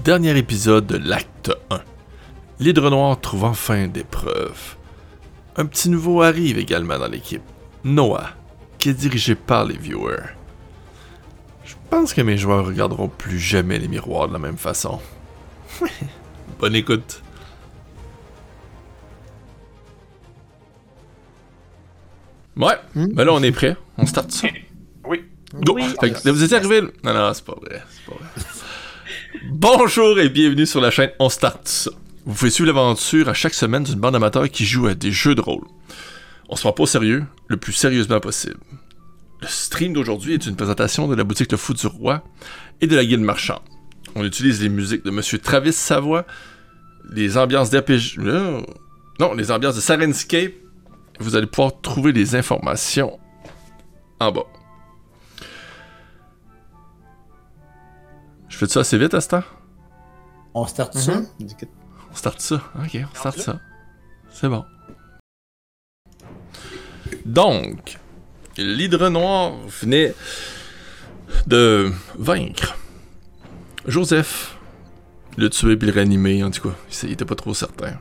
dernier épisode de l'acte 1. L'Hydre Noir trouve enfin des preuves. Un petit nouveau arrive également dans l'équipe, Noah, qui est dirigé par les viewers. Je pense que mes joueurs regarderont plus jamais les miroirs de la même façon. Bonne écoute. Ouais, ben là on est prêt, on start ça. Oui. Go! Oui. Fait que, vous étiez arrivé... Non, c'est pas vrai, Bonjour et bienvenue sur la chaîne On Start ça. Vous pouvez suivre l'aventure à chaque semaine d'une bande d'amateurs qui joue à des jeux de rôle. On se prend pas au sérieux, le plus sérieusement possible. Le stream d'aujourd'hui est une présentation de la boutique Le Fou du Roi et de la Guilde Marchande. On utilise les musiques de Monsieur Travis Savoie, les ambiances d'RPG... Non, les ambiances de Sirenscape. Vous allez pouvoir trouver les informations en bas. Je fais ça assez vite à ce temps? On start ça? On start ça. Ok, on start ça. C'est bon. Donc, l'Hydre Noir venait de vaincre Joseph, le tuer puis le réanimer, en tout cas. Il était pas trop certain.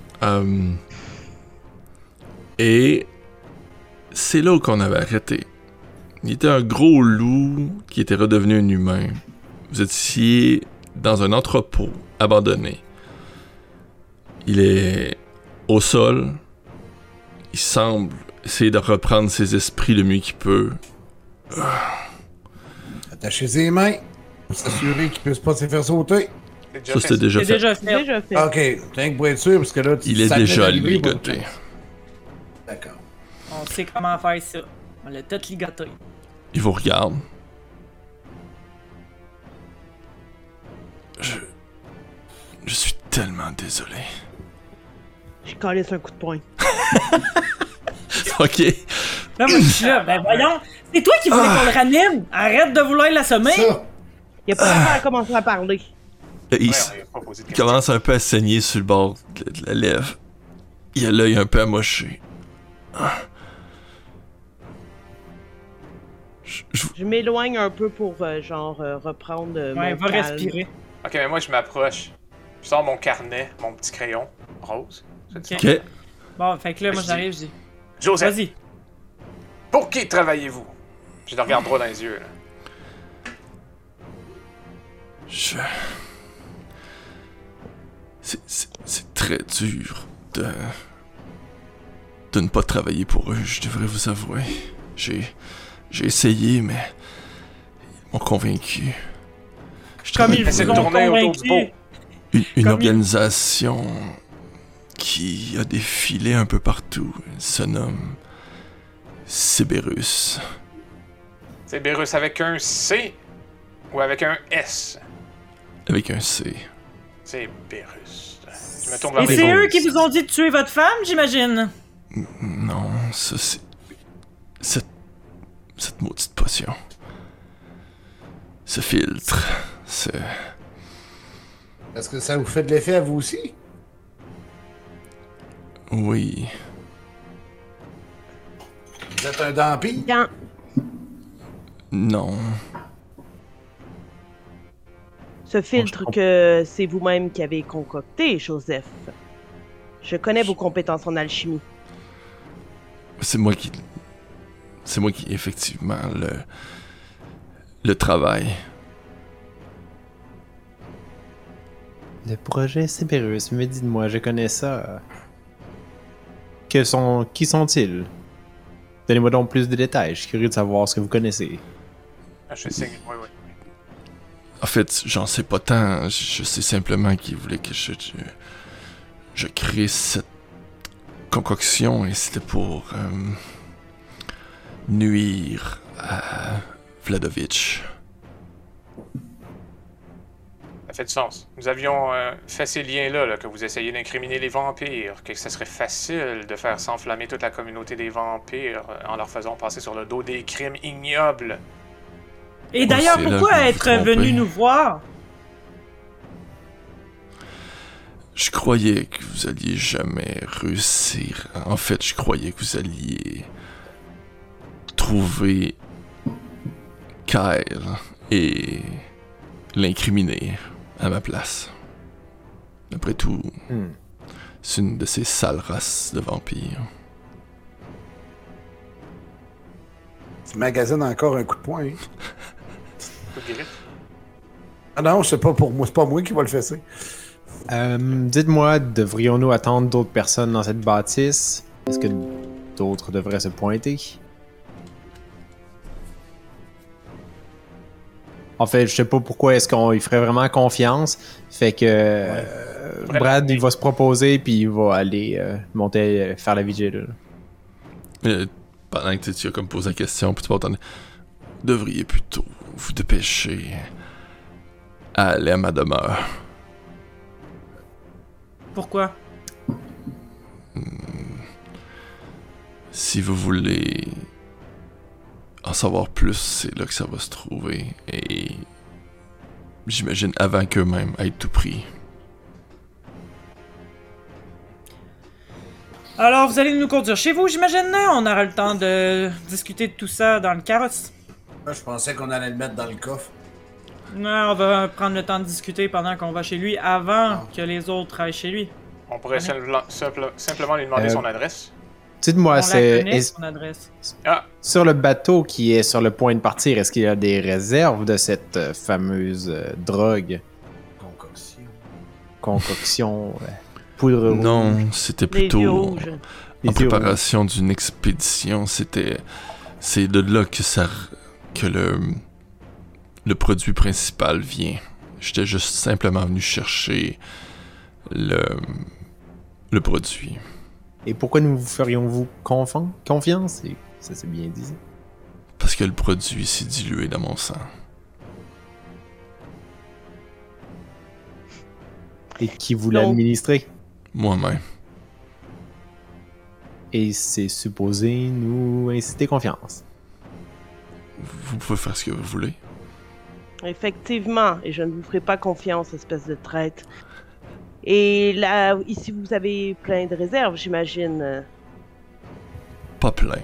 Et c'est là qu'on avait arrêté. Il était un gros loup qui était redevenu un humain. Vous étiez dans un entrepôt abandonné. Il est au sol. Il semble essayer de reprendre ses esprits le mieux qu'il peut. Attachez ses mains. S'assurer qu'il puisse pas se faire sauter. Ça, c'était déjà fait. Déjà fait. Ok, tiens que pour être sûr, parce que là, Il est ça déjà venait d'arriver, ligoté. D'accord. On sait comment faire ça. On l'a tout ligoté. Il vous regarde. Je suis tellement désolé. Je calisse un coup de poing. Ok. Là, moi, je suis là. Ben voyons, c'est toi qui voulais qu'on le ranime. Arrête de vouloir l'assommer. Ça! Il a pas à commencer à parler. Il Ouais, on n'a pas posé de questions. commence un peu à saigner sur le bord de la lèvre. Il a l'œil un peu amoché. Je m'éloigne un peu pour, reprendre Ouais, mon va calme. respirer. Ok, mais moi je m'approche. Je sors mon carnet, mon petit crayon rose. C'est ça? Ok. Bon, fait que là, moi, j'arrive, je dis. Joseph, Vas-y. pour qui travaillez-vous? Je le regarde droit dans les yeux. Là. C'est très dur de ne pas travailler pour eux, je devrais vous avouer. J'ai essayé, mais ils m'ont convaincu. Je Comme travaille ils pour Essaie de vous ont tourner autour du pot. convaincu. une comme organisation qui a défilé un peu partout. Elle se nomme Cerberus. C'est Bérus avec un C ou avec un S? Avec un C. C'est Bérus. Je me tourne vers Et les c'est autres. eux qui vous ont dit de tuer votre femme, j'imagine? Non, ça c'est... Cette maudite potion. Ce filtre. Est-ce que ça vous fait de l'effet à vous aussi? Oui. Vous êtes un dampi? Quand Non. ce filtre que c'est vous-même qui avez concocté, Joseph. Je connais vos compétences en alchimie. C'est moi qui effectivement le travail. Le projet Cerberus, mais dites-moi, je connais ça. Qui sont-ils? Donnez-moi donc plus de détails, je suis curieux de savoir ce que vous connaissez. Ah, je sais. Oui, oui. En fait, j'en sais pas tant. Je sais simplement qu'ils voulaient que je crée cette concoction et c'était pour nuire à Vladovitch. Ça fait du sens. Nous avions fait ces liens-là, là, que vous essayez d'incriminer les vampires, que ça serait facile de faire s'enflammer toute la communauté des vampires en leur faisant passer sur le dos des crimes ignobles. Et d'ailleurs, c'est là que pourquoi vous vous être trompez. venu nous voir? Je croyais que vous alliez jamais réussir. En fait, je croyais que vous alliez trouver Kyle et l'incriminer. à ma place. Après tout, c'est une de ces sales races de vampires. Tu magasines encore un coup de poing. Hein? Coup de griffe. Ah non, c'est pas pour moi, c'est pas moi qui va le fesser. Dites-moi, devrions-nous attendre d'autres personnes dans cette bâtisse? Est-ce que d'autres devraient se pointer? En fait, je sais pas pourquoi est-ce qu'on y ferait vraiment confiance. Fait que Brad, il va se proposer puis il va aller monter faire la vigile. Pendant que tu as comme posé la question, puis tu vas entendre, devriez plutôt vous dépêcher à aller à ma demeure. Pourquoi? Si vous voulez en savoir plus, c'est là que ça va se trouver. Et j'imagine avant qu'eux-mêmes aient tout pris. Alors, vous allez nous conduire chez vous, j'imagine? On aura le temps de discuter de tout ça dans le carrosse. Moi, je pensais qu'on allait le mettre dans le coffre. Non, on va prendre le temps de discuter pendant qu'on va chez lui, avant que les autres aillent chez lui. On pourrait simplement lui demander son adresse. Dites-moi, On la c'est connaît, son adresse. sur le bateau qui est sur le point de partir, est-ce qu'il y a des réserves de cette fameuse drogue? Concoction, poudre rouge? Non, c'était Les yeux plutôt rouges. Les en yeux préparation d'une expédition. C'est de là que le produit principal vient. J'étais juste simplement venu chercher le produit. Et pourquoi nous ferions-vous confiance? Et ça c'est bien dit. Parce que le produit s'est dilué dans mon sang. Et qui vous l'a administré? Moi-même. Et c'est supposé nous inciter confiance. Vous pouvez faire ce que vous voulez. Effectivement, et je ne vous ferai pas confiance, espèce de traître. Et là, ici, vous avez plein de réserves, j'imagine. Pas plein.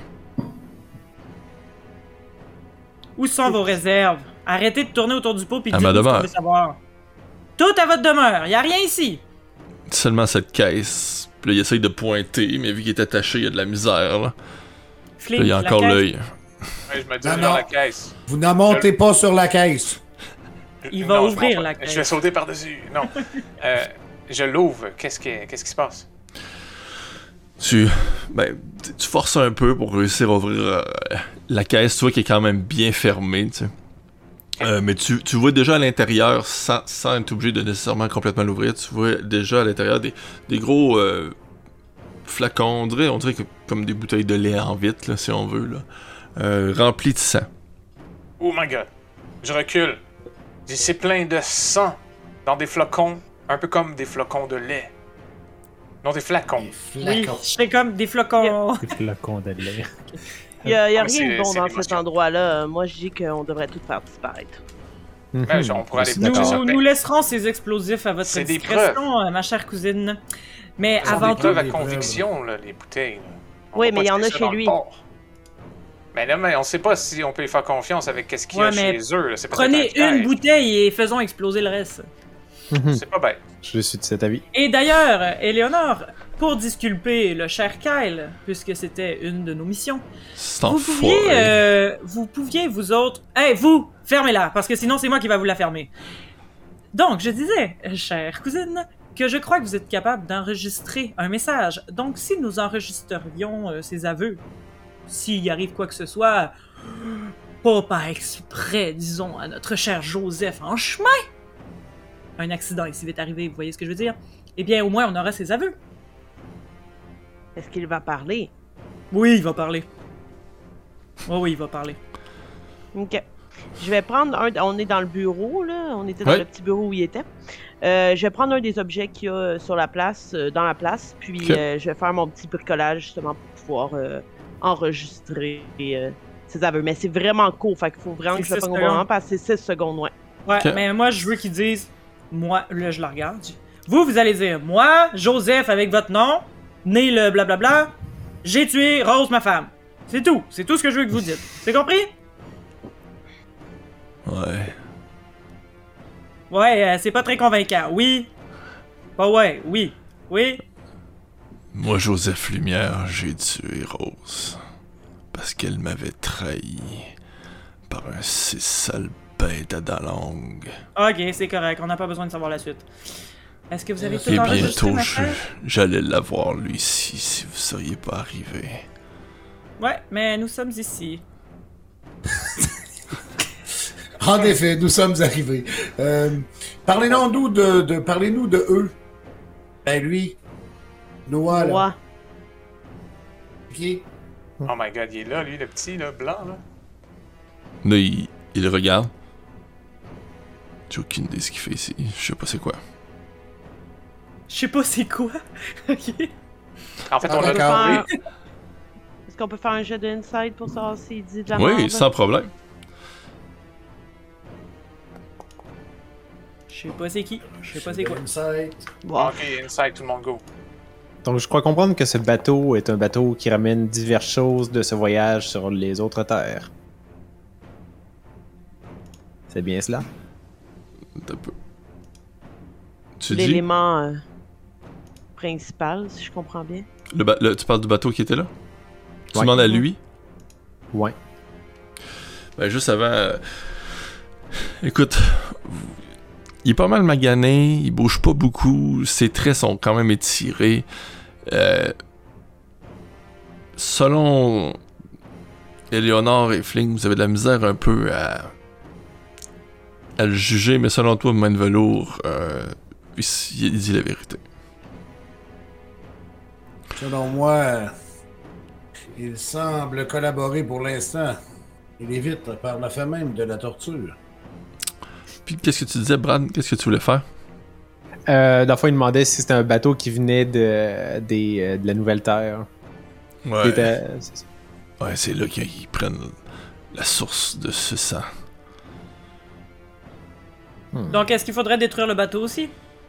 Où sont vos réserves? Arrêtez de tourner autour du pot et À dites-nous ma ce qu'on demeure. veut savoir. Tout à votre demeure, y a rien ici. Seulement cette caisse. Puis là, il essaye de pointer, mais vu qu'il est attaché, il y a de la misère, là. Puis là, il y a la encore caisse. l'œil. Ouais, je me dis Non, dans non. la caisse. Vous n'en montez pas sur la caisse. Il va Non, ouvrir je m'en la vais. caisse. Je vais sauter par-dessus. Non. Je l'ouvre. Qu'est-ce qui se passe? Tu forces un peu pour réussir à ouvrir la caisse, tu vois qu'elle est quand même bien fermée, tu sais. Mais tu vois déjà à l'intérieur, sans être obligé de nécessairement complètement l'ouvrir, tu vois déjà à l'intérieur des gros flacons, on dirait comme des bouteilles de lait en vitre, là, si on veut, là, remplis de sang. Oh my god. Je recule. C'est plein de sang dans des flocons, un peu comme des flocons de lait. Non, des flacons. Oui, c'est comme des flocons. Des flacons de lait. Il y a mais rien c'est- de bon c'est dans l'émotion. cet endroit-là. Moi, je dis qu'on devrait tout faire disparaître. Ben, on pourrait aller Je suis d'accord. chercher ça. Nous laisserons ces explosifs à votre C'est des discrétion, ma chère cousine. Mais Ce sont avant des preuves tout, à des conviction, là, les bouteilles. là. On Oui, va mais pas il y en jeter a ça chez dans le lui. port. Mais là, on sait pas si on peut y faire confiance avec qu'est-ce qu'il y a Ouais, mais chez eux. Là. C'est peut-être prenez un piège. une bouteille et faisons exploser le reste. C'est pas bête. Je suis de cet avis. Et d'ailleurs, Éléonore, pour disculper le cher Kyle, puisque c'était une de nos missions, C'est vous pouviez, vous autres... Hey, vous! Fermez-la, parce que sinon c'est moi qui va vous la fermer. Donc, je disais, chère cousine, que je crois que vous êtes capable d'enregistrer un message. Donc, si nous enregistrerions ces aveux, s'il y arrive quoi que ce soit, pas par exprès, disons, à notre cher Joseph en chemin, un accident est si vite arrivé, vous voyez ce que je veux dire? Eh bien, au moins, on aura ses aveux. Est-ce qu'il va parler? Oui, il va parler. Oh oui, il va parler. Ok. Je vais prendre un... On est dans le bureau, là. On était dans Ouais. le petit bureau où il était. Je vais prendre un des objets qu'il y a sur la place, dans la place, puis Ok. je vais faire mon petit bricolage, justement, pour pouvoir enregistrer ses aveux. Mais c'est vraiment court, fait qu'il faut vraiment C'est que je le 6 prenne au secondes. bon moment, parce que c'est 6 secondes, ouais. Ouais, Ok. mais moi, je veux qu'ils disent... Moi, là, je la regarde. Vous allez dire, moi, Joseph, avec votre nom, né le blablabla, j'ai tué Rose, ma femme. C'est tout. C'est tout ce que je veux que vous dites. C'est compris? Ouais. Ouais, c'est pas très convaincant. Oui. Ouais, oui. Oui. Moi, Joseph Lumière, j'ai tué Rose. Parce qu'elle m'avait trahi par un si sale bête à dents longues. Ok, c'est correct. On n'a pas besoin de savoir la suite. Est-ce que vous avez tout Et enregistré, bientôt, ma chère? j'allais l'avoir, lui, si vous seriez pas arrivé. Ouais, mais nous sommes ici. En effet, nous sommes arrivés. Parlez-nous parlez-nous de eux. Ben lui, Noah, là. Moi. Qui? Oh my god, il est là, lui, le petit, là, blanc, là. Là, il regarde. J'ai aucune idée de ce qu'il fait ici. Je sais pas c'est quoi. Je sais pas c'est quoi. Ok. En fait, Ah, on l'a d'accord. trouvé. Est-ce qu'on peut faire un jeu d'insight pour savoir s'il dit de la Oui, merde? sans problème. Je sais pas c'est qui. Je sais pas c'est quoi. Insight. Bon. Ok, inside, tout le monde go. Donc, je crois comprendre que ce bateau est un bateau qui ramène diverses choses de ce voyage sur les autres terres. C'est bien cela? Un peu. Tu dis L'élément principal, si je comprends bien. tu parles du bateau qui était là? Tu Ouais. demandes à lui? Ouais. Ben, juste avant. Écoute, il est pas mal magané, il bouge pas beaucoup, ses traits sont quand même étirés. Selon Éléonore et Fling, vous avez de la misère un peu à le juger, mais selon toi, Main de Velours, il dit la vérité. Selon moi, il semble collaborer pour l'instant. Il évite par la fait même de la torture. Puis qu'est-ce que tu disais, Brad? Qu'est-ce que tu voulais faire? Dans le fond, il demandait si c'était un bateau qui venait de la Nouvelle-Terre. Ouais. Il était- c'est ça. Ouais, c'est là qu'ils prennent la source de ce sang. Donc, est-ce qu'il faudrait détruire le bateau aussi?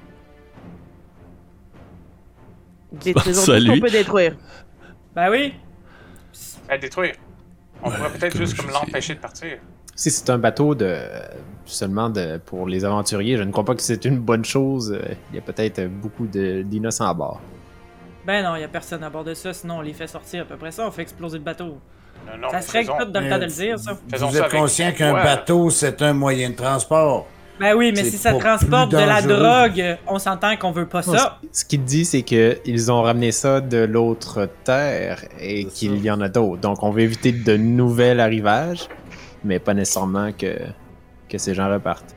Détruisons Ça, tout ce qu'on lui. peut détruire. Ben oui. À détruire. On Ouais, pourrait peut-être comme juste je comme dis. l'empêcher de partir. Si c'est un bateau pour les aventuriers, je ne crois pas que c'est une bonne chose. Il y a peut-être beaucoup d'innocents à bord. Ben non, y a personne à bord de ça, sinon on les fait sortir. À peu près ça, on fait exploser le bateau. Non, Ça mais se règle faisons- tout dans le temps de le dire, ça. Faisons Vous ça êtes avec conscient qu'un toi. bateau, c'est un moyen de transport. Ben oui, mais C'est si ça pas transporte de plus la dangereux. drogue, on s'entend qu'on veut pas ça. Ce qu'il dit, c'est qu'ils ont ramené ça de l'autre terre et C'est qu'il ça. y en a d'autres. Donc, on veut éviter de nouveaux arrivages, mais pas nécessairement que ces gens repartent.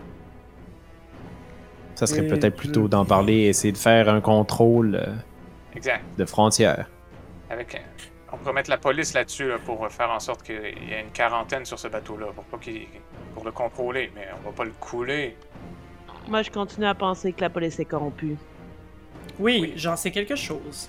Ça serait Et peut-être plutôt d'en parler et essayer de faire un contrôle Exact. de frontières. On pourrait mettre la police là-dessus là, pour faire en sorte qu'il y ait une quarantaine sur ce bateau-là pour le contrôler, mais on va pas le couler. Moi, je continue à penser que la police est corrompue. Oui, j'en sais quelque chose.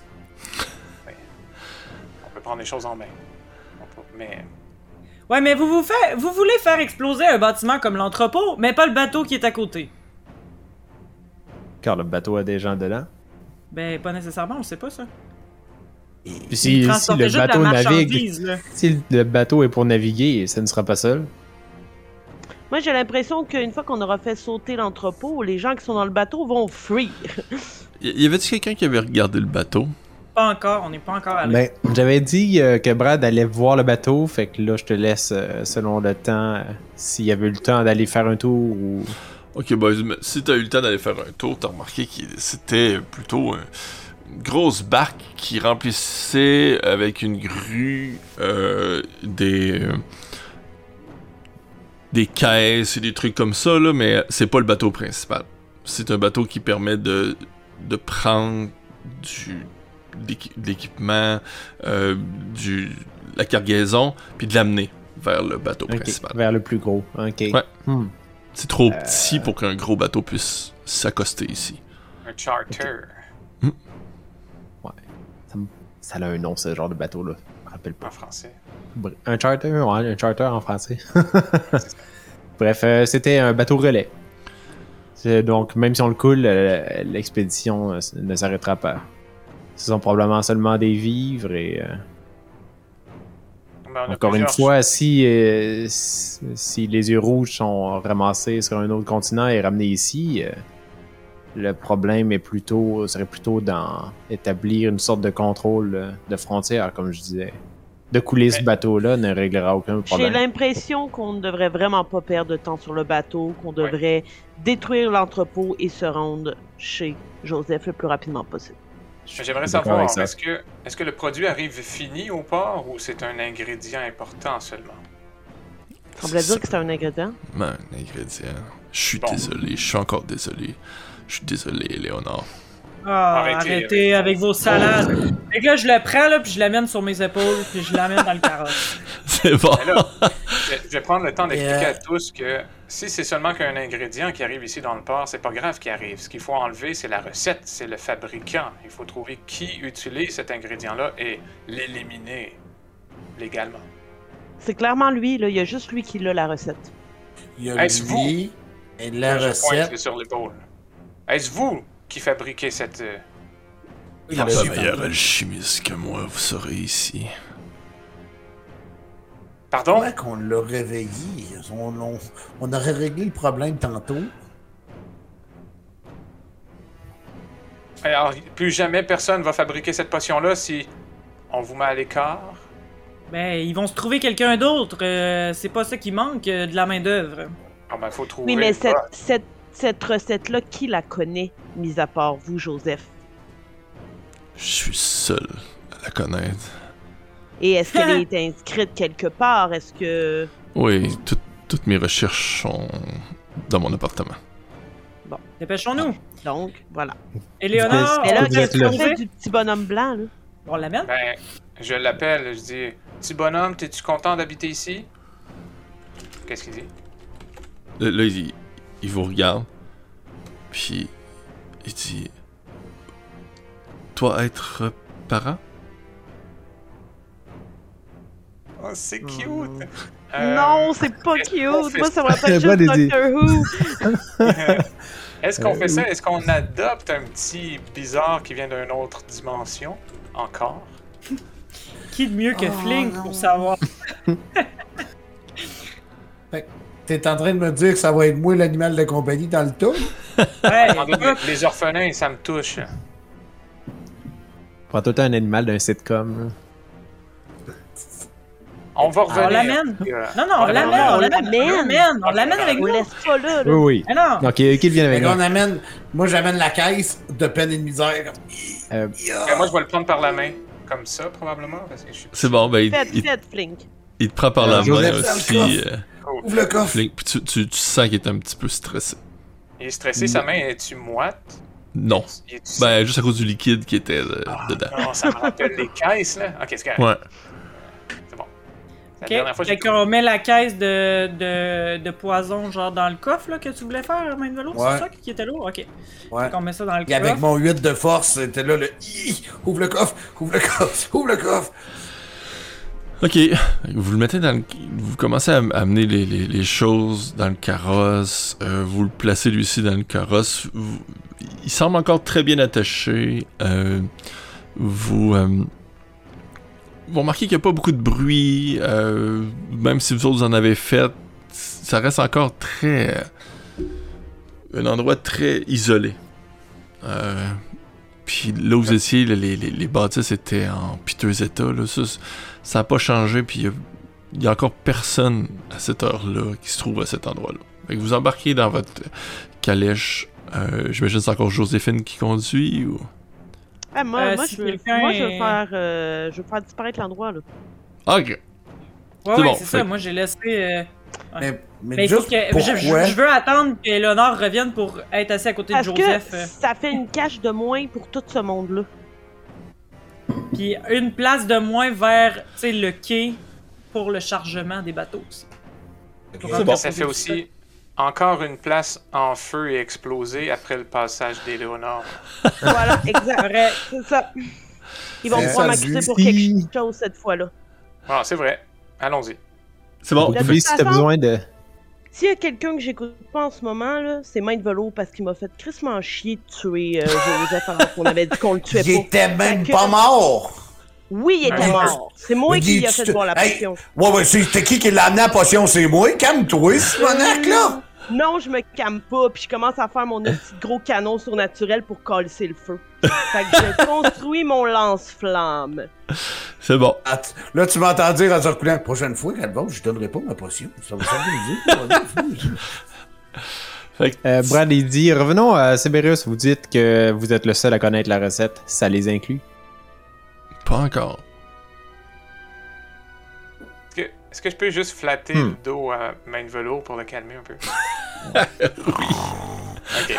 On peut prendre les choses en main. Mais Ouais, mais vous voulez faire exploser un bâtiment comme l'entrepôt, mais pas le bateau qui est à côté. Car le bateau a des gens dedans. Ben, pas nécessairement, on sait pas ça. Puis Il si transportait le juste bateau la navigue, marchandise, là. si le bateau est pour naviguer, ça ne sera pas seul. Moi, j'ai l'impression qu'une fois qu'on aura fait sauter l'entrepôt, les gens qui sont dans le bateau vont fuir. Y avait-tu quelqu'un qui avait regardé le bateau? Pas encore, on n'est pas encore allé. Ben, j'avais dit que Brad allait voir le bateau, fait que là, je te laisse, selon le temps, s'il y avait eu le temps d'aller faire un tour ou... Ok, boys, mais si t'as eu le temps d'aller faire un tour, t'as remarqué que c'était plutôt une grosse barque qui remplissait avec une grue des caisses et des trucs comme ça, là, mais c'est pas le bateau principal. C'est un bateau qui permet de prendre de l'équipement, la cargaison, puis de l'amener vers le bateau Ok, principal. vers le plus gros. Ok. Ouais. Hmm. C'est trop petit pour qu'un gros bateau puisse s'accoster ici. un charter. Ça a un nom, ce genre de bateau-là. Je me rappelle pas. En français. Un charter? Ouais, un charter en français. Bref, c'était un bateau relais. Donc, même si on le coule, l'expédition ne s'arrêtera pas. Ce sont probablement seulement des vivres et... Mais on a Encore une plusieurs- fois, si les yeux rouges sont ramassés sur un autre continent et ramenés ici, le problème serait plutôt dans établir une sorte de contrôle de frontières, comme je disais. De couler ce bateau-là ne réglera aucun J'ai problème. l'impression qu'on ne devrait vraiment pas perdre de temps sur le bateau, qu'on devrait détruire l'entrepôt et se rendre chez Joseph le plus rapidement possible. Mais j'aimerais d'accord savoir, avec ça. est-ce que le produit arrive fini au port ou c'est un ingrédient important seulement? Ça semblait dire que c'était un ingrédient. Un ingrédient. Je suis Bon. désolé, je suis encore désolé. Je suis désolé, Léonard. Ah, Arrêtez arrêtez avec vos salades. Fait que là, je le prends, là, puis je l'amène sur mes épaules, puis je l'amène dans le carrosse. C'est bon. Mais là, je vais prendre le temps d'expliquer à tous que si c'est seulement qu'un ingrédient qui arrive ici dans le port, c'est pas grave qu'il arrive. Ce qu'il faut enlever, c'est la recette, c'est le fabricant. Il faut trouver qui utilise cet ingrédient-là et l'éliminer légalement. C'est clairement lui, là. Il y a juste lui qui l'a la recette. Il y a Est-ce lui et la Je pointe recette. sur l'épaule. Est-ce vous qui fabriquez cette... Il Pas l'a meilleur fait. alchimiste que moi, vous serez ici. Pardon? Comment qu'on l'a réveillé? On aurait réglé le problème tantôt. Alors, plus jamais personne va fabriquer cette potion-là si on vous met à l'écart. Ben, ils vont se trouver quelqu'un d'autre. C'est pas ça qui manque, de la main-d'œuvre. Ah ben, faut trouver... Oui, mais le cette recette-là, qui la connaît, mis à part vous, Joseph? Je suis seul à la connaître. Et est-ce qu'elle est inscrite quelque part? Est-ce que... Oui, toutes mes recherches sont dans mon appartement. Dépêchons-nous. Donc, voilà. Éléonore, Mais là, vous êtes qu'est-ce là. qu'on fait du petit bonhomme blanc, là? on l'amène? Ben, je l'appelle, je dis... Petit bonhomme, t'es-tu content d'habiter ici? Qu'est-ce qu'il dit? Là, il vous regarde. Puis, il dit... Toi, être parent? Oh, c'est cute! Non, c'est pas est-ce qu'on cute! fait Moi, ça me ça? rappelle Bonne juste idée. Doctor Who! Est-ce qu'on fait ça? Est-ce qu'on adopte un petit bizarre qui vient d'une autre dimension? Encore? Qui de mieux que Flink pour savoir? T'es en train de me dire que ça va être moi l'animal de compagnie dans le tas? Ouais, Attendez, les orphelins, ça me touche. Prends tout le temps un animal d'un sitcom. Là. On va revenir. on l'amène. Non, non, on Ouais, l'amène, on on l'amène, l'amène. on l'amène avec On nous. le laisse pas là, là. Oui, oui. Mais non, Donc, qui vient avec Fait qu'on nous? amène. Moi, j'amène la caisse de peine et de misère. Euh, Moi, je vais le prendre par la main. Comme ça, probablement, parce que je suis... C'est bon, ben, Faites, Flink. il te prend par la main Joseph, aussi. dans le Ouvre le coffre. Flink, puis tu sens qu'il est un petit peu stressé. Il est stressé, sa main, est-tu moite? Non. Il est-tu... Ben, juste à cause du liquide qui était dedans. Non, ça me rappelle les caisses, là. Ok, c'est correct. Ouais. C'est bon. C'est la dernière fois ok. que Fait qu'on met la caisse de poison, genre dans le coffre, là, que tu voulais faire, main de vélo, Ouais. c'est ça qui était lourd? Ok. Ouais. Fait qu'on met ça dans le Et avec coffre. mon 8 de force, c'était là le. Ouvre le coffre, ouvre le coffre, ouvre le coffre. Ok, vous le mettez dans le... Vous commencez à amener les choses dans le carrosse. Vous le placez lui aussi dans le carrosse. Il semble encore très bien attaché. Vous remarquez qu'il n'y a pas beaucoup de bruit. Même si vous autres vous en avez fait, ça reste encore très... un endroit très isolé. Puis là où vous étiez, les bâtisses étaient en piteux état. Là, ça n'a pas changé, puis il y a encore personne à cette heure-là qui se trouve à cet endroit-là. Fait que vous embarquez dans votre calèche. J'imagine que c'est encore Joséphine qui conduit, ou... Ah, moi, si je veux quelqu'un faire disparaître l'endroit, là. Ok. Ouais, c'est ouais, bon, c'est fait- ça. Moi, j'ai laissé. Mais Mais il faut juste que. pourquoi? Je veux attendre que Léonard revienne pour être assis à côté de Parce Joseph. que ça fait une cache de moins pour tout ce monde-là. Puis une place de moins vers, tu sais, le quai pour le chargement des bateaux aussi. C'est bon. Ça fait aussi encore une place en feu et explosée après le passage d'Éléonore. Voilà, exact. Vrai. C'est ça. Ils vont C'est pouvoir ça, m'accuser pour lui. quelque chose cette fois-là. Ah, c'est vrai. Allons-y. C'est bon. De toute Oublie si t'as façon- besoin de... S'il y a quelqu'un que j'écoute pas en ce moment, là, c'est Main de Velo parce qu'il m'a fait crissement chier de tuer Joseph alors qu'on avait dit qu'on le tuait Il pas. était même Fait que- pas mort. Oui, il était mort. C'est moi Mais qui dis, a fait boire la hey, potion. Ouais, c'était qui l'a amené à la potion? C'est moi? Calme-toi, Simonac, là! Non, je me calme pas, puis je commence à faire mon petit gros canon surnaturel pour coller le feu. Fait que je construis mon lance-flamme. C'est bon. Là, tu m'entends dire en se reculant, prochaine fois, Calvon, je donnerai pas ma potion. Ça va s'organiser. Brad, il dit, revenons à Siberius, vous dites que vous êtes le seul à connaître la recette, ça les inclut? Pas encore. Est-ce que je peux juste flatter le dos à main de velours pour le calmer un peu? Oui. Ok.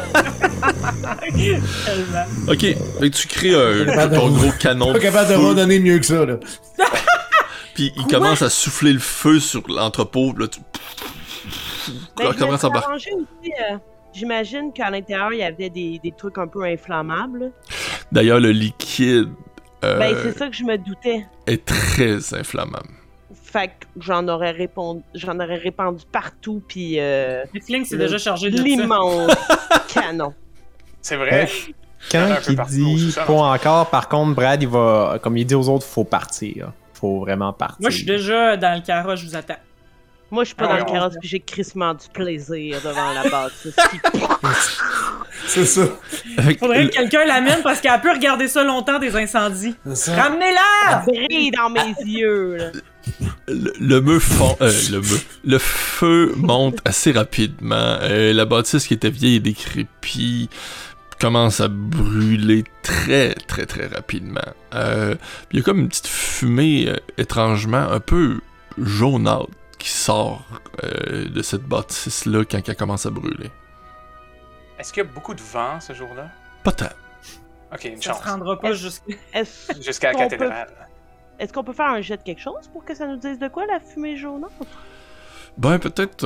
Tellement. Ok, fait que tu crées ton gros canon Pas de capable de feu, redonner mieux que ça, là. puis il commence à souffler le feu sur l'entrepôt, là, tu... Ben, Là, je comment me ça suis embarque? arrangé aussi, j'imagine qu'à l'intérieur, il y avait des trucs un peu inflammables. D'ailleurs, le liquide Ben, c'est ça que je me doutais. est très inflammable. Fait que j'en aurais répandu partout, puis Le fling s'est déjà chargé de ça. l'immense canon. C'est vrai? Quand un peu il partout, dit c'est ça, pas encore, par contre, Brad, il va, comme il dit aux autres, faut partir. Faut vraiment partir. Moi, je suis déjà dans le carrosse, je vous attends. Moi, je suis pas Ah dans ouais, le carrosse, puis j'ai crissement du plaisir devant la base. C'est ça. Faudrait que quelqu'un l'amène parce qu'elle peut regarder ça longtemps des incendies. C'est ça. Ramenez-la! Brille dans mes yeux, là. Le feu monte assez rapidement. La bâtisse qui était vieille et décrépite commence à brûler très très très rapidement. Il y a comme une petite fumée étrangement un peu jaunâtre qui sort de cette bâtisse-là quand elle commence à brûler. Est-ce qu'il y a beaucoup de vent ce jour-là? Pas tant. Ok, une Ça chance. se rendra pas jusqu'à... Jusqu'à la qu'on cathédrale. Est-ce qu'on peut faire un jet de quelque chose pour que ça nous dise de quoi, la fumée jaunâtre? Ben peut-être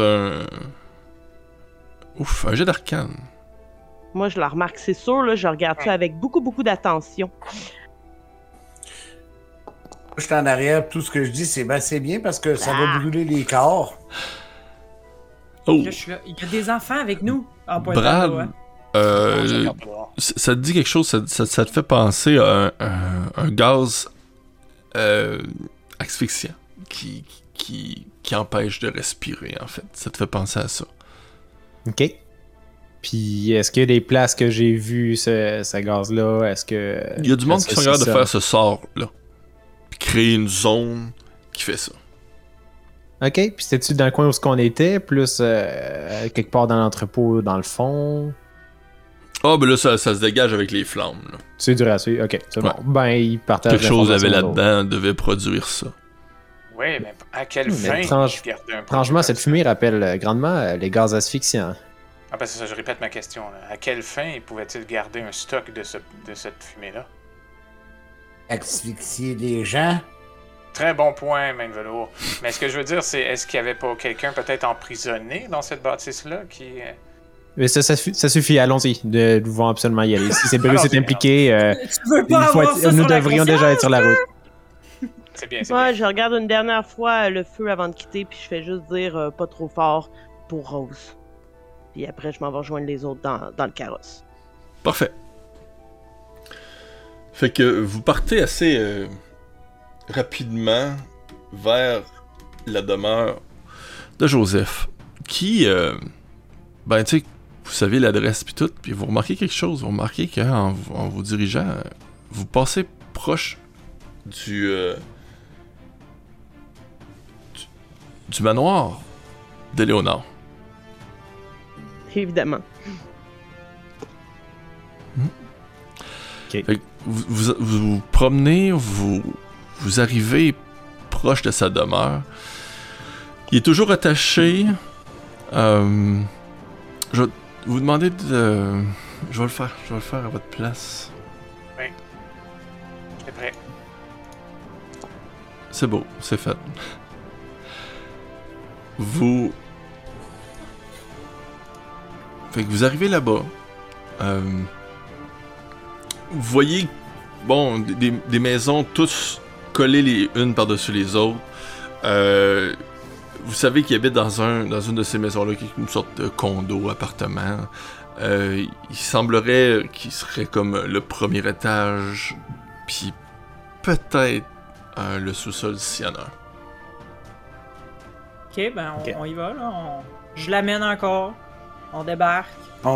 un jet d'arcane. Moi, je la remarque, c'est sûr, là, je regarde ça avec beaucoup, beaucoup d'attention. Je suis en arrière, tout ce que je dis, c'est ben, c'est bien parce que ça va brûler les corps. Oh, Là, je suis là. Il y a des enfants avec nous. Ah, pas Brad, étonnant, hein. Je regarde dehors. ça te dit quelque chose, ça te fait penser à un gaz asphyxiant qui empêche de respirer, en fait. Ça te fait penser à ça. OK. Puis, est-ce qu'il y a des places que j'ai vues, ce gaz-là? Est-ce que... Il y a du monde est-ce qui que sont capables c'est de ça? faire ce sort-là. Puis créer une zone qui fait ça. OK. Puis, c'était-tu dans le coin où on était? Plus quelque part dans l'entrepôt, dans le fond? Ah, ben là, ça se dégage avec les flammes, là. C'est dur à suivre. OK, c'est bon. Ben, il partage Quelque chose avait l'information aux autres. là-dedans, devait produire ça. Oui, mais à quelle Mais fin étrange- garder un produit Franchement, comme cette ça? fumée rappelle grandement les gaz asphyxiants. Ah ben c'est ça, je répète ma question. Là. À quelle fin pouvait-il garder un stock de cette fumée-là? Asphyxier des gens. Très bon point, main de velours. Mais ce que je veux dire, c'est est-ce qu'il y avait pas quelqu'un peut-être emprisonné dans cette bâtisse-là qui... Mais ça suffit, allons-y. Nous devons absolument y aller. Si Siberius Alors, est impliqué, Tu veux pas avoir ça nous sur la devrions conscience? déjà être sur la route. C'est bien, c'est Moi, bien. je regarde une dernière fois le feu avant de quitter, puis je fais juste dire pas trop fort pour Rose. Puis après, je m'en vais rejoindre les autres dans le carrosse. Parfait. Fait que vous partez assez rapidement vers la demeure de Joseph, qui, ben tu sais, vous savez l'adresse puis tout, puis vous remarquez quelque chose, vous remarquez qu'en en vous dirigeant, vous passez proche du manoir de Léonard. Évidemment. Fait que vous promenez, vous arrivez proche de sa demeure. Il est toujours attaché. Je vais vous demander de... Je vais le faire à votre place. C'est prêt. C'est beau, c'est fait. Vous... Fait que vous arrivez là-bas. Vous voyez, bon, des maisons tous collées les unes par-dessus les autres. Vous savez qu'il habite dans une de ces maisons-là, qui est une sorte de condo, appartement. Il semblerait qu'il serait comme le premier étage, puis peut-être le sous-sol s'il y en a un. Ok, ben Ok. on y va, là. Je l'amène encore. On débarque.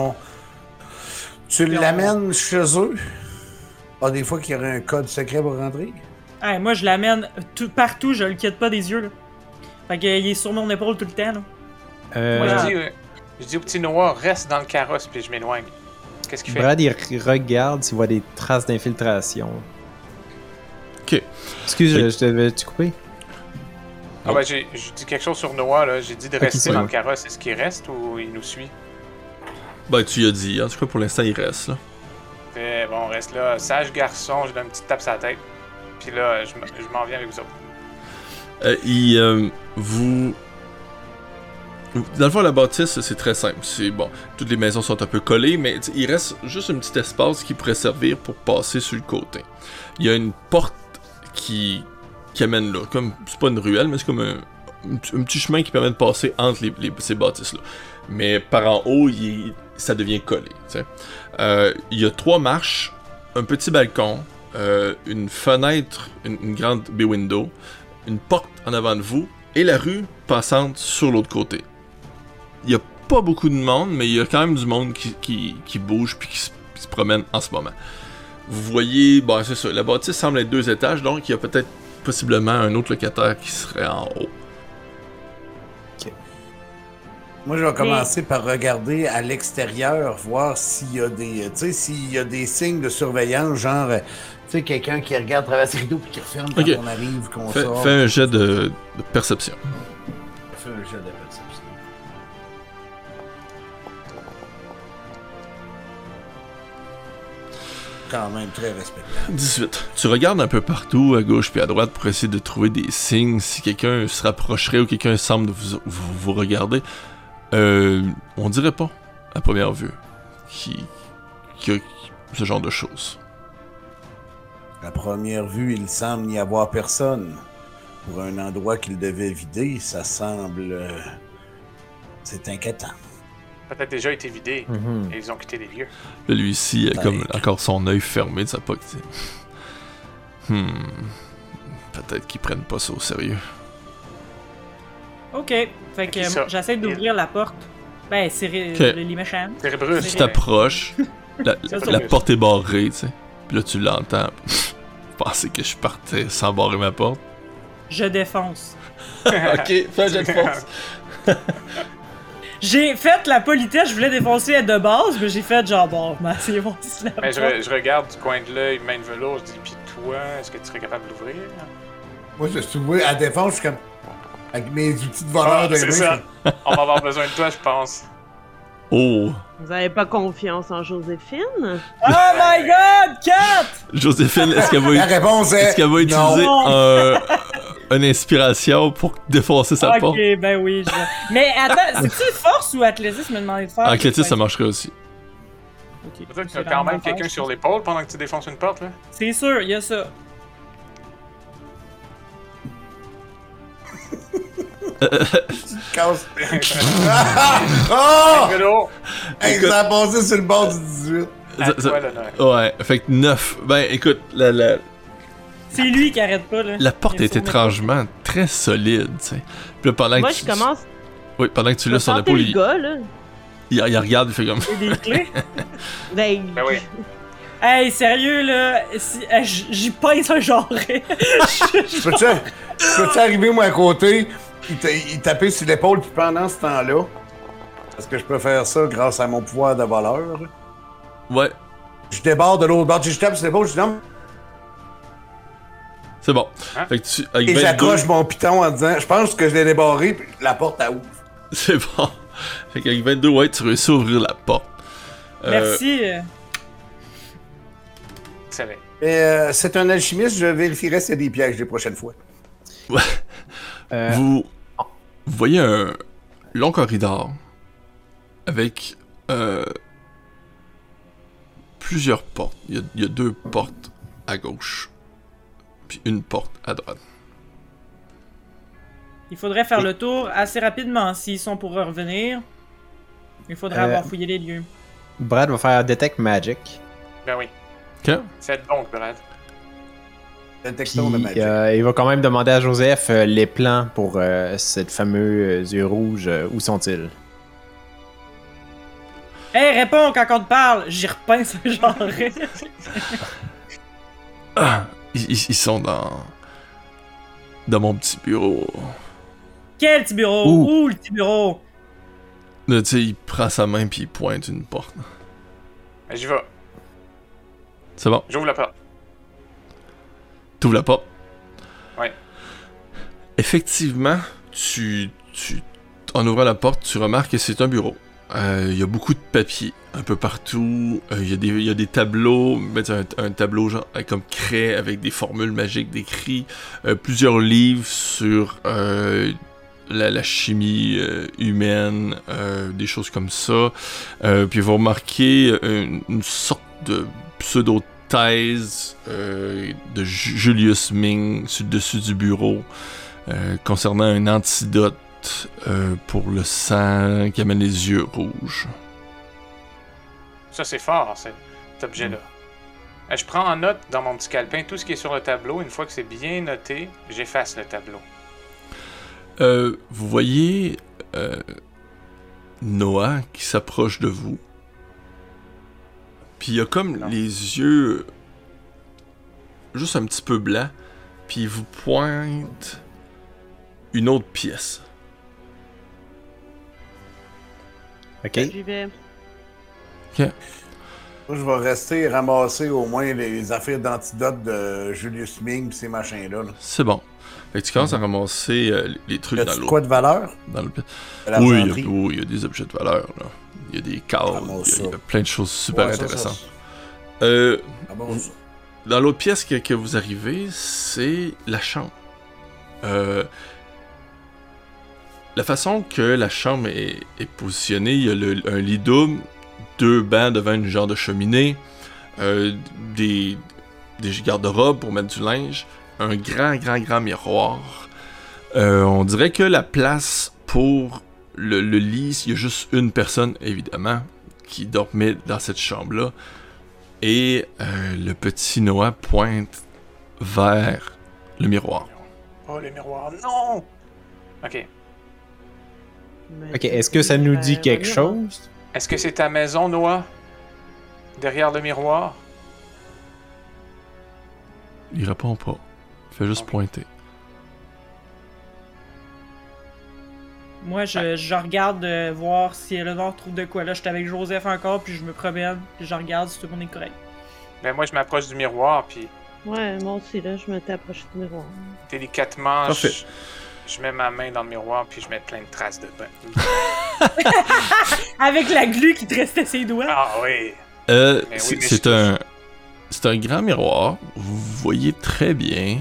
Tu Puis on- l'amènes chez eux? Ah, des fois qu'il y aurait un code secret pour rentrer? Hey, moi, je l'amène partout, je le quitte pas des yeux, là. Fait qu'il est sur mon épaule tout le temps, là. Euh, Moi, Voilà. je dis au petit Noah, reste dans le carrosse, puis je m'éloigne. Qu'est-ce qu'il fait? Brad, il regarde s'il voit des traces d'infiltration. Ok. Excuse, je devais-tu couper? Ah ouais, j'ai dit quelque chose sur Noah, là. J'ai dit de rester c'est dans bon. le carrosse. Est-ce qu'il reste ou il nous suit? Ben, tu y as dit. En tout cas, pour l'instant, il reste, là. Fait, bon, on reste là. Sage garçon, je donne une petite tape sur la tête. Puis là, je m'en viens avec vous autres. Vous... Dans le fond, la bâtisse, c'est très simple. C'est bon, toutes les maisons sont un peu collées, mais il reste juste un petit espace qui pourrait servir pour passer sur le côté. Il y a une porte qui amène là. Comme, c'est pas une ruelle, mais c'est comme un petit chemin qui permet de passer entre ces bâtisses-là. Mais par en haut, ça devient collé. Tu sais. Il y a 3 marches, un petit balcon, une fenêtre, une grande bay window, une porte en avant de vous, et la rue passante sur l'autre côté. Il n'y a pas beaucoup de monde, mais il y a quand même du monde qui bouge puis qui se promène en ce moment. Vous voyez, bon, c'est ça, la bâtisse semble être 2 étages, donc il y a peut-être possiblement un autre locataire qui serait en haut. Moi, je vais commencer par regarder à l'extérieur, voir s'il y a des, tu sais, s'il y a des signes de surveillance, genre, tu sais, quelqu'un qui regarde à travers ses rideaux puis qui referme quand Ok. on arrive, qu'on Fais sort. un jet de perception. Fais un jet de perception. Quand même très respectable. 18. Tu regardes un peu partout, à gauche puis à droite, pour essayer de trouver des signes, si quelqu'un se rapprocherait ou quelqu'un semble vous regarder. On dirait pas, à première vue, qu'il y a ce genre de choses. À première vue, il semble n'y avoir personne. Pour un endroit qu'il devait vider, ça semble... c'est inquiétant. Peut-être déjà été vidé Mhm. et ils ont quitté les lieux. Là, lui-ci a comme encore son œil fermé de sa poche. Peut-être qu'ils prennent pas ça au sérieux. Ok. Fait que Ok, ça. j'essaie d'ouvrir la porte. Ben, c'est Ok. les méchants. Térébreux. Tu t'approches, la Ça. porte est barrée, tu sais. Puis là, tu l'entends. Vous pensez que je partais sans barrer ma porte? Je défonce. Ok, fais un jet de force. J'ai fait la politesse, je voulais défoncer de base, mais j'ai fait genre bon, ben, c'est bon, c'est la Ben, porte. je regarde du coin de l'œil, main de velours, je dis, pis toi, est-ce que tu serais capable de l'ouvrir? Moi, je suis voué à défense, je suis comme... Avec mes outils de voleur Ah, de c'est ça. On va avoir besoin de toi, je pense. Oh! Vous avez pas confiance en Joséphine? Oh my god, Kat! Joséphine, est-ce qu'elle La va, réponse est... est-ce qu'elle va utiliser une inspiration pour défoncer sa Ok, porte? ben oui. Mais attends, c'est-tu force ou athlétisme me demandait de faire? Athlétisme, ça marcherait aussi. Ok. Peut-être que C'est t'as quand même vraiment quelqu'un force. sur l'épaule pendant que tu défonces une porte, là. C'est sûr, il y a ça. Casse. Oh! Vélo! Hey, ça a passé sur le bord du 18. À Ça- toi, ça- l'honneur. Ouais, fait que 9. Ben, écoute, C'est lui qui arrête pas, là. la porte Il est sur étrangement très solide, tu sais. Puis là, pendant Moi, que je commence Oui, pendant que tu l'as à sur sentir l'épaule, le gars, là. il regarde, il fait comme... mes des clés. Ben, Ben oui. Hey, sérieux, là, j'y pince un genre. Peux-tu arriver, moi, à côté, il taper sur l'épaule, puis pendant ce temps-là, est-ce que je peux faire ça grâce à mon pouvoir de voleur? Ouais, Je débarre de l'autre bord, je tape sur l'épaule, je dis non, c'est bon. Hein? Fait que tu... Avec et 22, j'accroche mon piton en disant, je pense que je l'ai débarré, puis la porte, elle ouvre. c'est bon. Fait qu'avec 22, ouais, tu réussis à ouvrir la porte. Merci. Excellent. C'est un alchimiste, je vérifierai s'il y a des pièges les prochaines fois. Vous voyez un long corridor avec plusieurs portes. Il y a 2 portes à gauche, puis une porte à droite. Il faudrait faire le tour assez rapidement s'ils sont pour revenir. Il faudrait avoir fouillé les lieux. Brad va faire Detect Magic. Ben oui. Ok? Faites donc, Brad. Détection de Puis, magie. il va quand même demander à Joseph les plans pour cette fameuse yeux rouge. Où sont-ils? Hey, réponds quand on te parle! J'y repince un genre. Ils sont dans mon petit bureau. Quel petit bureau? Où le petit bureau? Là, tu sais, il prend sa main puis il pointe une porte. J'y vais. C'est bon. J'ouvre la porte. T'ouvres la porte. Ouais. Effectivement, en ouvrant la porte, tu remarques que c'est un bureau. Il y a beaucoup de papier un peu partout. Il y a des tableaux, un tableau genre comme craie avec des formules magiques décrites. Plusieurs livres sur la chimie humaine, des choses comme ça. Puis vous remarquez une sorte de pseudo-thèse de Julius Ming sur le dessus du bureau concernant un antidote pour le sang qui amène les yeux rouges. Ça, c'est fort, cet objet-là. Je prends en note dans mon petit calepin tout ce qui est sur le tableau. Une fois que c'est bien noté, j'efface le tableau. Vous voyez Noah qui s'approche de vous. Puis il a comme les yeux juste un petit peu blancs. Puis il vous pointe une autre pièce. Ok. J'y vais. Ok. Moi, je vais rester ramasser au moins les affaires d'antidote de Julius Ming pis ces machins-là. Là. C'est bon. Fait que tu commences à ramasser les trucs Y dans a-tu l'eau. quoi de valeur? Dans le... De Oui, l'argenterie? il y a des objets de valeur. Là. Il y a des cadres, Ramasse il y a ça. plein de choses super Ouais, intéressantes. Ça. Ramasse ça. Dans l'autre pièce que vous arrivez, c'est la chambre. La façon que la chambre est positionnée, il y a un lit double, 2 bancs devant une genre de cheminée, des garde-robes pour mettre du linge, un grand miroir. On dirait que la place pour le lit, il y a juste une personne, évidemment, qui dormait dans cette chambre-là. Et le petit Noah pointe vers le miroir. Oh, le miroir, non! Ok. Ok, est-ce que ça nous dit quelque chose? Est-ce que c'est ta maison, Noah? Derrière le miroir? Il répond pas. Il fait juste Ok. pointer. Moi, je regarde voir si Eleanor trouve de quoi. Là, je suis avec Joseph encore, puis je me promène, puis je regarde si tout le monde est correct. Ben moi, je m'approche du miroir, puis Ouais, moi aussi, là, je me t'approche du miroir. délicatement, Parfait. je mets ma main dans le miroir, puis je mets plein de traces de bain. Avec la glu qui te restait ses doigts. Ah oui! C'est mais c'est un grand miroir. Vous voyez très bien.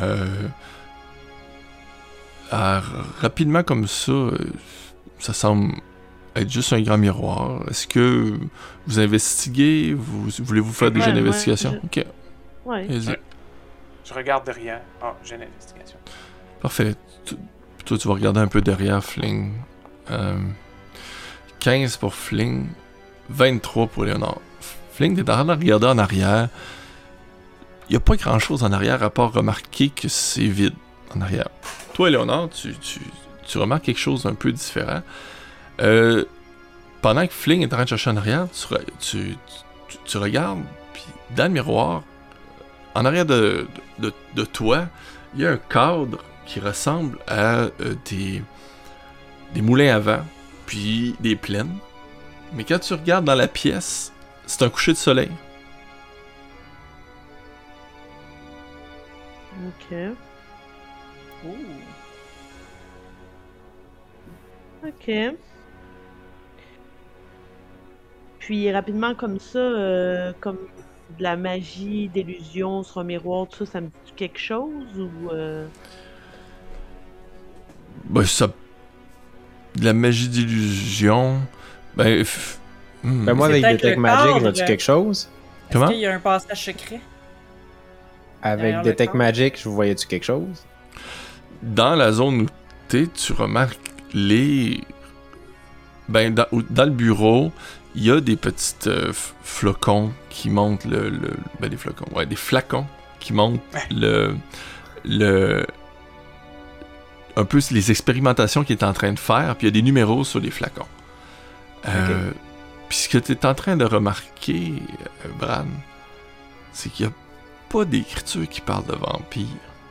Rapidement comme ça, ça semble être juste un grand miroir. Est-ce que vous investiguez? Voulez-vous faire des Ouais, jeux ouais, d'investigation? Ok, Ouais. vas-y. Ouais. Je regarde derrière. Ah, j'ai l'investigation. Parfait. Toi, tu vas regarder un peu derrière Fling. 15 pour Fling, 23 pour Léonard. Fling, t'es en train de regarder en arrière. Il n'y a pas grand-chose en arrière à part remarquer que c'est vide en arrière. Toi, Léonard, tu remarques quelque chose d'un peu différent. Pendant que Fling est en train de chercher en arrière, tu regardes, puis dans le miroir, en arrière de toi, il y a un cadre qui ressemble à des moulins à vent, puis des plaines. Mais quand tu regardes dans la pièce, c'est un coucher de soleil. Ok. Ok. Puis rapidement comme ça, comme de la magie, d'illusion sur un miroir, tout ça, ça me dit quelque chose ou Ben, ça... De la magie d'illusion... Ben... Ben moi, C'est avec peut-être Detect le Magic, je cadre. vois-tu quelque chose? Comment? Est-ce qu'il y a un passage secret? Avec Derrière le Detect corps. Magic, je voyais-tu quelque chose? Dans la zone où t'es, tu remarques les... Ben, dans le bureau, il y a des petites flocons qui montent ben des flocons, ouais, des flacons qui montre un peu les expérimentations qu'il est en train de faire, puis il y a des numéros sur les flacons. Puis ce que tu es en train de remarquer, Bran, c'est qu'il n'y a pas d'écriture qui parle de vampires.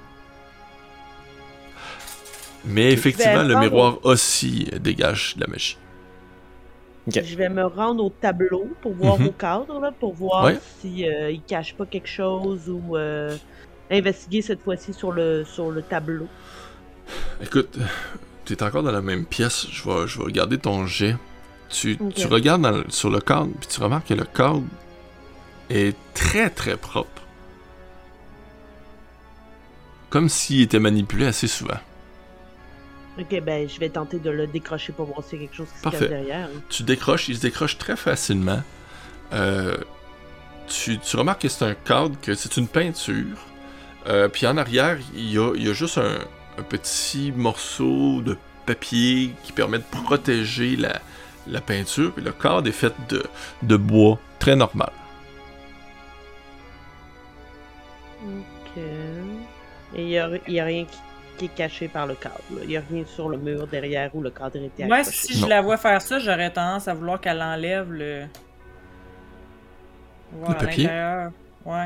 Mais effectivement, le miroir aussi dégage de la magie. Okay. Je vais me rendre au tableau pour voir au cadre, là, pour voir si il cache pas quelque chose ou investiguer cette fois-ci sur le tableau. Écoute, tu es encore dans la même pièce. Je vais regarder ton jet. Tu regardes sur le cadre, puis tu remarques que le cadre est très très propre. Comme s'il était manipulé assez souvent. Ok, ben je vais tenter de le décrocher pour voir s'il y a quelque chose qui se cache derrière. Tu décroches, il se décroche très facilement. Tu remarques que c'est un cadre, que c'est une peinture. Puis en arrière, il y a juste un petit morceau de papier qui permet de protéger la peinture. Puis le cadre est fait de bois, très normal. Ok. Et il y a rien qui est caché par le cadre. Il n'y a rien sur le mur derrière où le cadre était accroché. Moi, si je la vois faire ça, j'aurais tendance à vouloir qu'elle enlève le papier? Ouais.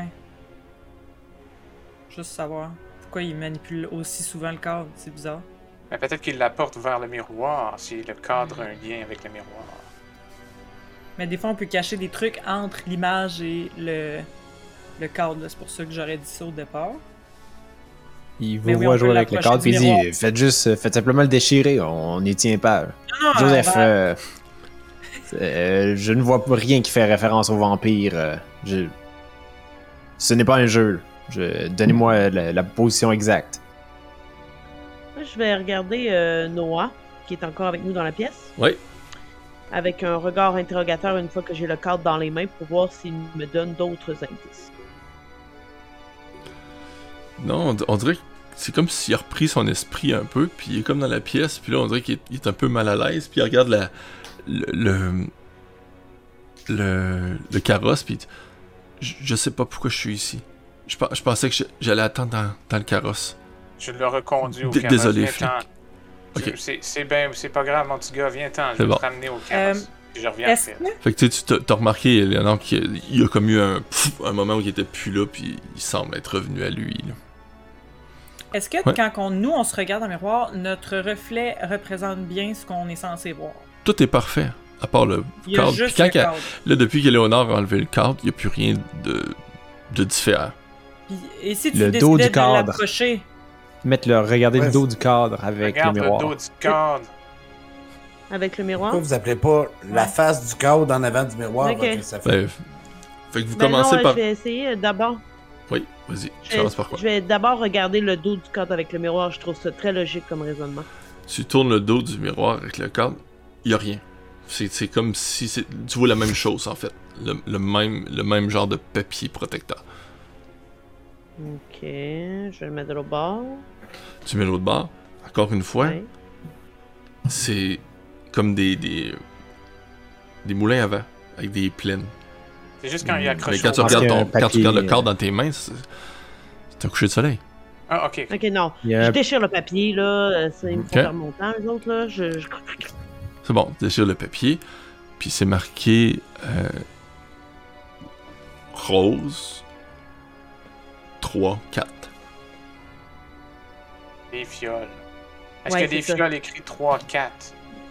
Juste savoir pourquoi il manipule aussi souvent le cadre, c'est bizarre. Mais peut-être qu'il la porte vers le miroir, si le cadre a un lien avec le miroir. Mais des fois, on peut cacher des trucs entre l'image et le cadre. C'est pour ça que j'aurais dit ça au départ. Il vous voit jouer avec le cadre, puis il dit faites simplement le déchirer, on n'y tient pas. Joseph, je ne vois rien qui fait référence au vampire. Ce n'est pas un jeu. Donnez-moi la position exacte. Je vais regarder Noah, qui est encore avec nous dans la pièce. Oui. Avec un regard interrogateur une fois que j'ai le cadre dans les mains pour voir s'il me donne d'autres indices. Non, on dirait que c'est comme s'il a repris son esprit un peu, puis il est comme dans la pièce, puis là on dirait qu'il est un peu mal à l'aise, puis il regarde le carrosse, puis je sais pas pourquoi je suis ici. Je pensais que j'allais attendre dans le carrosse. Je l'ai reconduit au carrosse. Désolé, flic. Okay. C'est pas grave, mon petit gars, viens-t'en, je vais te ramener au carrosse. Je reviens après. Fait que tu t'as remarqué, Léonard, qu'il y a comme eu un moment où il était plus là, puis il semble être revenu à lui. Là. Est-ce que quand on se regarde dans le miroir, notre reflet représente bien ce qu'on est censé voir? Tout est parfait, à part le cadre. Puis quand cadre. Là, depuis que Léonard a enlevé le cadre, il n'y a plus rien de différent. Puis, et si tu le décidais dos du de cadre. l'approcher? Regardez le dos du cadre avec le miroir. Regarde le dos du cadre. Avec le miroir? Pourquoi vous appelez pas la face du cadre en avant du miroir? Okay. Ça fait... Fait que vous commencez par... Je vais essayer d'abord. Oui, vas-y, tu commences par quoi? Je vais d'abord regarder le dos du cadre avec le miroir, je trouve ça très logique comme raisonnement. Tu tournes le dos du miroir avec le cadre, il n'y a rien. C'est comme si tu vois la même chose en fait. Le même genre de papier protecteur. Ok, je vais le mettre de l'autre bord. Tu mets l'autre bord. Encore une fois, c'est comme des moulins à vent avec des plaines. C'est juste quand il accroche. Mais quand tu regardes le cadre dans tes mains, c'est un coucher de soleil. Ah, ok. Ok, non. Je déchire le papier, là. Ça, ils me font faire mon temps, les autres, là. C'est bon, tu déchires le papier. Puis c'est marqué rose 3, 4. Des fioles. Est-ce qu'il y a des fioles écrites 3, 4?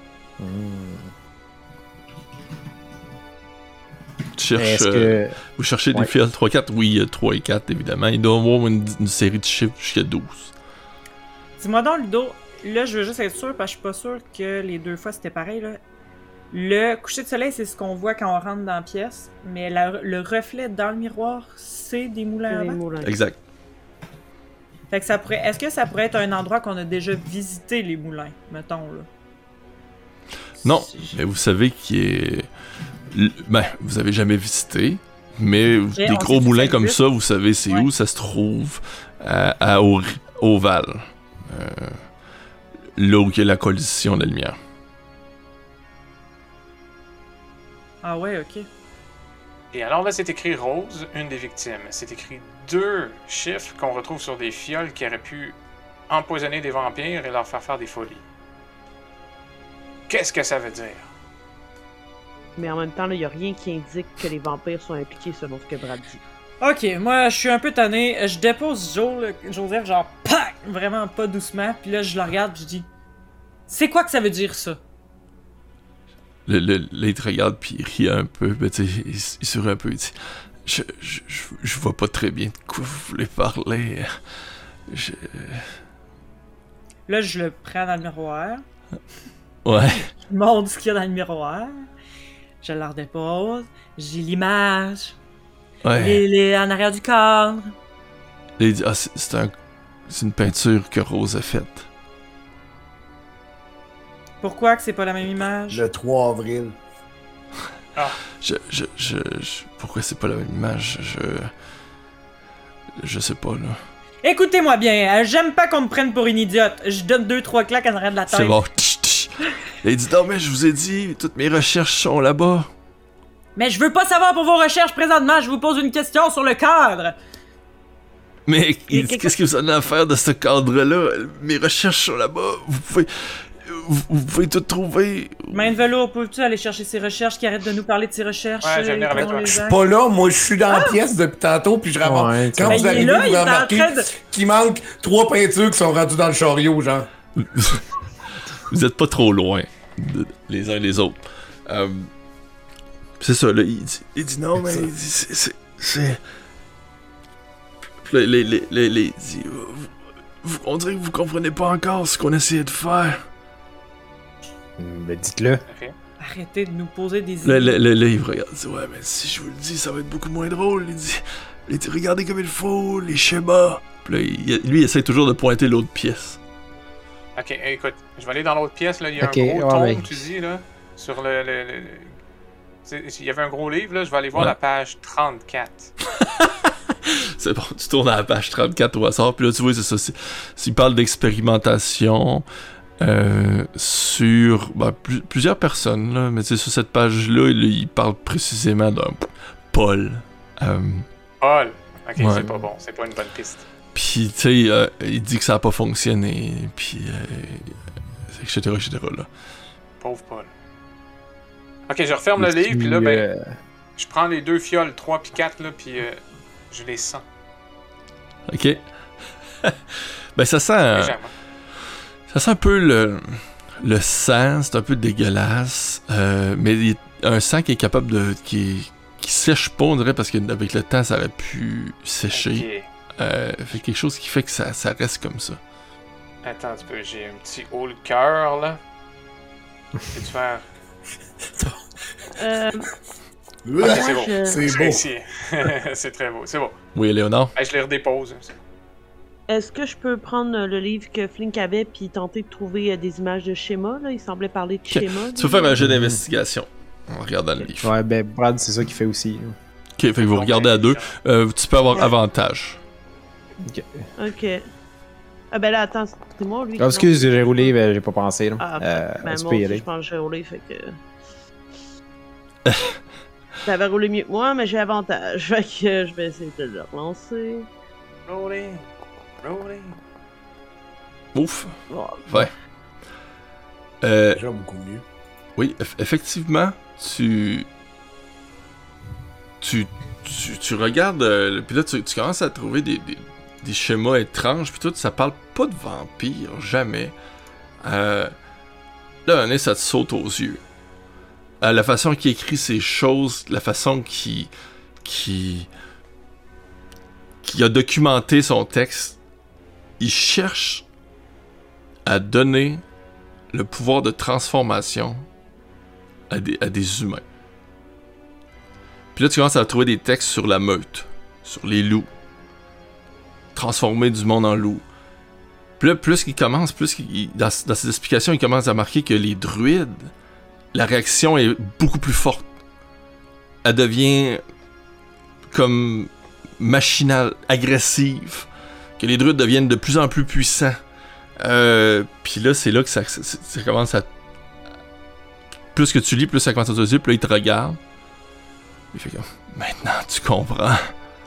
Tu cherches, vous cherchez des fioles 3, 4? Oui, 3 et 4, évidemment. Il doit y avoir une série de chiffres jusqu'à 12. Dis-moi donc, Ludo, là, je veux juste être sûr, parce que je suis pas sûr que les deux fois c'était pareil, là. Le coucher de soleil, c'est ce qu'on voit quand on rentre dans la pièce, mais le reflet dans le miroir, c'est des moulins à vent. Exact. Fait que est-ce que ça pourrait être un endroit qu'on a déjà visité, les moulins, mettons, là? Non, mais vous savez qu'il est... vous avez jamais visité, mais des gros moulins comme ça, vous savez c'est où ça se trouve, à Oval. Là où il y a la collision de la lumière. Ah ouais, ok. Et alors là, c'est écrit Rose, une des victimes. C'est écrit 2 chiffres qu'on retrouve sur des fioles qui auraient pu empoisonner des vampires et leur faire des folies. Qu'est-ce que ça veut dire? Mais en même temps, il n'y a rien qui indique que les vampires sont impliqués selon ce que Brad dit. Ok, moi je suis un peu tanné. Je dépose Joseph, genre, PAC! Vraiment pas doucement. Puis là, je le regarde, puis je dis, c'est quoi que ça veut dire ça? Là, il te regarde, puis il rit un peu. Ben, tu sais, il sourit un peu. Il dit, je vois pas très bien de quoi vous voulez parler. Là, je le prends dans le miroir. Ouais. Je montre ce qu'il y a dans le miroir. Je le redépose. J'ai l'image. Ouais. Les en arrière du cadre. Là, il dit, c'est une peinture que Rose a faite. Pourquoi que c'est pas la même image? Le 3 avril. Ah, Pourquoi c'est pas la même image? Je sais pas, là. Écoutez-moi bien, j'aime pas qu'on me prenne pour une idiote. Je donne 2-3 claques en arrière de la tête. C'est bon. Là, il dit, non, mais je vous ai dit, toutes mes recherches sont là-bas. Mais je veux pas savoir pour vos recherches présentement, je vous pose une question sur le cadre. Mais il dit, qu'est-ce que vous en avez à faire de ce cadre-là? Mes recherches sont là-bas. Vous pouvez tout trouver. Main de velours, peux-tu aller chercher ses recherches, qui arrête de nous parler de ses recherches? Ouais, je vais venir avec toi. Je suis pas là, moi je suis dans la pièce depuis tantôt, puis je ramasse. Ouais, Quand Ben, vous il est arrivez, là, vous il est en remarquez train de- qu'il manque 3 peintures qui sont rendues dans le chariot, genre. Vous êtes pas trop loin les uns des autres. C'est ça, là, il dit non, mais il dit, c'est... Puis là, il dit, on dirait que vous comprenez pas encore ce qu'on essayait de faire. Ben, dites-le. ok. Arrêtez de nous poser des Là, idées. il regarde, il dit, ouais, mais si je vous le dis, ça va être beaucoup moins drôle. Il dit, regardez comme il faut, les schémas. Puis là, lui, il essaie toujours de pointer l'autre pièce. Ok, écoute, je vais aller dans l'autre pièce, là. Il y a Ok, un gros ouais, tome, ouais. tu dis, là, sur il y avait un gros livre, là, je vais aller voir Ouais. la page 34. C'est bon, tu tournes à la page 34 au hasard, puis là, tu vois, c'est ça. S'il parle d'expérimentation sur plusieurs personnes, là, mais tu sais, sur cette page-là, il parle précisément d'un Paul. Paul! Ok, Ouais. c'est pas bon, c'est pas une bonne piste. Puis, tu sais, il dit que ça a pas fonctionné, puis etc., là. Pauvre Paul. Ok, je referme le livre, puis là, ben, je prends les 2 fioles, 3 puis 4, là, puis je les sens. OK? Ben, ça sent... Légèrement. Ça sent un peu le sang, c'est un peu dégueulasse, mais il y a un sang qui est capable de... qui sèche pas, on dirait, parce qu'avec le temps, ça aurait pu sécher. Ok. Fait quelque chose qui fait que ça reste comme ça. Attends un petit peu, j'ai un petit haut le cœur, là. Peux-tu faire... Ok, c'est beau. C'est Je beau. réussis. C'est très beau, c'est bon. Oui, Léonard? Hey, je les redépose. Est-ce que je peux prendre le livre que Flink avait puis tenter de trouver des images de schémas, là? Il semblait parler de schémas. Tu vas faire un jeu d'investigation en regardant le livre. Ouais, ben, Brad, c'est ça qu'il fait aussi. Là. Ok, fait que vous regardez à 2. Tu peux avoir avantage. Ok. Ah ben là, attends, c'est moi, lui. Ah, excuse, j'ai roulé, ben, j'ai pas pensé. Là. Ah, ben tu moi peux y aussi, aller. je pense que j'ai roulé, fait que... T'avais roulé mieux que moi, mais j'ai avantage. Fait que je vais essayer de le relancer. Rolling. Rolling. Ouf. Oh, Ouais. Déjà beaucoup mieux. Oui, effectivement, tu regardes, puis là, tu commences à trouver des schémas étranges, puis tout, ça parle pas de vampires, jamais. Là, un moment, ça te saute aux yeux. La façon qu'il écrit ces choses, la façon qu'il a documenté son texte, il cherche à donner le pouvoir de transformation à des humains. Puis là, tu commences à trouver des textes sur la meute, sur les loups. Transformer du monde en loup. Puis là, plus qu'il commence, dans ses explications, il commence à marquer que les druides, la réaction est beaucoup plus forte. Elle devient comme machinale, agressive. Que les druides deviennent de plus en plus puissants. Puis là, c'est là que ça commence à... Plus que tu lis, plus ça commence à te dire, puis là, il te regarde. Il fait comme, maintenant tu comprends.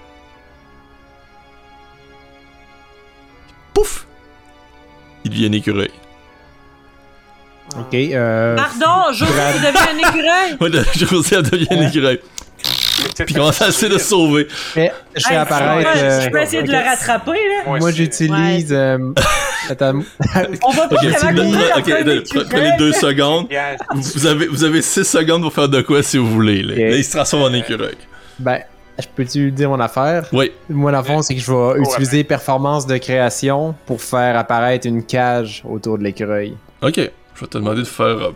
Pouf! Il devient un écureuil. Ok, Pardon, Joseph, tu deviens un écureuil! Ouais, Joseph devient un écureuil. Puis il commence à essayer de se sauver. mais je fais Hey, apparaître... je peux essayer de le rattraper, là. Moi, j'utilise... Attends. On va pas Ok, vraiment prenez 2 secondes. Vous avez 6 secondes pour faire de quoi si vous voulez. Là, Ok. là il se transforme en écureuil. Ben, je peux-tu dire mon affaire? Oui. Moi, dans le fond, c'est que je vais utiliser performance de création pour faire apparaître une cage autour de l'écureuil. Ok. Je vais te demander de faire.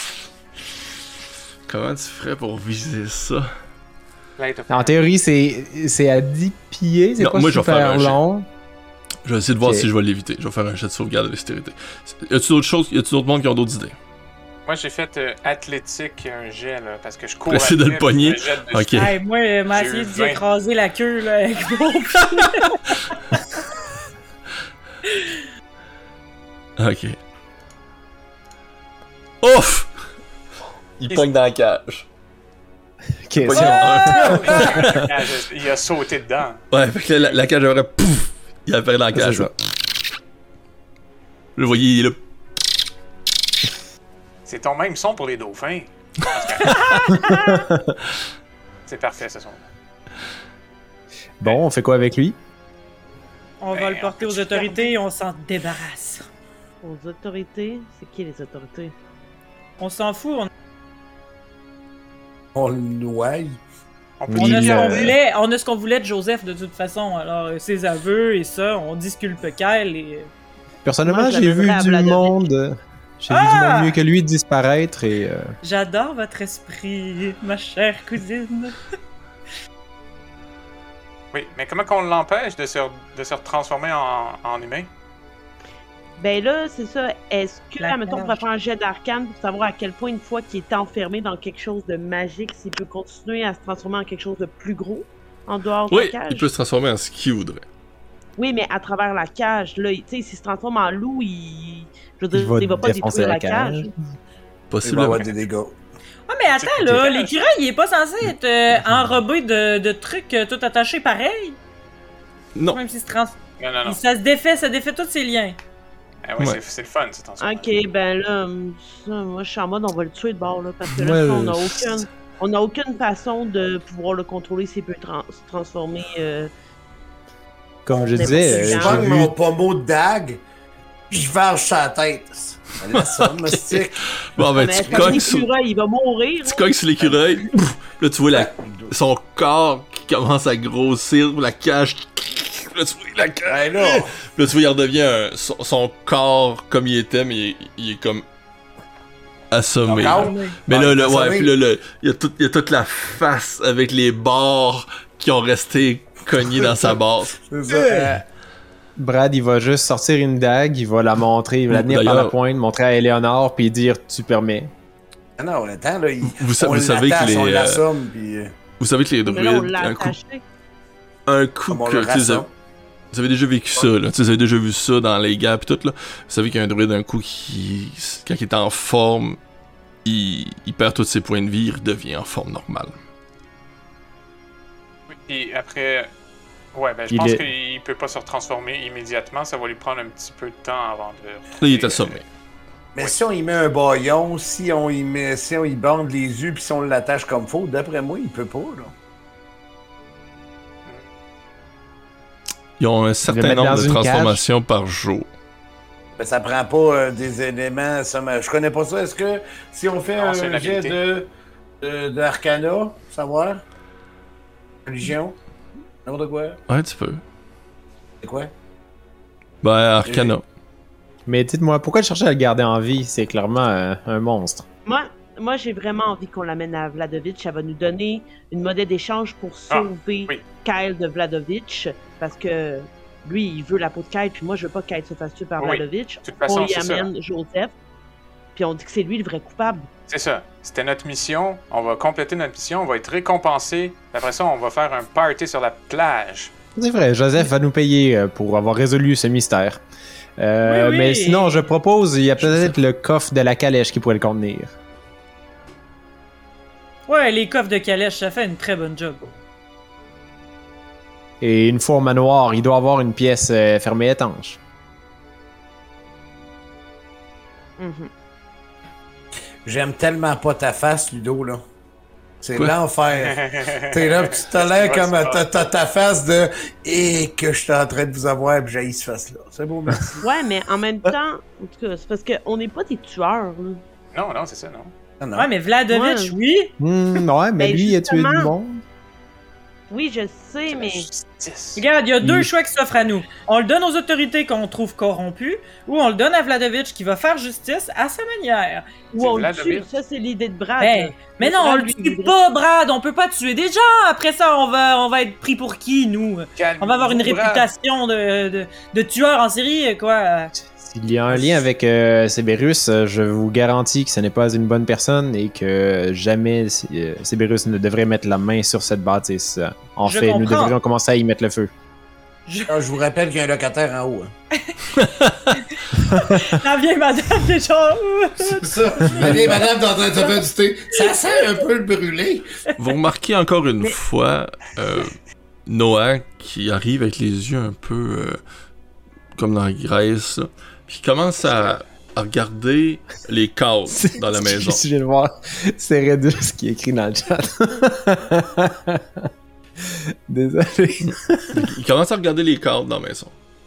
Comment tu ferais pour viser ça? En théorie, c'est à 10 pieds, c'est Non, pas moi, je vais faire super un jet. long. Je vais essayer de voir Ok. si je vais l'éviter. Je vais faire un jet de sauvegarde de dextérité. Y a-tu d'autres choses? Y a-tu d'autres mondes qui ont d'autres idées? Moi, j'ai fait athlétique, un jet, là, parce que je cours. Essayer de le après, pogner. puis je me jette dessus. Ok. Hey, moi, m'a J'ai essayé eu de 20. écraser la queue, là, avec mon Ok. Ouf! Il pogne dans la cage. Ok, c'est bon. Il a sauté dedans. Ouais, fait que là, la cage aurait. Pouf! Il apparaît dans la C'est cage. ça. Le voyez, il est là. C'est ton même son pour les dauphins. C'est parfait, ce son. Bon, on fait quoi avec lui? On va le porter aux autorités et on s'en débarrasse. Aux autorités? C'est qui les autorités? On s'en fout, On le noie. On peut on a Il, ce qu'on euh, voulait, on a ce qu'on voulait de Joseph de toute façon. Alors, ses aveux et ça, on disculpe Kyle et... Personnellement, Moi, je j'ai vu l'amènerais à du Vladovic. monde... J'ai vu du monde mieux que lui disparaître et... J'adore votre esprit, ma chère cousine. Oui, mais comment qu'on l'empêche de se transformer en humain? Ben là, c'est ça. Est-ce que, La admettons, on cage. pourrait faire un jet d'arcane pour savoir à quel point, une fois qu'il est enfermé dans quelque chose de magique, s'il peut continuer à se transformer en quelque chose de plus gros en dehors de Oui, la cage? il peut se transformer en ce qu'il voudrait. Oui, mais à travers la cage, là, tu sais, s'il se transforme en loup, je veux dire, Il va pas défoncer détruire la la cage. cage. Il va Possiblement. avoir des dégâts. Ah, mais attends, là, l'écureuil, il est pas censé être enrobé de trucs tout attachés pareil? Non. Même s'il se trans... Non. Ça défait tous ses liens. Ah ouais, Ouais. c'est le fun, cette transformation. Ok, ben là, ça, moi, je suis en mode, on va le tuer de bord, là, parce que là, Ouais, on n'a aucune façon de pouvoir le contrôler s'il peut se transformer. Comme je Mais disais, bon, j'ai Je pogne vu... mon pommeau de dague, puis je varge sa tête. Allez, la somme, mastic. Bon, ben, Mais tu c'est un cognes sur, écureuil, il va mourir. tu cognes sur l'écureuil. Pouf! Là, tu vois son corps qui commence à grossir, la cage. Là, tu vois la cage. Ben là, Là, tu vois, il redevient son corps comme il était, mais il est comme assommé. Encore? Mais Ouais, là, ouais, assommé. puis là, il y a toute la face avec les bords qui ont resté cognés dans sa base. c'est ça. Brad, il va juste sortir une dague, il va la montrer, il va la tenir par la D'ailleurs- pointe, montrer à Eleonore, puis dire « Tu permets Ah non, attends, là, Vous on savez que l'attache, les, on l'assomme, puis... Vous savez que les Mais là, on druides, l'a un coup attaché. que Comme on le tu sais, rassemble. vous avez déjà vécu ça, là. Tu sais, vous avez déjà vu ça dans les guerres pis tout, là. Vous savez qu'il y a un druide, un coup, quand il est en forme, il perd tous ses points de vie, il redevient en forme normale. Et après, ouais, ben je Il pense est- qu'il peut pas se transformer immédiatement. Ça va lui prendre un petit peu de temps avant de. Là, il est assommé. Mais si on y met un baillon, si on y bande les yeux, puis si on l'attache comme faut, d'après moi, il peut pas, là. Ils ont un certain mettre nombre dans de une transformations par jour. Ben, ça prend pas des éléments... Je connais pas ça. Est-ce que si on fait Non, c'est une un jet habilité. d'arcana, savoir? Religion? N'importe quoi? Ouais, tu peux. C'est quoi? Ben, Arcana. ». Mais dites-moi, pourquoi chercher à le garder en vie? C'est clairement un monstre. Moi, j'ai vraiment envie qu'on l'amène à Vladovic. Ça va nous donner une monnaie d'échange pour sauver oui. Kyle de Vladovic. Parce que lui, il veut la peau de Kyle, puis moi, je veux pas que Kyle se fasse tuer par Oui. Vladovic. De toute façon, On y c'est ça. amène Joseph, puis on dit que c'est lui le vrai coupable. C'est ça. C'était notre mission. On va compléter notre mission. On va être récompensé. Après ça, on va faire un party sur la plage. C'est vrai, Joseph va nous payer pour avoir résolu ce mystère. Oui. Mais sinon, je propose, il y a peut-être le coffre de la calèche qui pourrait le contenir. Ouais, les coffres de calèche, ça fait une très bonne job. Et une fois au manoir, il doit avoir une pièce fermée étanche. Mhm. J'aime tellement pas ta face, Ludo, là. C'est Quoi? l'enfer. T'es là, pis tu t'as l'air comme t'as ta face de « Et que je suis en train de vous avoir, pis j'ai ce face-là. » C'est beau, merci. Ouais, mais en même temps, en tout cas, c'est parce qu'on n'est pas des tueurs, là. Non, c'est ça, non. Ah, non. Ouais, mais Vladovitch, oui. Ouais, mais Ben, lui, il a tué du justement. monde. Oui, je sais, mais... Justice. Regarde, il y a deux Oui. choix qui s'offrent à nous. On le donne aux autorités qu'on trouve corrompues, ou on le donne à Vladovitch qui va faire justice à sa manière. Ou on le Vladimir. tue, ça c'est l'idée de Brad. Hey, là. mais non, on le Brad, tue lui, pas, Brad. On peut pas tuer des gens. Après ça, on va être pris pour qui, nous? On va avoir une Calmez-vous, Brad. réputation de tueur en série, quoi. S'il y a un lien avec Cerberus, je vous garantis que ce n'est pas une bonne personne et que jamais Cerberus ne devrait mettre la main sur cette bâtisse. En Je fait, nous comprends. devrions commencer à y mettre le feu. Ah, je vous rappelle qu'il y a un locataire en haut. Hein. La vieille madame, des gens. C'est ça. La vieille madame est en train de se faire du thé. Ça sent un peu le brûlé. Vous remarquez encore une fois Noah qui arrive avec les yeux un peu comme dans la Grèce, là, puis qui commence à regarder les cases dans la maison. Je viens de voir, c'est Redus qui écrit dans le chat. Désolé. Il commence à regarder les cadres dans la maison.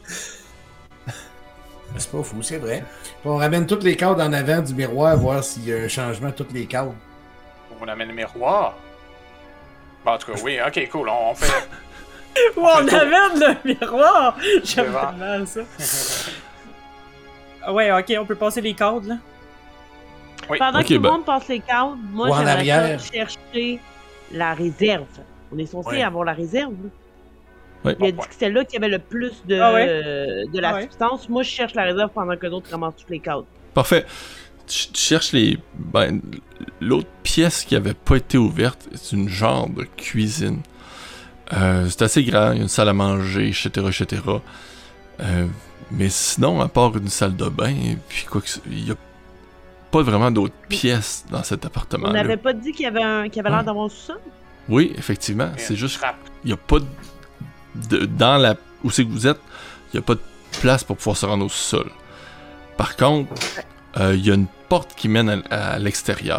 C'est pas fou, c'est vrai. On ramène toutes les cadres en avant du miroir, voir s'il y a un changement toutes les cadres. On amène le miroir. Bon, en tout cas, oui, ok, cool. On fait. Ou on amène le miroir. J'aime Devant. tellement ça. Ouais, ok, on peut passer les codes, là. Oui. Pendant Ok, que tout ben. le monde passe les cadres, moi Ou en j'aimerais arrière. ça chercher la réserve. On est censé Ouais. avoir la réserve. Là. Ouais. Il a Bon dit que c'était là qu'il y avait le plus de, Ah ouais? de la Ah ouais. substance. Moi je cherche la réserve pendant que d'autres ramassent tous les cadres. Parfait. Tu cherches les... Ben, l'autre pièce qui avait pas été ouverte, c'est une genre de cuisine. C'est assez grand, il y a une salle à manger, etc., etc. Mais sinon, à part une salle de bain, et puis quoi que il y a pas vraiment d'autres pièces dans cet On appartement-là. n'avait pas dit qu'il y avait, qu'il y avait l'air d'avoir un sous-sol? Oui, effectivement, Et c'est une juste trappe. il y a pas dans la où c'est que vous êtes, il y a pas de place pour pouvoir se rendre au sol. Par contre, il y a une porte qui mène à l'extérieur.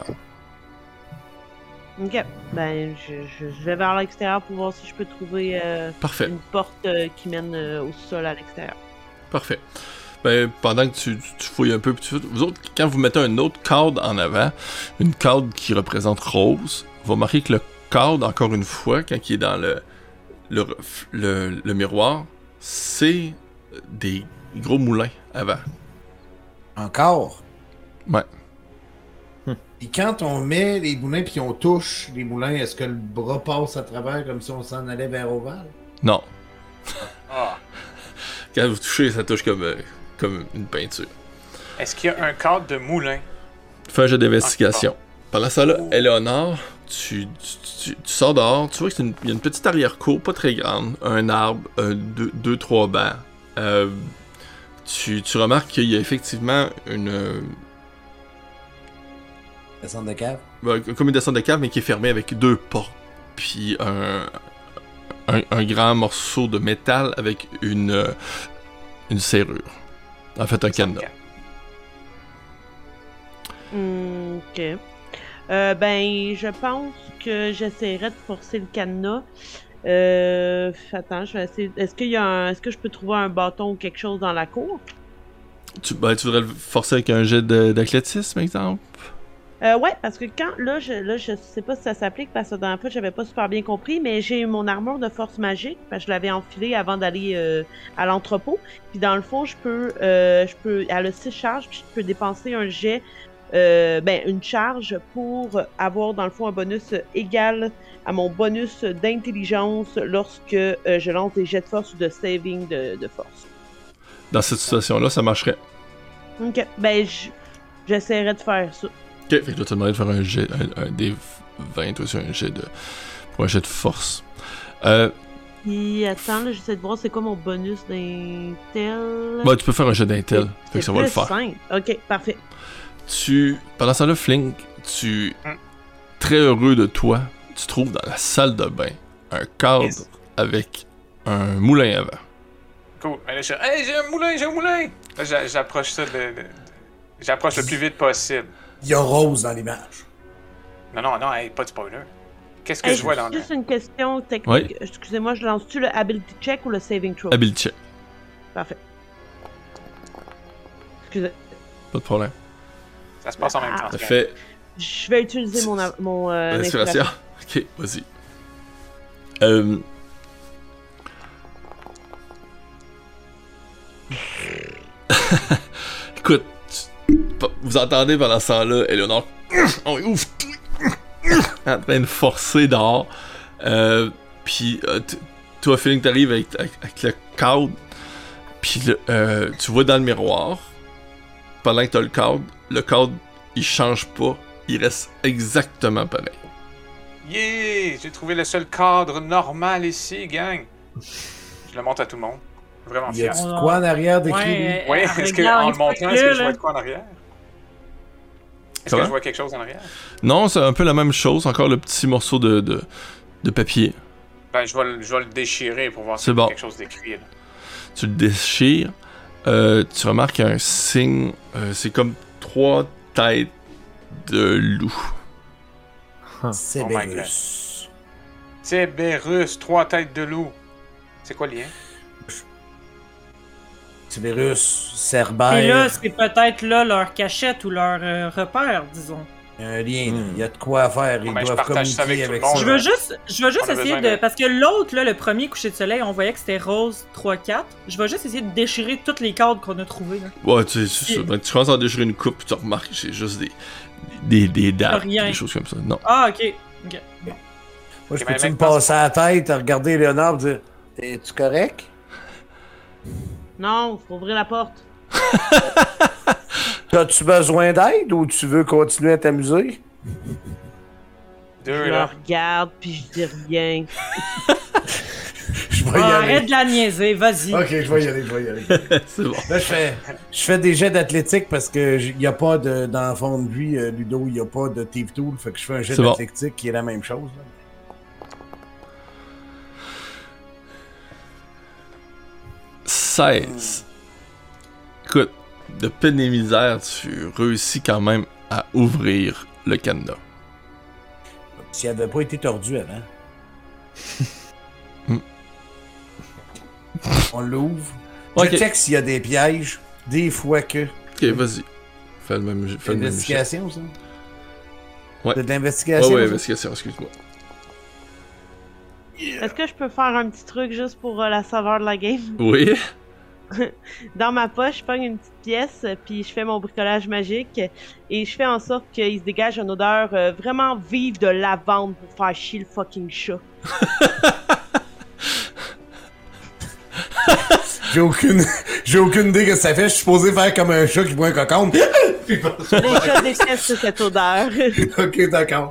Ok. Ben je vais vers l'extérieur pour voir si je peux trouver Parfait. une porte qui mène au sous-sol à l'extérieur. Parfait. Ben, pendant que tu fouilles un peu, puis vous autres, quand vous mettez un autre cadre en avant, une cadre qui représente rose, vous remarquez que le cadre, encore une fois, quand il est dans le miroir, c'est des gros moulins avant. Encore? Ouais. Et quand on met les moulins puis on touche les moulins, est-ce que le bras passe à travers comme si on s'en allait vers Oval? Non. Ah. Quand vous touchez, ça touche comme une peinture. Est-ce qu'il y a un cadre de moulin? Fais un jeu d'investigation. Pendant ça, là, Eleonore, tu sors dehors, tu vois qu'il y a une petite arrière-cour, pas très grande, un arbre, deux, trois bancs. Tu remarques qu'il y a effectivement une Descente de cave? comme une descente de cave, mais qui est fermée avec deux portes. Puis un grand morceau de métal avec une serrure. En fait, un cadenas. Ok. Ben, je pense que j'essaierai de forcer le cadenas. Attends, je vais essayer. Est-ce que je peux trouver un bâton ou quelque chose dans la cour? Tu voudrais le forcer avec un jet d'athlétisme, exemple? Ouais, parce que je sais pas si ça s'applique parce que dans la fois j'avais pas super bien compris, mais j'ai mon armure de force magique, parce que je l'avais enfilée avant d'aller à l'entrepôt. Puis dans le fond, elle a 6 charges, puis je peux dépenser un jet, une charge pour avoir dans le fond un bonus égal à mon bonus d'intelligence lorsque je lance des jets de force ou de saving de force. Dans cette situation-là, ça marcherait. Ok, ben j'essaierai de faire ça. Ok, fait que là, tu demandes de faire un jet, un des 20, toi, sur pour un jet de force. Puis attends, là, j'essaie de voir c'est quoi mon bonus d'intel. Tu peux faire un jet d'intel, fait que ça va le plus faire. 5. Ok, parfait. Pendant ce temps-là, Flink, tu très heureux de toi, tu trouves dans la salle de bain un cadre avec un moulin à vent. Cool. Mais là, hey, j'ai un moulin! Là, j'approche ça j'approche le plus vite possible. Il y a Rose dans l'image. Non, hey, pas de spoiler. Qu'est-ce que je vois dans le... Juste une question technique. Oui. Excusez-moi, je lance-tu le ability check ou le saving throw? Ability check. Parfait. Excusez. Pas de problème. Ça se passe en même temps. Ça fait Je vais utiliser mon inspiration. Ok, vas-y. Écoute, vous entendez pendant ce temps-là, Eleonore, on ouvre en train de forcer dehors. Puis toi, Feeling, t'arrives avec le cadre. Puis tu vois dans le miroir, pendant que t'as le cadre, il change pas. Il reste exactement pareil. Yeah! J'ai trouvé le seul cadre normal ici, gang. Je le montre à tout le monde. Vraiment Y fier. a-tu de quoi en arrière d'écrit? Oui, est-ce qu'en le montrant, est-ce que je vois de quoi en arrière? Est-ce que je vois quelque chose en arrière? Non, c'est un peu la même chose. Encore le petit morceau de papier. Ben, je vais le déchirer pour voir si C'est il y a bon. quelque chose d'écrit. Là. Tu le déchires. Tu remarques qu'il y a un signe. C'est comme 3 têtes de loup. C'est Oh my Berus. Tibérus, 3 têtes de loup. C'est quoi le lien? Tibérus, Et Cerbère. là, c'est peut-être là leur cachette ou leur repère, disons. Il y a un lien, là. Il y a de quoi faire. Ils Ouais, je doivent partage ça communiquer avec avec tout le ça. monde. Je vais juste On a essayer besoin de... de- Parce que l'autre, là, le premier coucher de soleil, on voyait que c'était rose 3-4. Je vais juste essayer de déchirer tous les cadres qu'on a trouvés. Là. Ouais, tu sais, c'est ça. Ben, tu commences à déchirer une coupe, puis tu remarques que c'est juste des dates, Rien. des choses comme ça. Non. Ah, ok. Ok. Moi, je Ok, mais peux-tu me maintenant, passer à la tête, à regarder Léonard et dire es-tu correct? Non, faut ouvrir la porte. T'as-tu besoin d'aide ou tu veux continuer à t'amuser? Je Deux, le là. regarde, puis je dis rien. Je vais y Ah, aller. arrête de la niaiser, vas-y. Ok, je vais y aller. C'est bon. Là, je fais des jets d'athlétique parce que il n'y a pas dans le fond de lui, Ludo, il n'y a pas de Thief Tool. Fait que je fais un jet C'est bon. d'athlétique qui est la même chose. Là. 16. Écoute, de peine et misère, tu réussis quand même à ouvrir le cadenas. S'il n'avait pas été tordu avant. On l'ouvre. Ok. Je check s'il y a des pièges. Des fois que. Ok, vas-y. Fais le même jet. L'investigation, ça? Ouais. C'est de l'investigation? Ouais, ça? investigation, excuse-moi. Est-ce que je peux faire un petit truc juste pour la saveur de la game? Oui. Dans ma poche, je pogne une petite pièce, puis je fais mon bricolage magique, et je fais en sorte qu'il se dégage une odeur vraiment vive de lavande pour faire chier le fucking chat. J'ai aucune idée que ça fait. Je suis supposé faire comme un chat qui boit un cocon. Les chats détestent cette odeur. Ok, d'accord.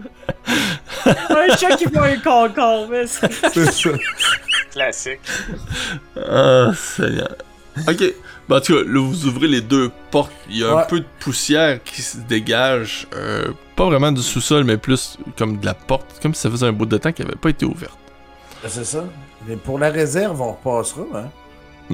Un chat qui voit un concombre, mais c'est... C'est ça. Classique. Ah, Seigneur. Ok. Ben, en tout cas, là, vous ouvrez les 2 portes. Il y a un Ouais. peu de poussière qui se dégage. Pas vraiment du sous-sol, mais plus comme de la porte. Comme si ça faisait un bout de temps qu'elle avait pas été ouverte. C'est ça. Mais pour la réserve, on repassera, hein.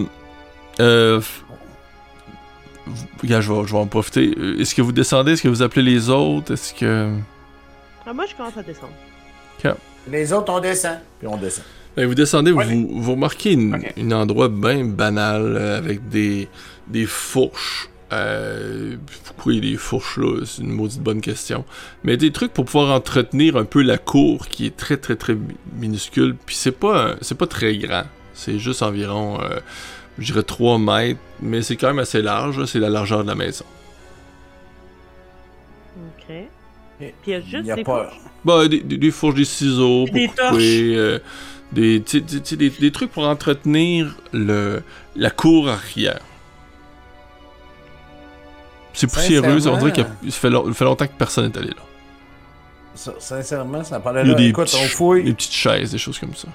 Regarde, je vais en profiter. Est-ce que vous descendez? Est-ce que vous appelez les autres? Est-ce que... Ah, moi, je commence à descendre. Les autres, on descend. Puis on descend. Ben, vous descendez, Ouais, vous remarquez Ok. un endroit bien banal avec des fourches. Pourquoi il y a des fourches là? C'est une maudite bonne question. Mais des trucs pour pouvoir entretenir un peu la cour qui est très très très minuscule. Puis c'est pas très grand. C'est juste environ, je dirais 3 mètres. Mais c'est quand même assez large. Là. C'est la largeur de la maison. Ok. Puis il y a juste Il y a des pas. fourches. Bah, des fourches, des ciseaux pour Des couper. Des trucs pour entretenir la cour arrière. C'est poussiéreux, on dirait qu'il fait longtemps que personne n'est allé là. Ça, sincèrement, ça parlait Il y a là. des Écoute, on des fouille. petites chaises, des choses comme ça.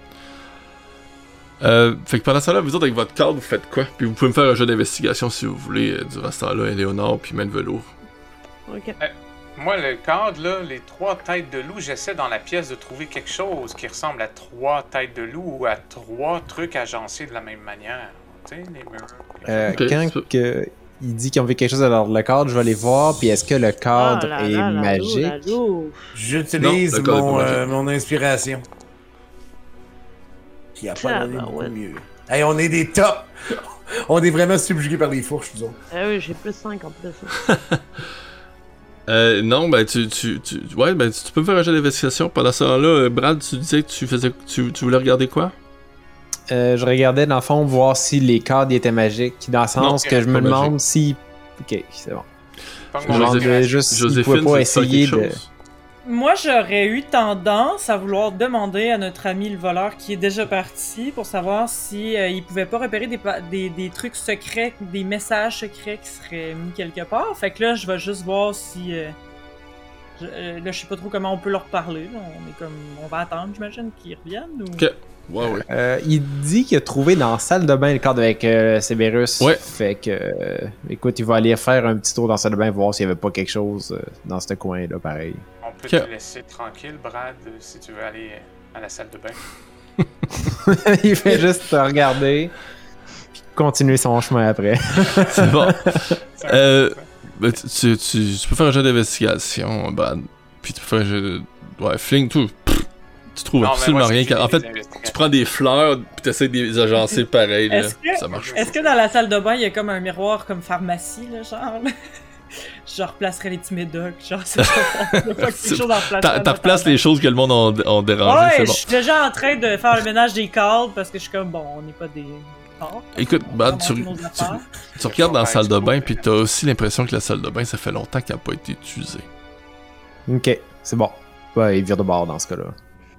Fait que pendant ce temps-là, vous autres avec votre cadre, vous faites quoi? Puis vous pouvez me faire un jeu d'investigation si vous voulez durant ce temps-là, Éléonore puis Maine Velours. Ok. Moi, le cadre, là, les 3 têtes de loup, j'essaie dans la pièce de trouver quelque chose qui ressemble à 3 têtes de loup ou à 3 trucs agencés de la même manière. Tu sais, les murs. Ok, Quand c'est- que il dit qu'ils ont vu quelque chose dans le cadre, je vais aller voir. Puis est-ce que le cadre Ah là est là, magique? là, là. J'utilise Non, le code est mon, pas magique. mon inspiration. Qui a pas donné beaucoup ouais. mieux. Hey, on est des tops! On est vraiment subjugués par les fourches, nous autres. Ah oui, j'ai plus 5 en plus. Non, ben ouais, ben tu peux me faire un jeu d'investigation. Pendant ce temps-là, Brad, tu disais que tu voulais regarder quoi? Je regardais dans le fond voir si les cadres étaient magiques. Dans le sens Non, que je me pas demande si. Ok, c'est bon. Pas Je mon me demandais inspiration. juste s'ils Joséphine, pouvaient tu pas veux faire essayer quelque de. chose? Moi, j'aurais eu tendance à vouloir demander à notre ami le voleur qui est déjà parti pour savoir si il pouvait pas repérer des trucs secrets, des messages secrets qui seraient mis quelque part. Fait que là, je vais juste voir si... là, je sais pas trop comment on peut leur parler. Là. On va attendre, j'imagine, qu'ils reviennent. Ou... Ok. Ouais. Il dit qu'il a trouvé dans la salle de bain le cadre avec Severus. Ouais. Fait que, écoute, il va aller faire un petit tour dans la salle de bain, voir s'il y avait pas quelque chose dans ce coin-là, pareil. On peut Ok. te laisser tranquille, Brad, si tu veux aller à la salle de bain. Il fait juste te regarder, puis continuer son chemin après. C'est bon. C'est un peu ça. Ben, tu peux faire un jeu d'investigation, Brad. Puis tu peux faire un jeu de... Ouais, fling, tout. Tu trouves Non, mais absolument moi, j'ai rien. fini En fait, les investigations. tu prends des fleurs, puis t'essaies de les agencer pareil, là. Ça marche. Est-ce que dans la salle de bain, il y a comme un miroir comme pharmacie, là, genre? Là? Je replacerais les petits médocs, genre, c'est pas quelque chose en place. T'as replaces les choses que le monde ont dérangé, Ouais, c'est je bon. suis déjà en train de faire le ménage des cadres parce que je suis comme, bon, on n'est pas des... porcs. Écoute, Brad, On ramasser nos affaires. tu regardes dans la salle de bain, puis t'as aussi l'impression que la salle de bain, ça fait longtemps qu'elle n'a pas été utilisée. Ok, c'est bon. Ouais, il vire de bord dans ce cas-là.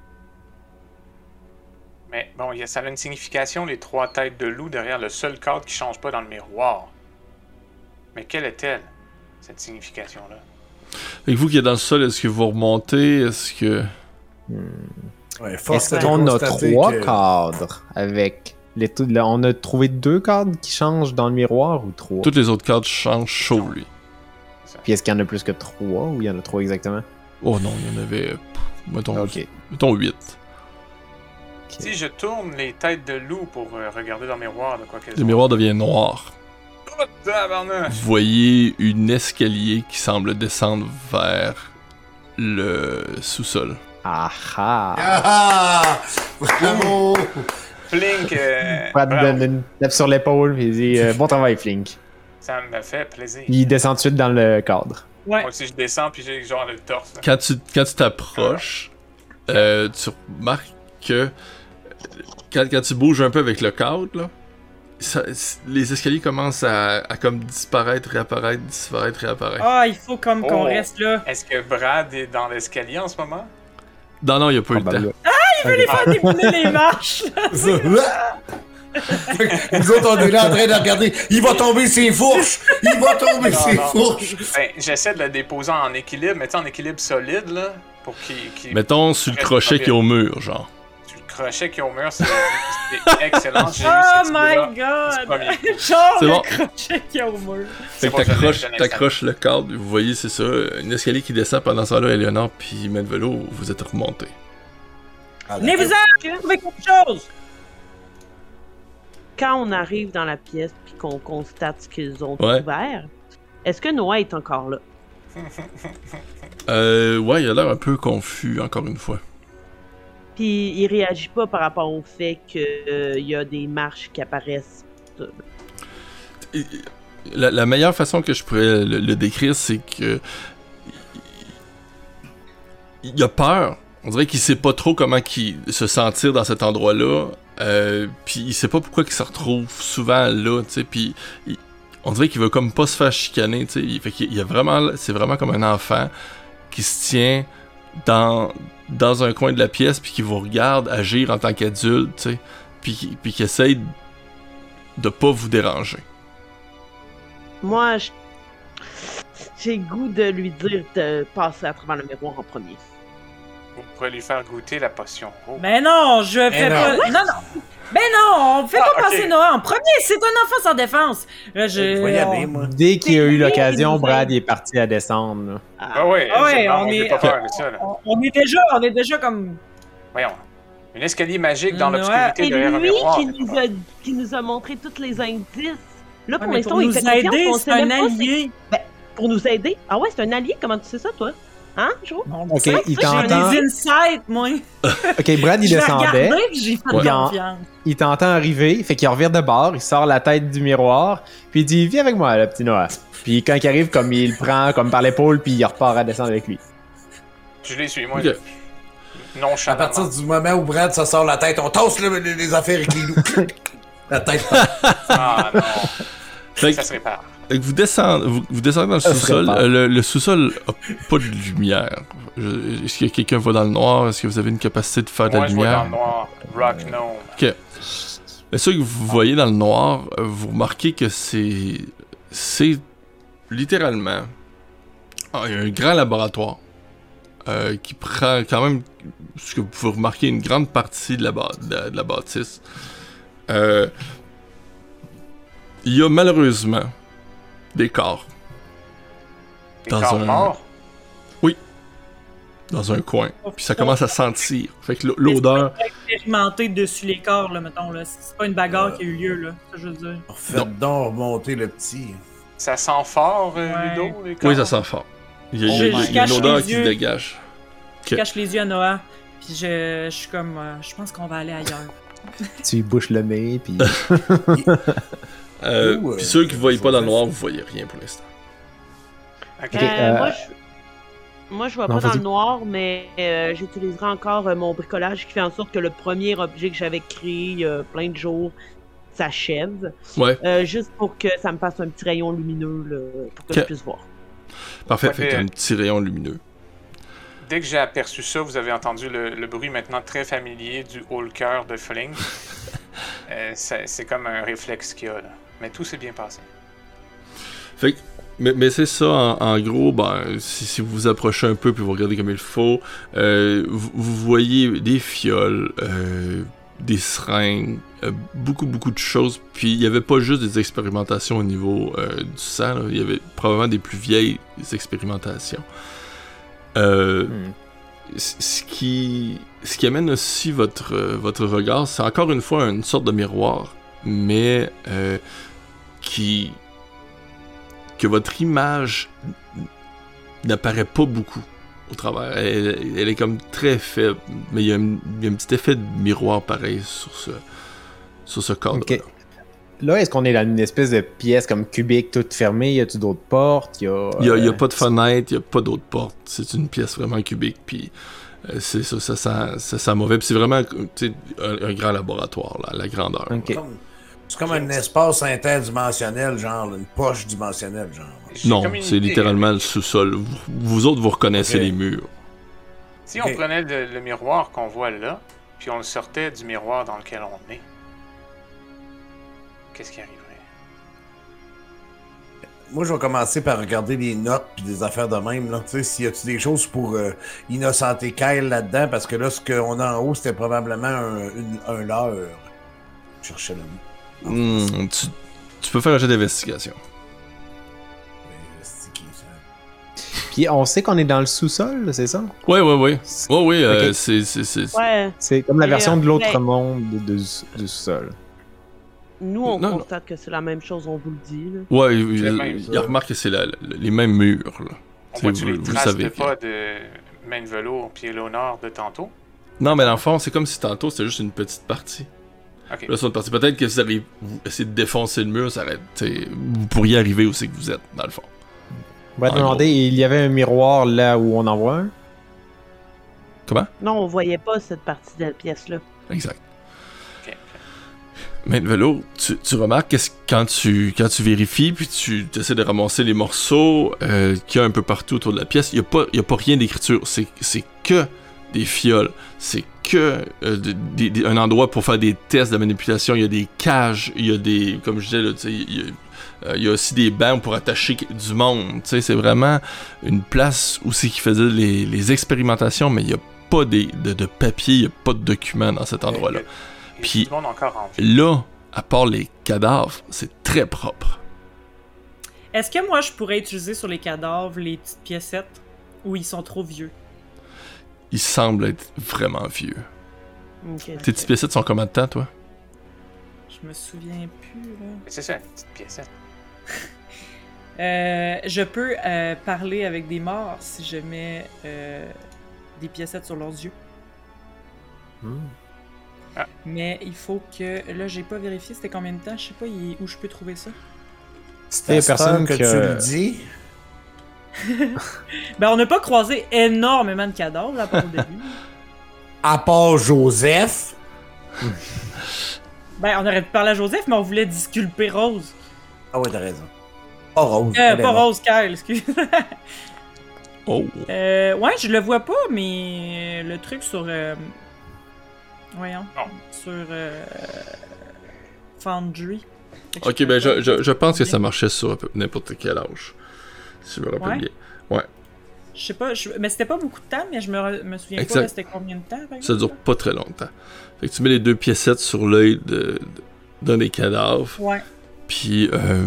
Mais bon, ça a une signification, les 3 têtes de loup derrière le seul cadre qui change pas dans le miroir. Mais quelle est-elle, cette signification-là? Et vous qui êtes dans le sol, est-ce que vous remontez? Est-ce que... Ouais, force Est-ce est de qu'on a constater 3 que- cadres avec on a trouvé 2 cadres qui changent dans le miroir ou 3? Toutes les autres cartes changent chaud, lui. Puis est-ce qu'il y en a plus que 3 ou il y en a 3 exactement? Oh non, il y en avait... mettons, Ok. mettons 8. Si je tourne les têtes de loup pour regarder dans le miroir de quoi qu'elles Le ont... miroir devient noir. Oh, tabarnak! Vous voyez une escalier qui semble descendre vers le sous-sol. Ah ah! Ah! Bravo! Flink, Brad bravo. donne une tape sur l'épaule et il dit bon travail, Flink. Ça me fait plaisir. Il descend tout de suite dans le cadre. Ouais. Moi aussi, je descends puis j'ai genre le torse. Là. Quand tu t'approches, tu remarques que quand tu bouges un peu avec le cadre, là, les escaliers commencent à comme disparaître, réapparaître, disparaître, réapparaître. Ah, il faut comme qu'on Oh. reste là. Est-ce que Brad est dans l'escalier en ce moment? Non, il n'y a pas eu le temps. Probablement. Il veut les faire débouler les marches! Nous autres, on est là en train de regarder. Il va tomber ses fourches! Il va tomber Non, ses non. fourches! Ben, j'essaie de le déposer en équilibre, mais tu sais, en équilibre solide, là, pour qu'il... Mettons sur le crochet qui est au mur, genre. Sur le crochet qui est au mur, c'est excellent. J'ai eu Oh cette my idée-là du god! premier coup. Genre C'est le bon. crochet qu'il y a au mur. Fait que bon, t'accroches le cadre, vous voyez, c'est ça, une escalier qui descend pendant ça là, Eleonore puis Menvelo, vous êtes remontés. Venez-vous-en! Trouvez quelque chose! Quand on arrive dans la pièce puis qu'on constate ce qu'ils ont Ouais. ouvert, est-ce que Noah est encore là? Ouais, il a l'air un peu confus, encore une fois. Puis il réagit pas par rapport au fait qu'il y a des marches qui apparaissent. La meilleure façon que je pourrais le décrire, c'est que il a peur. On dirait qu'il sait pas trop comment se sentir dans cet endroit-là. Puis il sait pas pourquoi il se retrouve souvent là, tu sais. Puis on dirait qu'il veut comme pas se faire chicaner, tu sais. Fait qu'il y a vraiment, c'est vraiment comme un enfant qui se tient dans un coin de la pièce puis qui vous regarde agir en tant qu'adulte, tu sais. Puis qui essaye de pas vous déranger. Moi, j'ai le goût de lui dire de passer à travers le miroir en premier. Vous pourrez lui faire goûter la potion. Oh. Mais non, je fais non. pas. Non, non! Ben non, on fait pas ok. passer Noah en premier, c'est un enfant sans défense. Là, Je vais y aller, moi. Dès qu'il a eu l'occasion, C'est Brad il est parti à descendre. Là. Ah ouais, Ouais, on est pas peur de ça, là. On est déjà comme... Voyons. Un escalier magique dans Ouais. l'obscurité C'est derrière un lui miroir. qui nous a montré tous les indices. Là, pour Ouais, mais l'instant, pour il nous fait confiance, aider, on c'est sait un même pas allié. pour nous aider? Ah ouais, c'est un allié? Comment tu sais ça, toi? Hein, Jo? Ok, il J'ai t'entend. des insights, moi. Ok, Brad il Je l'ai descendait. regardé, puis j'ai fait Ouais. confiance. Il t'entend arriver, fait qu'il revient de bord, il sort la tête du miroir, puis il dit viens avec moi, le petit Noah. Puis quand il arrive, comme il le prend comme par l'épaule, puis il repart à descendre avec lui. Je les suis, moi. Ok. Non, À partir du moment où Brad ça sort la tête, on tasse les affaires avec les loups. La tête. Ah non, Fait que- ça se répare. Fait que vous descendez dans le Ça sous-sol. serait pas. Le sous-sol a pas de lumière. Est-ce que quelqu'un voit dans le noir? Est-ce que vous avez une capacité de faire de Moi, la je vois dans lumière? le noir. Rock gnome. Mais ce que vous voyez dans le noir, vous remarquez que c'est littéralement il y a un grand laboratoire qui prend quand même ce que vous pouvez remarquer une grande partie de la bâtisse. Il y a malheureusement des corps Des Dans corps un- morts. dans un coin. Puis ça commence à sentir. Fait que l'odeur... Expérimenté dessus les corps, là, mettons. Là. C'est pas une bagarre qui a eu lieu, là. Ça, je veux dire. Faites donc remonter le petit. Ça sent fort, Ouais. Ludo, les corps? Oui, ça sent fort. Il y a, Je il y a une cache odeur les qui se yeux. dégage. Je cache les yeux à Noah. Puis je suis comme... je pense qu'on va aller ailleurs. Tu lui bouches le nez, puis Puis ceux qui ne voient pas dans le noir, vous voyez rien pour l'instant. Ok. Ok, Moi, je vois non, pas dans vas-y. le noir, mais j'utiliserai encore mon bricolage qui fait en sorte que le premier objet que j'avais créé il y a plein de jours s'achève. Ouais, Juste pour que ça me fasse un petit rayon lumineux là, pour que Ok. je puisse voir. parfait. Ouais, Fait que t'as un petit rayon lumineux. Dès que j'ai aperçu ça, vous avez entendu le bruit maintenant très familier du haut-le-cœur de Fling. C'est comme un réflexe qu'il y a, là. Mais tout s'est bien passé. Fait que, mais c'est ça, en gros, ben, si vous vous approchez un peu puis vous regardez comme il faut, vous voyez des fioles, des seringues, beaucoup de choses. Puis il n'y avait pas juste des expérimentations au niveau du sang, là, il y avait probablement des plus vieilles expérimentations. Ce qui amène aussi votre regard, c'est encore une fois une sorte de miroir, mais que votre image n'apparaît pas beaucoup au travers. Elle est comme très faible, mais il y a un petit effet de miroir pareil sur ce cadre. Ok. Là, est-ce qu'on est dans une espèce de pièce comme cubique toute fermée? Y a-tu d'autres portes? Il y a pas de fenêtre, il y a pas d'autres portes. C'est une pièce vraiment cubique, puis c'est ça, ça sent mauvais. Puis c'est vraiment tu sais, un grand laboratoire, là, à la grandeur. Ok. C'est comme un espace interdimensionnel, genre, une poche dimensionnelle, genre. J'ai Non, comme une c'est idée. littéralement le sous-sol. Vous autres, vous reconnaissez Ok. les murs. Si on prenait le miroir qu'on voit là, puis on le sortait du miroir dans lequel on est, qu'est-ce qui arriverait? Moi, je vais commencer par regarder les notes puis des affaires de même, là. Tu sais, s'il y a-tu des choses pour innocenter Kyle là-dedans, parce que là, ce qu'on a en haut, c'était probablement un leurre. Je cherchais le mot. Tu peux faire un jet d'investigation. C'est qui, ça? Puis on sait qu'on est dans le sous-sol, c'est ça? Oui. Oui, Ok. c'est... Ouais, C'est comme la Mais, version de l'autre ouais. monde du sous-sol. nous, on Non, constate que c'est la même chose, on vous le dit. Là. Ouais, C'est le même, il remarque que c'est les mêmes murs, là. On Tu sais, voit-tu les vous traces savez de que- pas de main de velours puis Eleonore de tantôt? Non, mais dans le fond, c'est comme si tantôt, c'était juste une petite partie. Ok. Là, c'est une partie. Peut-être que vous essayez de défoncer le mur, ça aurait, tu sais, vous pourriez arriver où c'est que vous êtes, dans le fond. On va te En demander, il y avait un miroir là où on en voit un? Comment? Non, on voyait pas cette partie de la pièce-là. Exact. Ok. Mais le vélo, tu remarques que quand tu vérifies, puis tu essaies de ramasser les morceaux qu'il y a un peu partout autour de la pièce, il n'y a pas rien d'écriture. C'est que des fioles. C'est que un endroit pour faire des tests de manipulation. Il y a des cages, il y a des... Comme je disais, là, tu sais, il y a aussi des bancs pour attacher du monde. Tu sais, c'est vraiment une place où c'est qu'ils faisaient les expérimentations, mais il n'y a pas de papier, il n'y a pas de documents dans cet endroit-là. Puis tout le monde encore en vie. là, à part les cadavres, c'est très propre. Est-ce que moi, je pourrais utiliser sur les cadavres les petites piécettes ou ils sont trop vieux? Ils semblent être vraiment vieux. Ok. Tes petites piécettes sont combien de temps, toi? Je me souviens plus, là. C'est ça, une petite piècette. Je peux parler avec des morts si je mets des piécettes sur leurs yeux. Ah. Mais il faut que... Là, j'ai pas vérifié c'était combien de temps. Je sais pas où je peux trouver ça. C'était personne que tu le dis. Ben, on n'a pas croisé énormément de cadavres là, pour le début. À part Joseph. Ben, on aurait pu parler à Joseph, mais on voulait disculper Rose. Ah ouais, t'as raison. Pas Rose. Pas Rose, Kyle, excuse. Oh! Ouais, je le vois pas, mais le truc sur... Voyons. Non. Sur... Foundry. Ok, ben je pense que ça marchait sur un peu n'importe quel âge. Si je me rappelle Ouais. bien. Ouais. Je sais pas, mais c'était pas beaucoup de temps, mais je me souviens Exact. pas là, c'était combien de temps, par Ça exemple? dure pas très longtemps. Fait que tu mets les deux piécettes sur l'œil d'un des cadavres. Ouais. Puis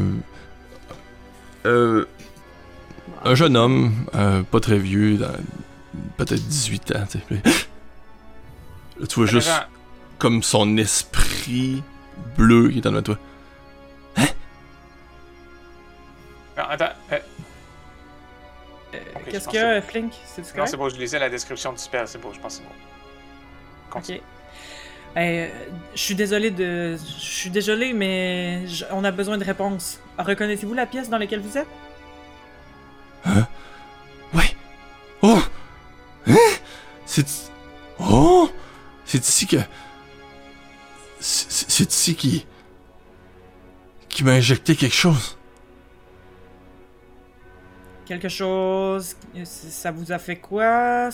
un jeune homme, pas très vieux, peut-être 18 ans, tu sais. Là, tu vois juste Attends, comme son esprit bleu qui est en devant de toi. attends, ok, je Qu'est-ce pense qu'il y a, que Flink? C'est Non, correct? c'est bon, je lisais la description du spell, c'est bon, je pense que c'est bon. Continue. Ok. Je suis désolé mais on a besoin de réponses. Reconnaissez-vous la pièce dans laquelle vous êtes? Ouais. Oh! Hein? Oh! C'est ici que... C'est ici qui m'a injecté quelque chose. Quelque chose... Ça vous a fait quoi?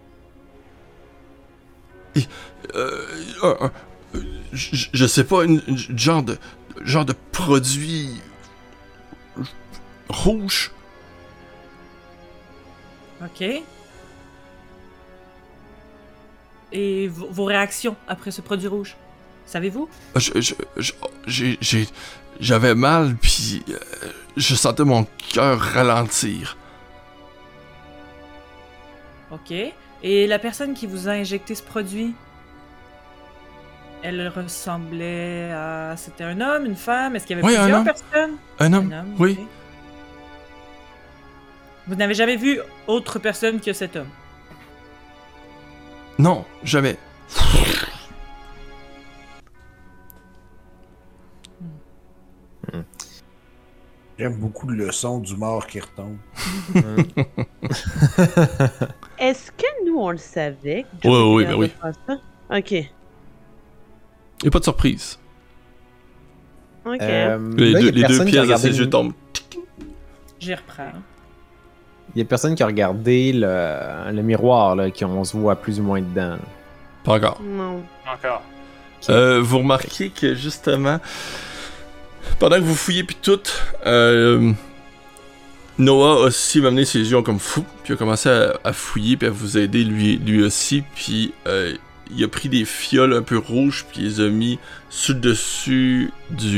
Je sais pas, genre de produit rouge. Ok. Et vos réactions après ce produit rouge? Savez-vous? J'avais mal, puis je sentais mon cœur ralentir. Ok. Et la personne qui vous a injecté ce produit, elle ressemblait à... C'était un homme, une femme? Est-ce qu'il y avait Oui, un plusieurs homme. personnes? Un homme, oui. ok. Vous n'avez jamais vu autre personne que cet homme? Non, jamais. J'aime beaucoup le son du mort qui retombe. Est-ce que nous, on le savait? que Oui, Joe oui, était ben oui. capable de faire ça? Ok. Y a pas de surprise. Ok. Les là, y a deux personne qui a pièces de regardé ses yeux tombent. J'y reprends. Il y a personne qui a regardé le miroir, là, qu'on se voit plus ou moins dedans. Pas encore. Non. Encore. Vous remarquez que justement, pendant que vous fouillez puis tout, Noah aussi m'a amené ses yeux comme fou, puis a commencé à fouiller puis à vous aider lui aussi, puis il a pris des fioles un peu rouges puis il les a mis sur le dessus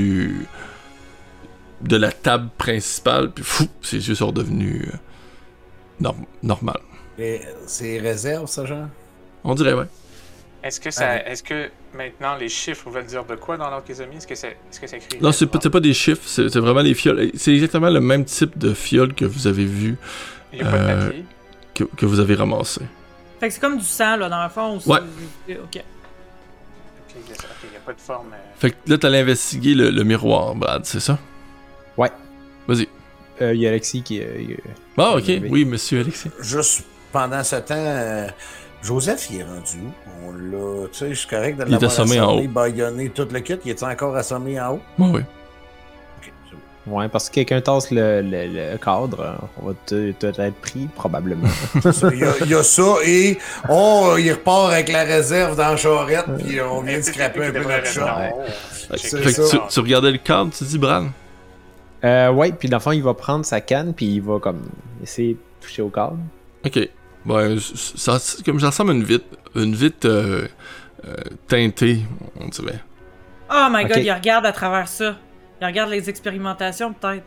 de la table principale, puis fou, ses yeux sont redevenus normal. Et c'est réserve, ça, genre? On dirait, ouais. Est-ce que Ouais. est-ce que maintenant les chiffres veulent dire de quoi dans l'ordre qu'ils ont mis? Est-ce que c'est écrit? Non, c'est pas des chiffres, c'est vraiment les fioles. C'est exactement le même type de fioles que vous avez vu, Il n'y a pas de papier. que vous avez ramassé. Fait que c'est comme du sang, là, dans le fond. Ouais. Ok. Ok, il n'y a pas de forme. Fait que là, t'allais investiguer le miroir, Brad, c'est ça? Ouais. Vas-y. Il y a Alexis qui... Ah, ok. Oui, monsieur Alexis. Juste pendant ce temps, Joseph, il est rendu où? On l'a... Tu sais, je suis correct de Il est l'avoir assommé en haut. baïonné, tout le kit. Il est encore assommé en haut? Ouais, ouais. Ok, c'est bon. Ouais, parce que quelqu'un tasse le cadre, on va peut-être être pris, probablement. Il y a ça, et il repart avec la réserve dans la charrette, puis on vient de scraper un peu notre shot. Ouais. Fait que tu regardais le cadre, tu dis, Brad? Ouais, puis dans le fond, il va prendre sa canne, puis il va comme essayer de toucher au cadre. Ok. Ben, comme ça ressemble à une vitre teinté, on dirait. Oh my Ok. god, il regarde à travers ça. Il regarde les expérimentations, peut-être.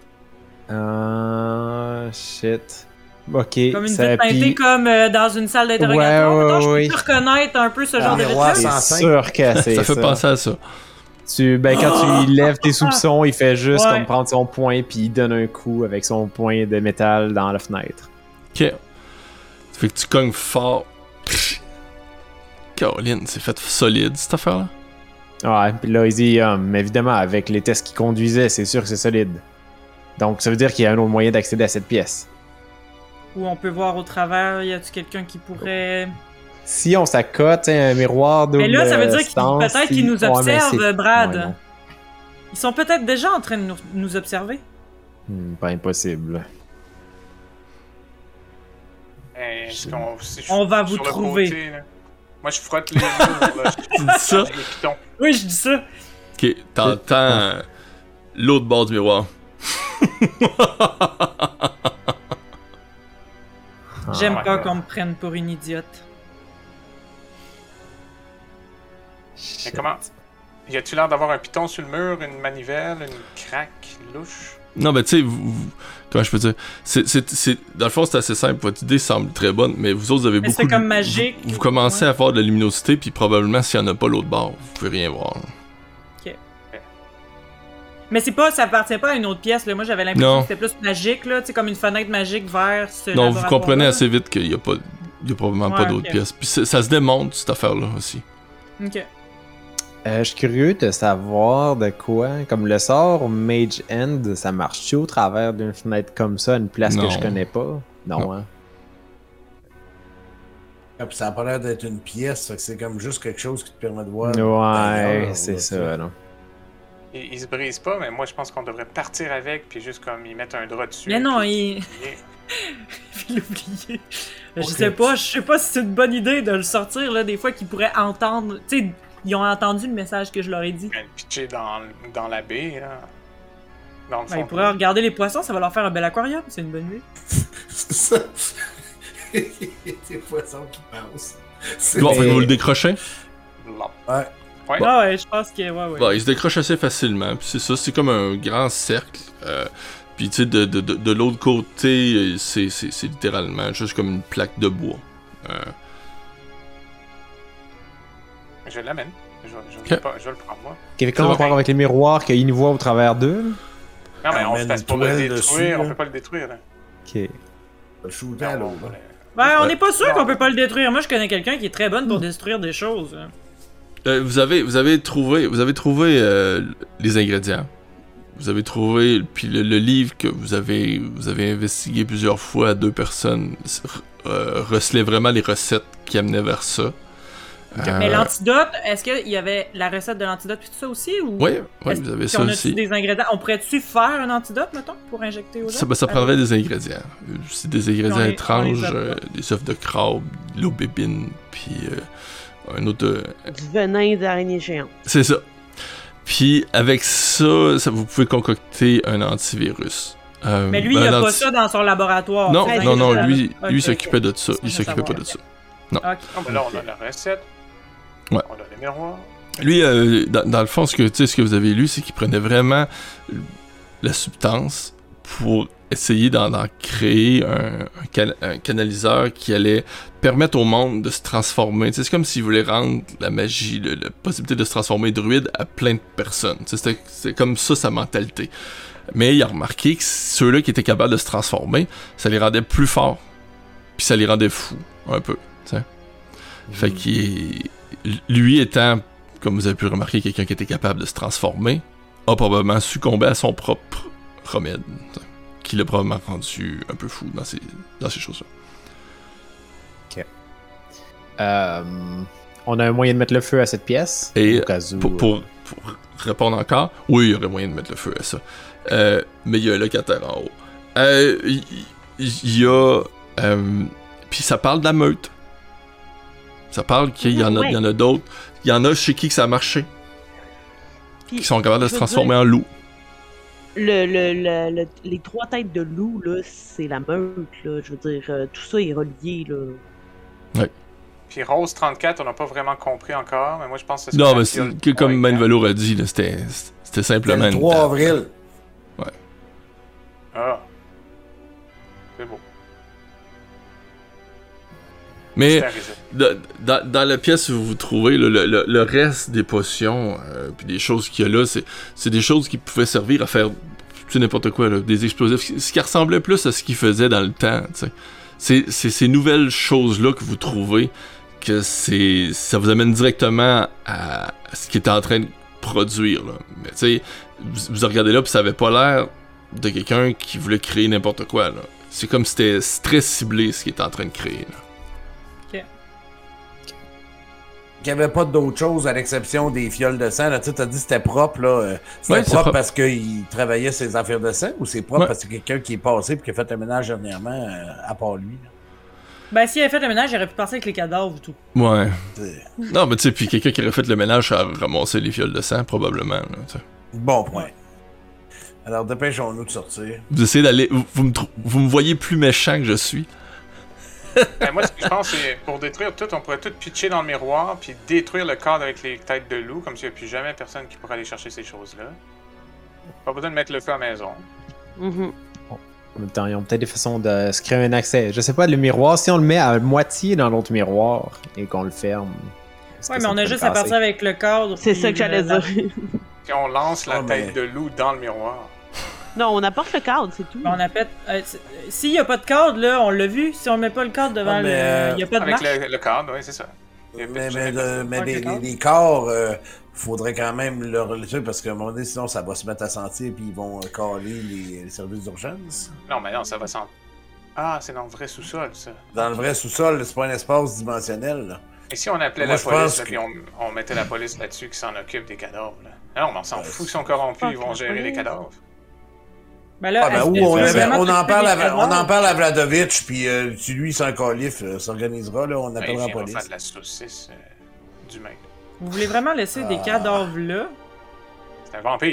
Shit. Ok. Comme une ça vitre teintée, puis- comme dans une salle d'interrogatoire. Ouais, Mettons, ouais, je peux reconnaître un peu ce genre de miroir vitre-là. sans- C'est Enceinte. sûr que c'est Ça fait penser à ça. Quand tu lèves tes soupçons, il fait juste Ouais. comme prendre son poing puis il donne un coup avec son poing de métal dans la fenêtre. Ok. Ça fait que tu cognes fort. Caroline, c'est fait solide cette affaire-là. Ouais, puis là il dit évidemment avec les tests qu'il conduisait, c'est sûr que c'est solide. Donc ça veut dire qu'il y a un autre moyen d'accéder à cette pièce. Ou on peut voir au travers, y a-tu quelqu'un qui pourrait... Si on s'accote un miroir double Mais là, ça veut dire qu'ils stance, peut-être qu'ils nous ouais, mais observent, c'est- Brad. Ouais, non. Ils sont peut-être déjà en train de nous observer. Pas impossible. Est-ce qu'on... si je- On va vous sur le trouver. côté, là, moi, je frotte les murs, là. Tu dis ça? Les pitons. Oui, je dis ça. Ok, t'entends l'autre bord du miroir. J'aime my pas God. qu'on me prenne pour une idiote. Mais comment? Y a-tu l'air d'avoir un piton sur le mur, une manivelle, une craque louche? Non, mais tu sais, comment je peux dire? Dans le fond, c'est assez simple. Votre idée semble très bonne, mais vous autres, vous avez Mais beaucoup c'est comme magique. Vous commencez à avoir de la luminosité, puis probablement, s'il n'y en a pas l'autre bord, vous pouvez rien voir. Mais c'est pas, ça appartient pas à une autre pièce, là. Moi, j'avais l'impression Non. que c'était plus magique, là. Tu sais, comme une fenêtre magique vers ce Non, vous laboratoire-là. comprenez assez vite qu'il n'y a, probablement pas Ouais, d'autres ok. pièces. Puis ça se démonte, cette affaire-là, aussi. Ok. Je suis curieux de savoir de quoi. Comme le sort Mage End, ça marche-tu au travers d'une fenêtre comme ça, une place Non. que je connais pas? Non, Non. hein? Ah, puis ça a pas l'air d'être une pièce, fait que c'est comme juste quelque chose qui te permet de voir. Ouais, d'ailleurs, c'est là, ça, non? Il se brise pas, mais moi, je pense qu'on devrait partir avec, puis juste comme y mettre un drap dessus. Mais non, puis- il... Je l'ai oublié. Je Ok. sais pas si c'est une bonne idée de le sortir, là, des fois qu'ils pourraient entendre... Tu sais, ils ont entendu le message que je leur ai dit. Le pitcher dans la baie, là. Dans le Ben, fond. ils pourraient regarder les poissons, ça va leur faire un bel aquarium, c'est une bonne idée. C'est ça. Des poissons qui pensent. C'est Bon, fait que Mais- vous le décrochez. Blop. Ouais. Ouais. Ah ouais, je pense que... Ouais. Bon, il se décroche assez facilement. Puis c'est ça, c'est comme un grand cercle. Puis tu sais, de l'autre côté, c'est littéralement juste comme une plaque de bois. Je l'amène. Je Ok. vais le prendre, moi. Quelqu'un bon. va voir avec les miroirs qu'il nous voit au travers d'eux? Non, mais on Amène se passe une pas le toile détruire. dessus, On là. peut pas le détruire, là. Ok. Le shooter à l'eau, là. Ben, on Ouais. n'est pas sûr qu'on peut pas le détruire. Moi, je connais quelqu'un qui est très bonne pour détruire des choses. hein. Vous avez trouvé les ingrédients. Vous avez trouvé puis le livre que vous avez investigué plusieurs fois à deux personnes recelait vraiment les recettes qui amenaient vers ça. Mais l'antidote, est-ce qu'il y avait la recette de l'antidote puis tout ça aussi? Ou... Oui, Est-ce vous avez qu'on ça a-tu aussi. des ingrédients? On pourrait-tu faire un antidote, mettons, pour injecter aux gens? Ça prendrait des ingrédients. C'est des ingrédients On les étranges, a pas. des œufs de crabe, de l'aubépine, puis un autre... Du venin d'araignée géante. C'est ça. Puis avec ça, vous pouvez concocter un antivirus. Mais lui, il a pas ça dans son laboratoire. Non, c'est non, non, ingrédients. lui, Ok, lui ok. s'occupait de ça. Ça, Il je s'occupait pas savoir. de ça. Ok. Non, mais là, on a la recette. Ouais. On a les miroirs. Lui, dans le fond, ce que vous avez lu, c'est qu'il prenait vraiment la substance pour essayer d'en créer un canaliseur qui allait permettre au monde de se transformer. Tu sais, c'est comme s'il voulait rendre la magie, la possibilité de se transformer druide à plein de personnes. Tu sais, c'était comme ça sa mentalité. Mais il a remarqué que ceux-là qui étaient capables de se transformer, ça les rendait plus forts. Puis ça les rendait fous, un peu. Tu sais. Fait qu'il... Lui étant, comme vous avez pu le remarquer, quelqu'un qui était capable de se transformer, a probablement succombé à son propre remède, t'sais, qui l'a probablement rendu un peu fou dans ces choses-là. On a un moyen de mettre le feu à cette pièce? Et au cas où, pour répondre encore, oui, il y aurait moyen de mettre le feu à ça. Mais il y a un locataire en haut. Il y a... Puis ça parle de la meute. Ça parle qu'il y en a, Ouais. il y en a d'autres. Il y en a chez qui ça a marché. Puis, Qui sont capables de je se veux transformer dire, en loup. les trois têtes de loup, là, c'est la meute, là. Je veux dire, tout ça est relié, là. Puis Rose 34, on n'a pas vraiment compris encore, mais moi je pense que c'est Non, la mais fiole comme point, Manvalour a dit, là, c'était simplement Le une 3 table. avril. Ah. C'est beau. Mais C'est arrivé. dans la pièce où vous vous trouvez, là, le reste des potions, puis des choses qu'il y a là, c'est des choses qui pouvaient servir à faire n'importe quoi, là, des explosifs, ce qui ressemblait plus à ce qu'ils faisaient dans le temps. C'est ces nouvelles choses-là que vous trouvez que ça vous amène directement à ce qu'il était en train de produire. Là. Mais tu sais, vous regardez là, puis ça avait pas l'air de quelqu'un qui voulait créer n'importe quoi. Là. C'est comme si c'était très ciblé ce qu'il était en train de créer. Là. Il n'y avait pas d'autre chose à l'exception des fioles de sang. Tu as dit que c'était propre. Là. C'était Ouais, c'est propre propre. parce qu'il travaillait ses affaires de sang ou c'est propre Ouais. parce que c'est quelqu'un qui est passé et qui a fait un ménage dernièrement à part lui? Là? Ben, s'il avait fait le ménage, il aurait pu passer avec les cadavres et tout. Ouais. C'est- Non, mais tu sais, puis quelqu'un qui aurait fait le ménage à ramasser les fioles de sang, probablement. Là, tu sais. Bon point. Alors dépêchons-nous de sortir. Vous essayez d'aller. Vous me voyez plus méchant que je suis. Ben, moi, ce que je pense, c'est pour détruire tout, on pourrait tout pitcher dans le miroir, puis détruire le cadre avec les têtes de loup, comme s'il n'y a plus jamais personne qui pourrait aller chercher ces choses-là. Pas besoin de mettre le feu à la maison. Mhm. En même temps, ils ont peut-être des façons de se créer un accès. Je sais pas, le miroir, si on le met à moitié dans l'autre miroir et qu'on le ferme. est-ce Ouais, que mais ça on a peut juste le à casser? partir avec le cadre. C'est puis ça que j'allais la- dire. Puis on lance la Ah, mais- tête de loup dans le miroir. Non, on apporte le cadre, c'est tout. Ben, on appelle. S'il n'y a pas de cadre, là, on l'a vu. Si on met pas le cadre devant Ah, mais, le. Il n'y a pas de Avec marche. le cadre, oui, c'est ça. Il y a Mais Ouais, les, d'accord. les corps, faudrait quand même le relever parce qu'à un moment donné, sinon ça va se mettre à sentir puis ils vont caler les services d'urgence. Non, mais non, ça va sans. Ah, c'est dans le vrai sous-sol, ça. Dans le vrai sous-sol, c'est pas un espace dimensionnel. Là. Et si on appelait Moi, la je police, pense là, que- puis on mettait la police là-dessus qui s'en occupe des cadavres, là. Ah non, mais on s'en Ouais, fout qu'ils sont corrompus, ils vont Ah, gérer les oui. cadavres. Ben là, Ah, ben, est-ce ou que tu on, veux vraiment on en t'occuper parle des à, on en cadavres? parle à Vladovitch, puis si lui, c'est un calife, s'organisera, là, on Ouais, appellera la ils vont police. faire de la saucisse d'humain. Vous voulez vraiment laisser des cadavres là? C'est un vampire.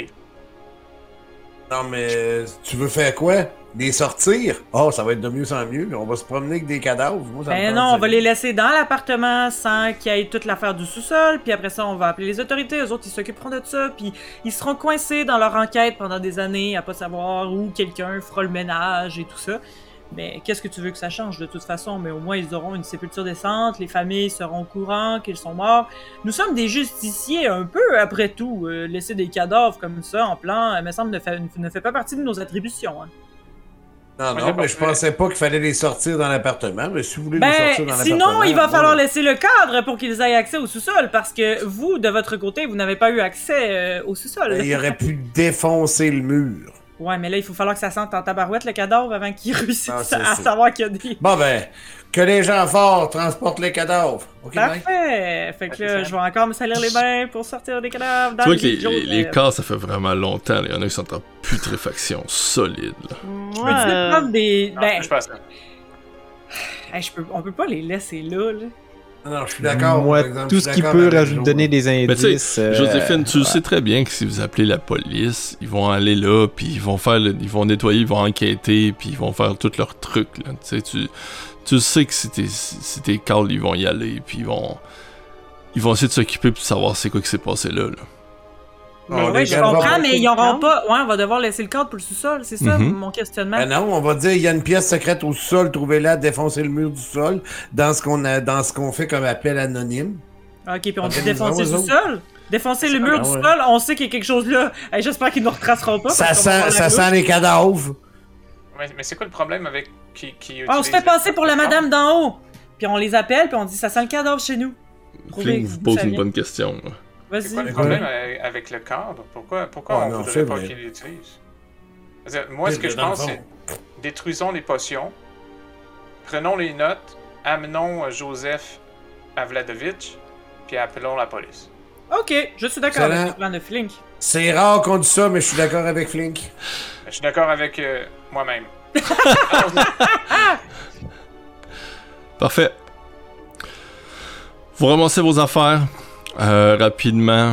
Non, mais tu veux faire quoi? Les sortir? Oh, ça va être de mieux en mieux. On va se promener avec des cadavres. Moi, ça me Ben tente non, on ça. va les laisser dans l'appartement sans qu'il y ait toute l'affaire du sous-sol, puis après ça, on va appeler les autorités, eux autres, ils s'occuperont de ça, puis ils seront coincés dans leur enquête pendant des années à pas savoir où quelqu'un fera le ménage et tout ça. Mais qu'est-ce que tu veux que ça change de toute façon? Mais au moins, ils auront une sépulture décente, les familles seront au courant qu'ils sont morts. Nous sommes des justiciers un peu, après tout. Laisser des cadavres comme ça en plan, me semble, ne fait pas partie de nos attributions. Hein. Non, Moi, non, j'ai mais pas je fait. pensais pas qu'il fallait les sortir dans l'appartement. Mais si vous voulez les Ben, sortir dans l'appartement... sinon, il va moi, falloir laisser le cadre pour qu'ils aient accès au sous-sol, parce que vous, de votre côté, vous n'avez pas eu accès au sous-sol. ben, il aurait pu défoncer le mur. Ouais, mais là, il faut falloir que ça sente en tabarouette le cadavre avant qu'il réussisse Ah, c'est à ça. savoir qu'il y a des... Bon, ben, que les gens forts transportent les cadavres. OK, Mike? Parfait! Fait que là, je vais encore me salir les mains pour sortir des cadavres dans Tu vois le que vide jaune. les corps, ça fait vraiment longtemps. Il y en a qui sont en putréfaction solide. Là. Je peux-tu prendre des... Non, Ben, je passe. hey, on peut pas les laisser là. Non, je suis d'accord. Moi, par exemple, tout je ce suis qui d'accord peut avec Joe. donner des Mais tu indices. sais, Joséphine, tu le sais très bien que si vous appelez la police, ils vont aller là, puis ils vont faire, ils vont nettoyer, ils vont enquêter, puis ils vont faire tous leurs trucs. Là. Tu sais, tu sais que si t'es Carl, ils vont y aller, puis ils vont essayer de s'occuper puis de savoir c'est quoi qui s'est passé là. Mais On ouais, les je gardera comprends, pas. mais ils auront pas... Ouais, on va devoir laisser le cadre pour le sous-sol, c'est ça Mhm. mon questionnement. Ben non, on va dire il y a une pièce secrète au sol, trouvez-la, défoncez le mur du sol, dans ce qu'on fait comme appel anonyme. Ok, puis on dit Organisera défoncer le aux sous-sol? Défoncer le mur Ah du ouais. sol, on sait qu'il y a quelque chose là. Hey, j'espère qu'ils nous retraceront pas. Ça parce qu'on va avoir sent, la ça louche. sent les cadavres. Mais c'est quoi le problème avec qui Ah, on se fait utilise passer le- pour la madame d'en haut. Puis on les appelle, puis on dit ça sent le cadavre chez nous. Trouvez Flynn vous d'où pose ça une vient. bonne question. Là. C'est quoi Vas-y. le problème avec le cadre? Pourquoi Ah, on non, voudrait c'est pas vrai. qu'il l'utilise? C'est-à-dire, moi, ce que je Dans le pense, fond. c'est détruisons les potions, prenons les notes, amenons Joseph à Vladovitch, puis appelons la police. Ok, je suis d'accord Excellent. avec le plan de Flink. C'est rare qu'on dise ça, mais je suis d'accord avec Flink. Je suis d'accord avec moi-même. Parfait. Vous ramassez vos affaires rapidement.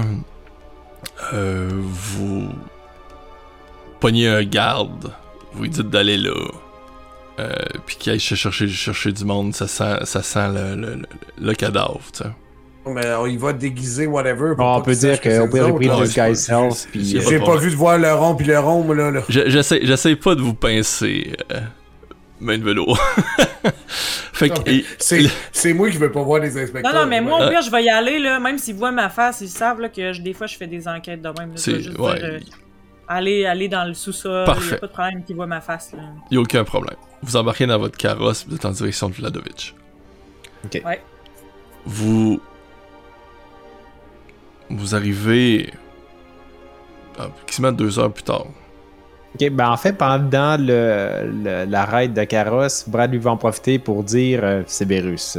Vous pognez un garde. Vous lui dites d'aller là. puis qu'il aille chercher du monde, ça sent le cadavre, tu sais. Mais on y va déguiser, whatever. On peut dire qu'on peut reprendre le guy's health. Puis J'ai pas vu de voir le rond pis le rond, moi, là. J'essaie pas de vous pincer, main de vélo. Fait que... C'est moi qui veux pas voir les inspecteurs. Non, mais moi, au pire, je vais y aller, là. Même s'ils voient ma face, ils savent là, que des fois, je fais des enquêtes de même. Là, je vais juste dire, aller dans le sous-sol. Il n'y a pas de problème qu'ils voient ma face, là. Il n'y a aucun problème. Vous embarquez dans votre carrosse, vous êtes en direction de Vladovitch. Ok. Ouais. Vous arrivez quasiment 2 heures plus tard. Ok, ben en fait, pendant la raid de carrosse, Brad lui va en profiter pour dire Cerberus.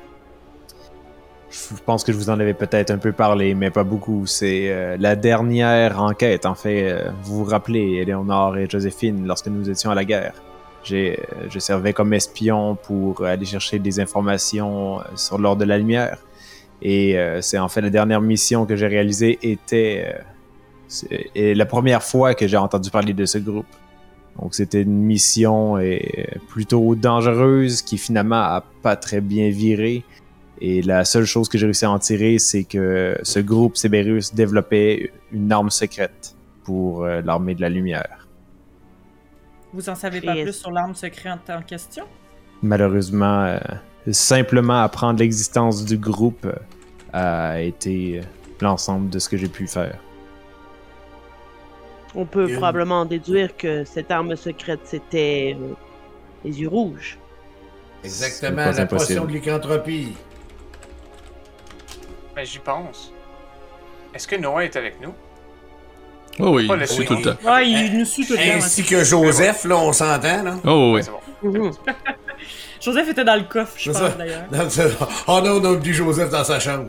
Je pense que je vous en avais peut-être un peu parlé, mais pas beaucoup. C'est la dernière enquête, en fait. Vous vous rappelez, Éléonore et Joséphine, lorsque nous étions à la guerre. Je servais comme espion pour aller chercher des informations sur l'Ordre de la Lumière. Et c'est en fait la dernière mission que j'ai réalisée était la première fois que j'ai entendu parler de ce groupe. Donc c'était une mission plutôt dangereuse qui finalement a pas très bien viré. Et la seule chose que j'ai réussi à en tirer, c'est que ce groupe Cerberus développait une arme secrète pour l'armée de la lumière. Vous en savez pas plus sur l'arme secrète en question? Malheureusement, simplement apprendre l'existence du groupe a été l'ensemble de ce que j'ai pu faire. On peut probablement en déduire que cette arme secrète, c'était les yeux rouges. Exactement, la potion de lycanthropie. Mais j'y pense. Est-ce que Noah est avec nous? Oh oui, il nous suit tout le temps. Ouais, il nous suit tout le temps. Ainsi que Joseph, là, on s'entend, là. Oh oui. Ouais, c'est bon. Joseph était dans le coffre, je pense, d'ailleurs. Oh non, on a oublié Joseph dans sa chambre.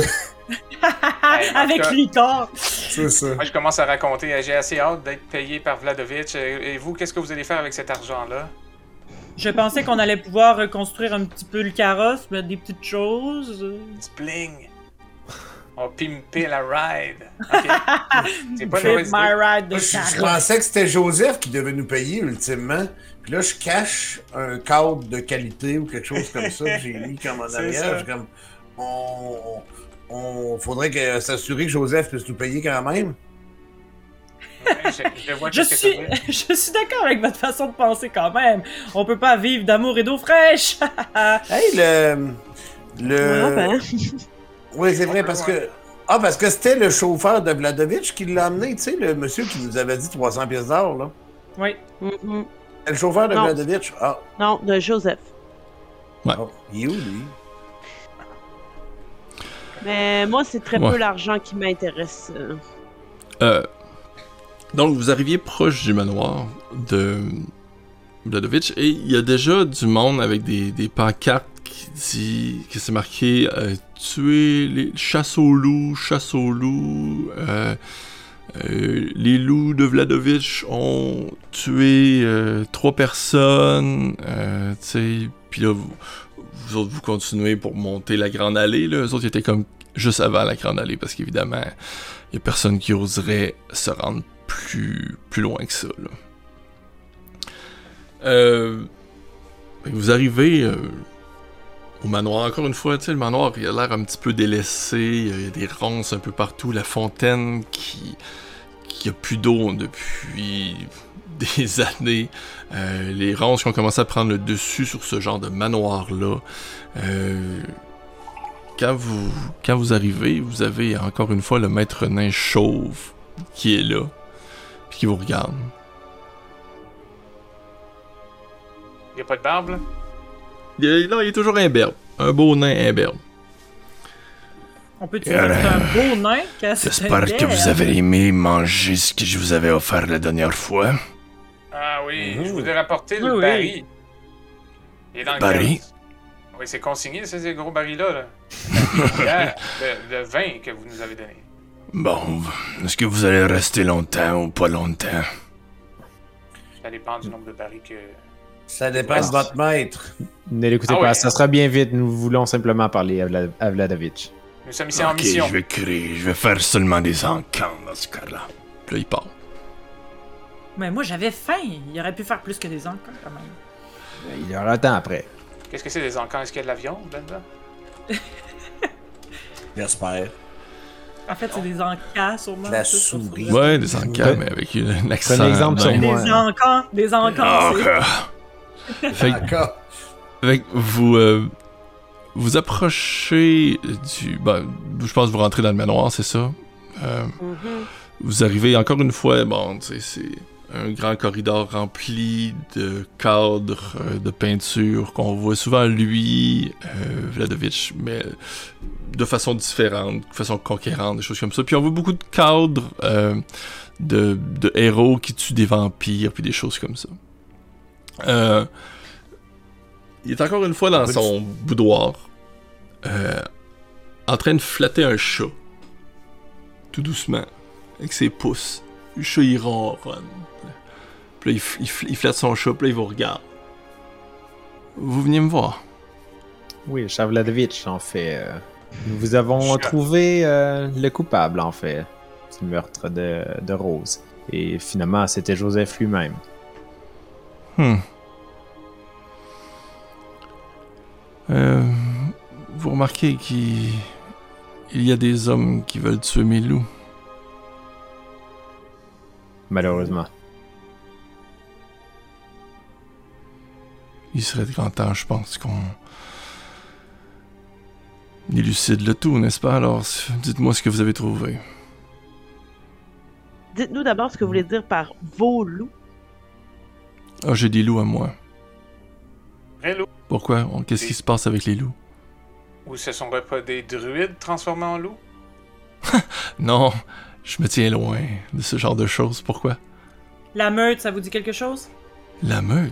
Avec Licor. C'est ça. Moi, je commence à raconter. J'ai assez hâte d'être payé par Vladovitch. Et vous, qu'est-ce que vous allez faire avec cet argent-là? Je pensais qu'on allait pouvoir reconstruire un petit peu le carrosse, mettre des petites choses. Du bling. On va pimper la ride. Okay. C'est pas une mauvaise idée. My ride de Je pensais que c'était Joseph qui devait nous payer ultimement. Puis là, je cache un cadre de qualité ou quelque chose comme ça que j'ai mis comme en arrière. Comme, on faudrait s'assurer que Joseph puisse nous payer quand même. Ouais, je suis d'accord avec votre façon de penser quand même. On peut pas vivre d'amour et d'eau fraîche. Hey, Ben. Oui, c'est vrai, parce que... Ah, parce que c'était le chauffeur de Vladovitch qui l'a amené, tu sais, le monsieur qui nous avait dit 300 pièces d'or, là. Oui. Mm-hmm. C'est le chauffeur de Vladovitch? Ah. Non, de Joseph. Ouais. Oh, il est où, lui? Mais moi, c'est très peu l'argent qui m'intéresse. Donc, vous arriviez proche du manoir de Vladovitch et il y a déjà du monde avec des pancartes qui dit que c'est marqué tuer les chasse aux loups, les loups de Vladovitch ont tué 3 personnes, tu sais, puis là vous autres vous continuez pour monter la grande allée, là. Eux autres ils étaient comme juste avant la grande allée parce qu'évidemment il y a personne qui oserait se rendre plus loin que ça, là. Vous arrivez au manoir, encore une fois, tu sais, le manoir il a l'air un petit peu délaissé, il y a des ronces un peu partout, la fontaine qui a plus d'eau depuis des années, les ronces qui ont commencé à prendre le dessus sur ce genre de manoir-là. Quand vous arrivez, vous avez encore une fois le maître nain chauve qui est là, puis qui vous regarde. Il n'y a pas de barbe, là? Non, il est toujours imberbe. Un beau nain imberbe. On peut dire que c'est un beau nain. J'espère que vous avez aimé manger ce que je vous avais offert la dernière fois. Ah oui, je vous ai rapporté le baril. Il est dans le baril? Oui, c'est consigné, ces gros barils-là. Là. Le vin que vous nous avez donné. Bon, est-ce que vous allez rester longtemps ou pas longtemps? Ça dépend du nombre de barils que... Ça dépend de votre maître. Ne l'écoutez pas, ça sera bien vite. Nous voulons simplement parler à Vladovitch. Nous sommes ici en mission. Je vais créer, je vais faire seulement des encans dans ce cas-là. Puis là, il part. Mais moi, j'avais faim. Il aurait pu faire plus que des encans, quand même. Il y aura le temps après. Qu'est-ce que c'est des encans? Est-ce qu'il y a de la viande là-dedans? J'espère. En fait, c'est des encas, sûrement. La ça, ça, souris. faudrait- Ouais, des encas, mais avec un accent. Prenez exemple sur dingue. moi. Des encans, Fait que- Encore. Fait que vous approchez du... Ben, je pense que vous rentrez dans le manoir, c'est ça? Vous arrivez encore une fois, bon, tu sais, c'est un grand corridor rempli de cadres, de peinture qu'on voit souvent lui, Vladovitch, mais de façon différente, de façon conquérante, des choses comme ça. Puis on voit beaucoup de cadres de héros qui tuent des vampires, puis des choses comme ça. Il est encore une fois dans son boudoir, en train de flatter un chat, tout doucement, avec ses pouces. Le chat, il ronronne. Puis là, il flatte son chat, puis là, il vous regarde. Vous veniez me voir. Oui, cher Vladovitch, en fait. Nous vous avons Chat. trouvé le coupable, en fait, du meurtre de Rose. Et finalement, c'était Joseph lui-même. Vous remarquez qu'il y a des hommes qui veulent tuer mes loups. Malheureusement. Il serait grand temps, je pense, qu'on élucide le tout, n'est-ce pas? Alors, dites-moi ce que vous avez trouvé. Dites-nous d'abord ce que vous voulez dire par vos loups. Ah, j'ai des loups à moi. Vrai loup? Pourquoi? Qu'est-ce qui se passe avec les loups? Ou ce sont pas des druides transformés en loups? Non, je me tiens loin de ce genre de choses. Pourquoi? La meute, ça vous dit quelque chose? La meute?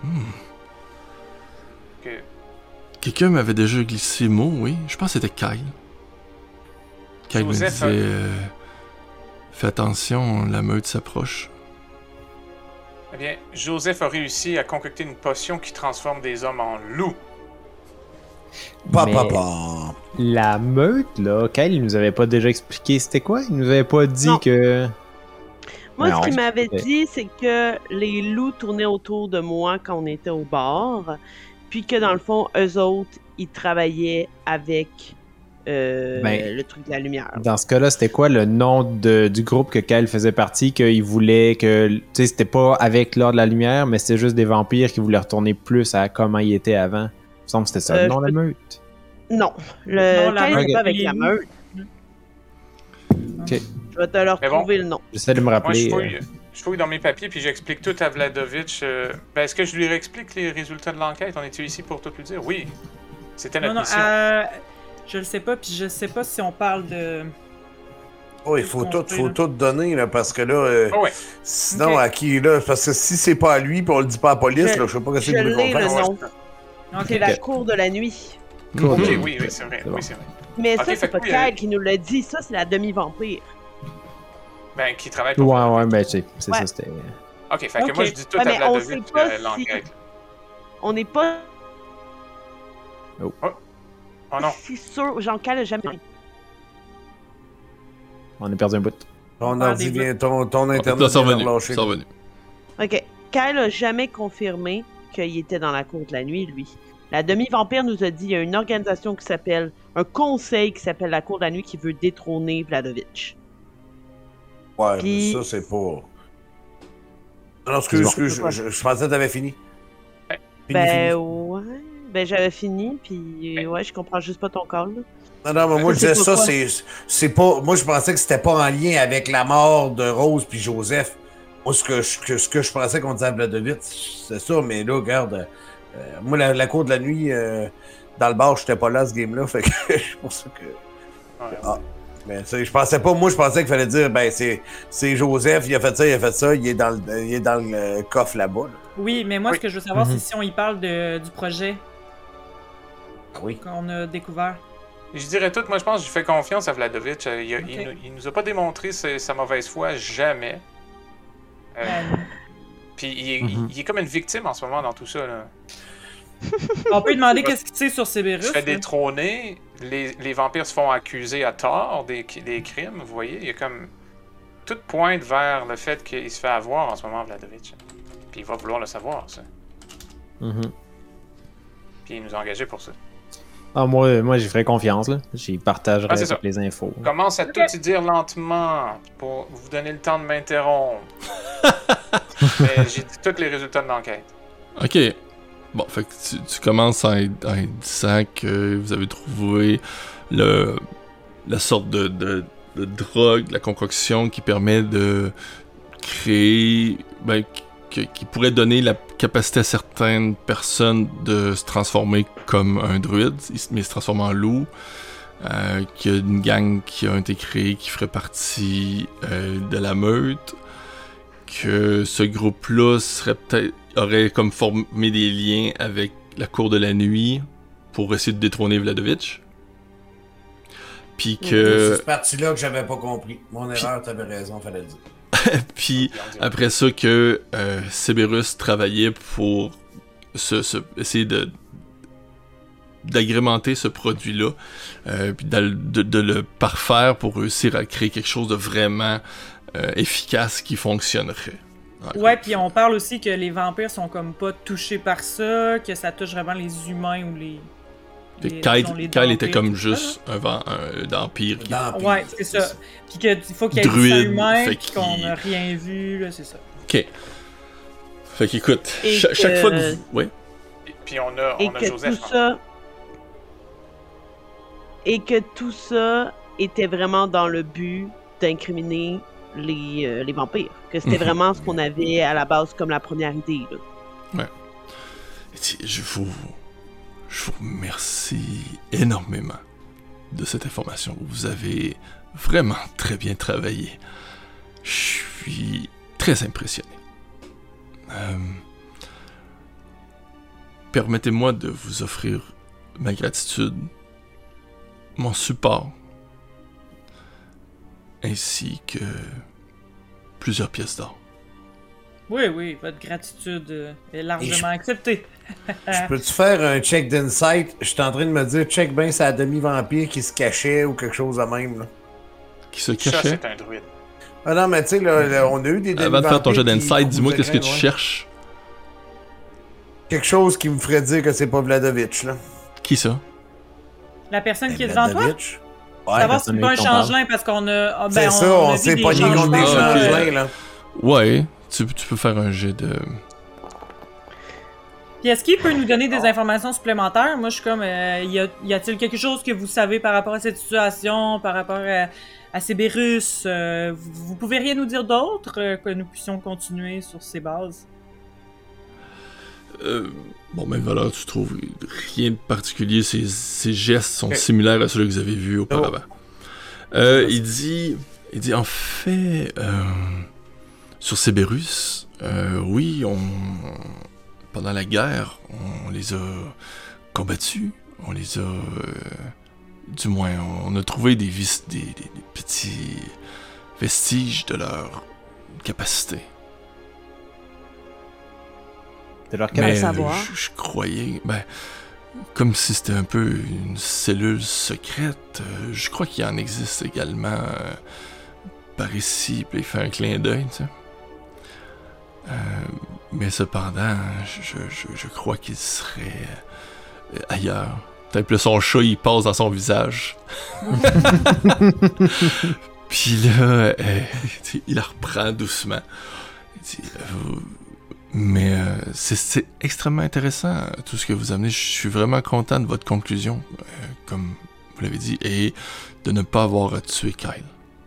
Que... Quelqu'un m'avait déjà glissé mot, oui. Je pense que c'était Kyle. Kyle me Joseph, disait... fais attention, la meute s'approche. Eh bien, Joseph a réussi à concocter une potion qui transforme des hommes en loups. Mais Papa. la meute, là, Kyle, il nous avait pas déjà expliqué c'était quoi? Il nous avait pas dit Non. que... Moi, Non. ce qu'il m'avait dit, c'est que les loups tournaient autour de moi quand on était au bar, puis que dans le fond, eux autres, ils travaillaient avec le truc de la lumière. Dans ce cas-là, c'était quoi le nom du groupe que Kyle faisait partie, qu'il voulait que... Tu sais, c'était pas avec l'Ordre de la Lumière, mais c'était juste des vampires qui voulaient retourner plus à comment ils étaient avant. Il me semble que c'était ça, le nom de la meute. Non, Non, le la Kyle meute. n'est pas avec Les la loups. meute. Ok. Je vais te leur Mais bon. trouver le nom. J'essaie de me Moi, rappeler... je fouille dans mes papiers puis j'explique tout à Vladovitch. Ben, est-ce que je lui réexplique les résultats de l'enquête? On est-tu ici pour tout lui dire? Oui. C'était notre Non, mission. je le sais pas, puis je sais pas si on parle de... Oh, il faut tout donner, là, parce que là, Oh, ouais. sinon, Ok. à qui, là, parce que si c'est pas à lui, puis on le dit pas à la police, Je- là, je sais pas ce Je que vous voulez l'ai qu'on le fasse. nom. Ok, C'est la cour de la nuit. Cool. Ok, Mhm. oui, c'est vrai. C'est bon. Oui, c'est vrai. Mais Ok, ça, fait c'est pas que oui, Kyle qui nous l'a dit. Ça, c'est la demi-vampire. Ben, qui travaille pour... Ouais, ben, c'est Ouais. ça, c'était... Ok, fait que Ok. moi, je dis tout Ouais, à mais on Vladovitch sait pas l'enquête. On n'est pas Oh non. si sûr. Jean-Cal a jamais dit. On a perdu un bout. Ton Ah, ordi des vient, ton Ah, internet c'est vient de revenu. relâcher. C'est revenu. OK. Kyle a jamais confirmé qu'il était dans la cour de la nuit, lui. La demi-vampire nous a dit qu'il y a une organisation qui s'appelle... Un conseil qui s'appelle la cour de la nuit qui veut détrôner Vladovitch. Ouais, mais Puis- ça, c'est pas... Non, excuse, C'est bon. je pensais que t'avais fini. Ben ouais. Ben j'avais fini, puis ouais, je comprends juste pas ton call. Là. Non, mais moi, je C'est disais ça, pourquoi? c'est pas... Moi, je pensais que c'était pas en lien avec la mort de Rose puis Joseph. Moi, ce que je pensais qu'on disait à Vladovitch, c'est ça, mais là, regarde... moi, la cour de la nuit, dans le bar, j'étais pas là, ce game-là, fait que c'est pour ça que... Ouais. Ah. Mais tu sais, je pensais pas... Moi, je pensais qu'il fallait dire, ben, c'est Joseph, il a fait ça, il est dans le coffre là-bas. Là. Oui, mais moi, Oui. ce que je veux savoir, Mhm. c'est si on y parle du projet Oui. qu'on a découvert. Je dirais tout, moi je pense que je fais confiance à Vladovitch. Ok. Il nous a pas démontré sa mauvaise foi, jamais. Puis il est comme une victime en ce moment dans tout ça. Là. On peut lui demander qu'est-ce qu'il sait sur Il Cerberus. se fait là. détrôner, les vampires se font accuser à tort des crimes, vous voyez. Il y a comme... Tout pointe vers le fait qu'il se fait avoir en ce moment, Vladovitch. Puis il va vouloir le savoir, ça. Puis il nous a engagés pour ça. Ah, moi j'y ferais confiance, là. J'y partagerais c'est ça. toutes les infos. Commence à tout y dire lentement pour vous donner le temps de m'interrompre. Mais j'ai dit tous les résultats de l'enquête. Ok. Bon, fait que tu commences en disant que vous avez trouvé la sorte de drogue, la concoction qui permet de créer... Ben, qui pourrait donner la capacité à certaines personnes de se transformer comme un druide, mais se transformer en loup. Qu'il y a une gang qui a été créée qui ferait partie de la meute. Que ce groupe-là aurait comme formé des liens avec la Cour de la Nuit pour essayer de détrôner Vladovitch. Puis que... C'est cette partie-là que j'avais pas compris. Mon erreur, t'avais raison, fallait le dire. Puis après ça que Cerberus travaillait pour essayer d'agrémenter ce produit-là, puis de le parfaire pour réussir à créer quelque chose de vraiment efficace qui fonctionnerait. Ouais, puis on parle aussi que les vampires sont comme pas touchés par ça, que ça touche vraiment les humains ou les... Kyle était comme juste un vampire. Ouais, c'est ça. Puis qu'il faut qu'il y ait du sang humain, puis qu'on n'a rien vu, là, c'est ça. Ok. Fait qu'écoute, chaque fois que vous... Ouais. Puis on a Joseph. Et que tout ça était vraiment dans le but d'incriminer les vampires. Que c'était vraiment ce qu'on avait à la base comme la première idée, là. Ouais. Je vous remercie énormément de cette information. Vous avez vraiment très bien travaillé. Je suis très impressionné. Permettez-moi de vous offrir ma gratitude, mon support, ainsi que plusieurs pièces d'or. Oui, votre gratitude est largement acceptée. Je peux-tu faire un check d'insight? Je suis en train de me dire, check bien, c'est la demi-vampire qui se cachait ou quelque chose de même, là. Qui se Ça, cachait? c'est un druide. Ah non, mais tu sais, là, on a eu des demi-vampires. Avant de faire ton jet d'insight, qui dis-moi qu'est-ce que tu ouais. cherches. Quelque chose qui me ferait dire que c'est pas Vladovitch, là. Qui ça? La personne qui est devant toi? Vladovitch? Savoir si c'est pas un changelin parce qu'on a... Ah, ben, C'est ça, on a s'est vu pogné contre des Ah, ok. changelins, là. Ouais, tu peux faire un jet de... Puis est-ce qu'il peut nous donner des informations supplémentaires? Moi, je suis comme... y a-t-il quelque chose que vous savez par rapport à cette situation, par rapport à Cerberus? Vous pouvez rien nous dire d'autre que nous puissions continuer sur ces bases? Bon, mais voilà, tu trouves rien de particulier. Ces gestes sont similaires à ceux que vous avez vus auparavant. Il dit, en fait, sur Cerberus, oui, pendant la guerre, on les a combattus. On les a... du moins, on a trouvé des petits vestiges de leur capacité. De leur Mais savoir. je croyais... Ben, comme si c'était un peu une cellule secrète, je crois qu'il en existe également par ici, puis il fait un clin d'œil, tu sais. Mais cependant, je crois qu'il serait ailleurs. Peut-être que son chat, il passe dans son visage. Puis là, il la reprend doucement. Il dit... Mais c'est extrêmement intéressant tout ce que vous amenez. Je suis vraiment content de votre conclusion, comme vous l'avez dit, et de ne pas avoir tué Kyle.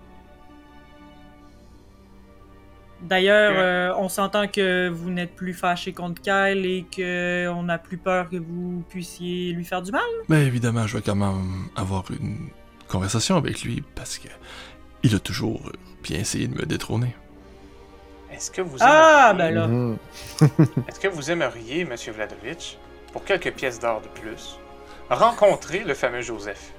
D'ailleurs, on s'entend que vous n'êtes plus fâché contre Kyle et qu'on n'a plus peur que vous puissiez lui faire du mal. Mais évidemment, je vais quand même avoir une conversation avec lui parce que il a toujours bien essayé de me détrôner. Est-ce que vous Ben là. Est-ce que vous aimeriez, Monsieur Vladovitch, pour quelques pièces d'or de plus, rencontrer le fameux Joseph?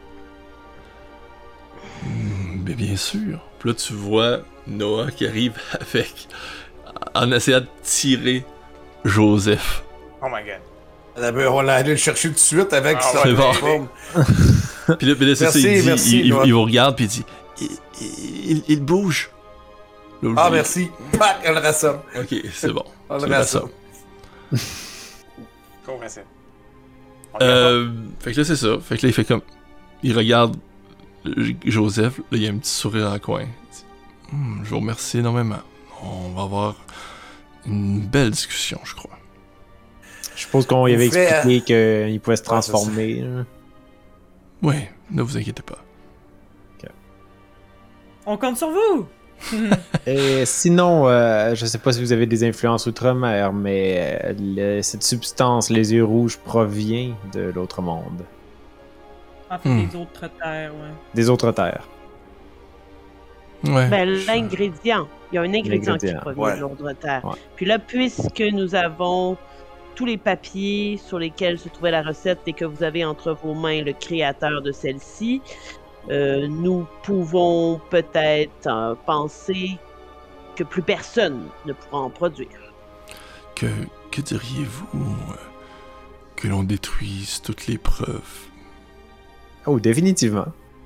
Mais bien sûr. Puis là, tu vois Noah qui arrive avec... en essayant de tirer Joseph. Oh my god. On l'a allé le chercher tout de suite avec Ah, ça. c'est bon. forme. Puis là, c'est ça, Merci, Noah. il vous regarde puis il dit... Il bouge. Là, Ah, vous- merci. Pac, elle rassemble. Ok, c'est bon. On Tu le le rassemble. trop facile. On regarde Fait que là, c'est ça. Fait que là, il fait comme... Il regarde Joseph, là, il y a un petit sourire en coin. Il dit, je vous remercie énormément. On va avoir une belle discussion, je crois. Je suppose qu'on y avait Vous faites, expliqué qu'il pouvait se transformer. Hein. Oui, ne vous inquiétez pas. On compte sur vous! Et sinon, je sais pas si vous avez des influences outre-mer, mais cette substance, les yeux rouges, provient de l'autre monde. En fait, les autres terres, ouais. Des autres terres. Ouais. Ben, l'ingrédient. Il y a un ingrédient qui L'ingrédient, provient ouais. de l'autre terre. Ouais. Puis là, puisque nous avons tous les papiers sur lesquels se trouvait la recette et que vous avez entre vos mains le créateur de celle-ci, nous pouvons peut-être penser que plus personne ne pourra en produire. Que diriez-vous que l'on détruise toutes les preuves? Oh, définitivement.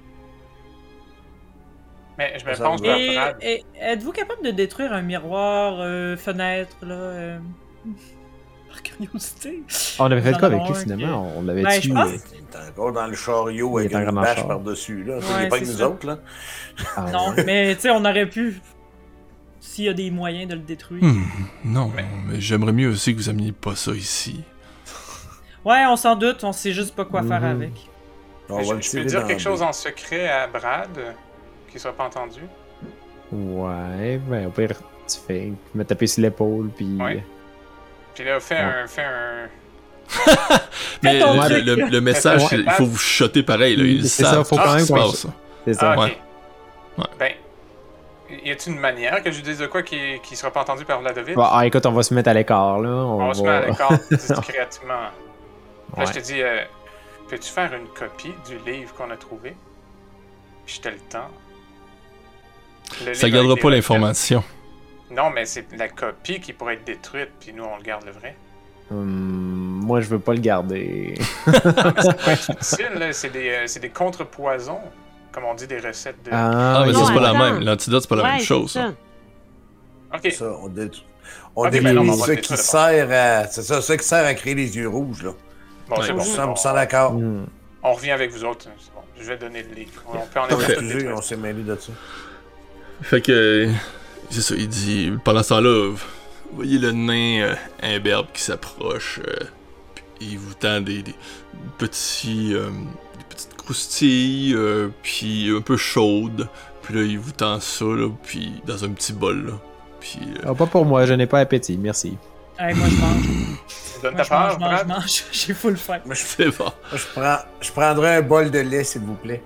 Mais je me Ça pense me va. vers Brad. Et êtes-vous capable de détruire un miroir, fenêtre, là? Par curiosité. On avait fait J'en quoi avec avais lui un finalement? On Ben, l'avait je tué. pense- Il est encore dans le chariot Il avec est encore une dans le bâche char. par-dessus, là. Ouais, il est pas c'est que nous ça. autres, là. Ah, Non, ouais. mais tu sais, on aurait pu. S'il y a des moyens de le détruire. Non, mais j'aimerais mieux aussi que vous ameniez pas ça ici. Ouais, on s'en doute, on sait juste pas quoi faire Mhm. avec. On va le Je peux tirer dire dans quelque le chose bec. en secret à Brad, qui soit pas entendu. Ouais, ben au pire, tu me taper sur l'épaule, puis... Ouais. Puis là, fais un... Mais ton le, truc. le message, Ouais. c'est- il faut vous chuter pareil, là. Ils C'est ça, savent faut tout quand ce même qui se qu'on- passe. C'est ça. Ah, ok. Ouais. Ouais. Ben, y a-t-il une manière que je dise de quoi qui sera pas entendu par Vladovitch? Bon, écoute, on va se mettre à l'écart, là. On va se mettre à l'écart discrètement. Là, Ouais. je te dis, peux-tu faire une copie du livre qu'on a trouvé? Puis je te le tends. Le Ça livre gardera avec pas les l'information. recettes. Non, mais c'est la copie qui pourrait être détruite, puis nous, on le garde le vrai. Moi, je veux pas le garder. Non, mais ça pourrait être utile, là. C'est des contrepoisons, comme on dit, des recettes de... Ah, mais Non, ça, c'est pas la attends. même. L'antidote, c'est pas la Ouais, même c'est chose. ça. Ok, Ça, on Ok, détruit ben non, on va ce le qui détruire, sert à... C'est ça qui sert à créer les yeux rouges, là. bon, c'est Ouais, bon. Je sens d'accord. On revient avec vous autres. C'est bon. Je vais donner le livre. On peut en Parfait. être tout Excusez, détruire. on s'est mêlé de ça. Fait que, c'est ça, il dit, pendant ce temps-là, vous voyez le nain imberbe qui s'approche, puis il vous tend des petites croustilles, puis un peu chaudes, puis là, il vous tend ça, là, puis dans un petit bol, là, puis... Ah, pas pour moi, je n'ai pas appétit, merci. Hey, moi, je mange. Donne Moi, ta je part, mange, Brad. mange. J'ai full faim. C'est bon. Je prendrai un bol de lait, s'il vous plaît.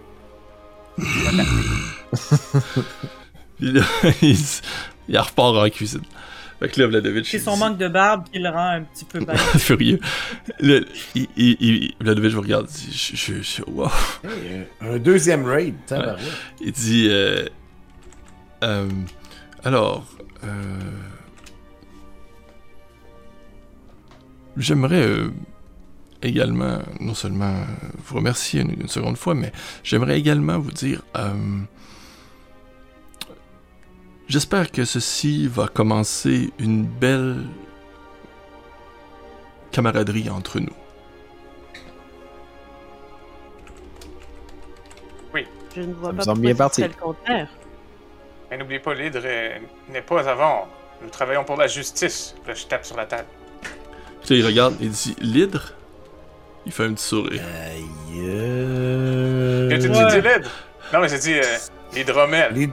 Puis là, il repart en cuisine. Fait que là, Vladovitch... C'est il son dit- manque de barbe qui le rend un petit peu bête. furieux. Là, Vladovitch vous regarde, il dit, wow. Hey, un deuxième raid, tabarouette. Il dit, alors, j'aimerais également, non seulement vous remercier une seconde fois, mais j'aimerais également vous dire, j'espère que ceci va commencer une belle camaraderie entre nous. Je ne vois Ça me pas semble bien pourquoi ce parti. serait le contraire. Mais n'oubliez pas, l'hydre n'est pas avant. Nous travaillons pour la justice. Là, je tape sur la table. Puis là, il regarde, il dit, l'hydre? Il fait un petit sourire. Aïe. Que tu Ouais. dis l'hydre? Non, mais j'ai dit l'hydromel. Les-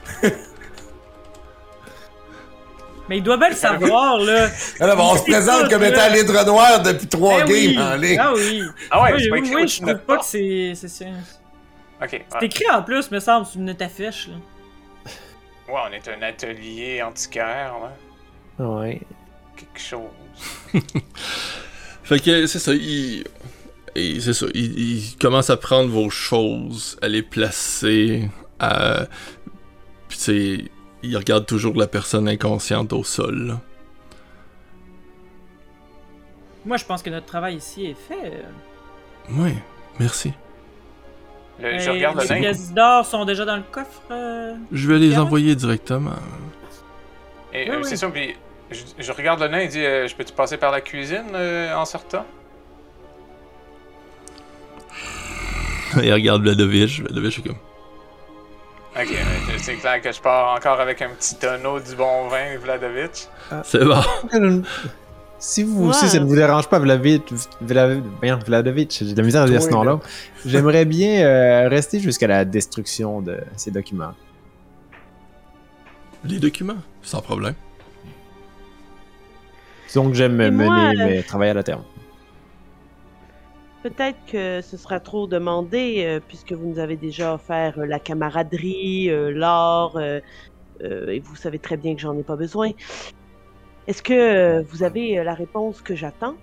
Mais il doit bien le savoir, là. Alors, on se présente comme étant l'hydre noir depuis 3 Eh oui. games en ligne. Ah oui. Ah ouais, Oui, c'est pas oui, écrit oui, au-dessus je de trouve notre pas que porte. c'est Ok, ouais. C'est écrit en plus, me semble, sur une affiche, là. Ouais, on est un atelier antiquaire, ouais. Ouais. Quelque chose. Fait que c'est ça, il commence à prendre vos choses, à les placer, puis tu sais, il regarde toujours la personne inconsciente au sol, là. Moi, je pense que notre travail ici est fait. Ouais, merci. Je regarde le Les nain. pièces d'or sont déjà dans le coffre. Je vais les Bien. envoyer directement. Et Oui, oui. c'est ça, puis Je regarde le nain et dis je peux-tu passer par la cuisine en sortant? Il regarde Vladovich. Vladovich est comme. Ok, c'est clair que je pars encore avec un petit tonneau du bon vin, Vladovich. C'est bon. Si ça ne vous dérange pas, Vladovich, j'ai de la misère à dire ce nom-là. J'aimerais bien rester jusqu'à la destruction de ces documents. Les documents, sans problème. Donc j'aime mener travailler à la terre. Peut-être que ce sera trop demandé, puisque vous nous avez déjà offert la camaraderie, l'or, et vous savez très bien que j'en ai pas besoin. Est-ce que vous avez la réponse que j'attends?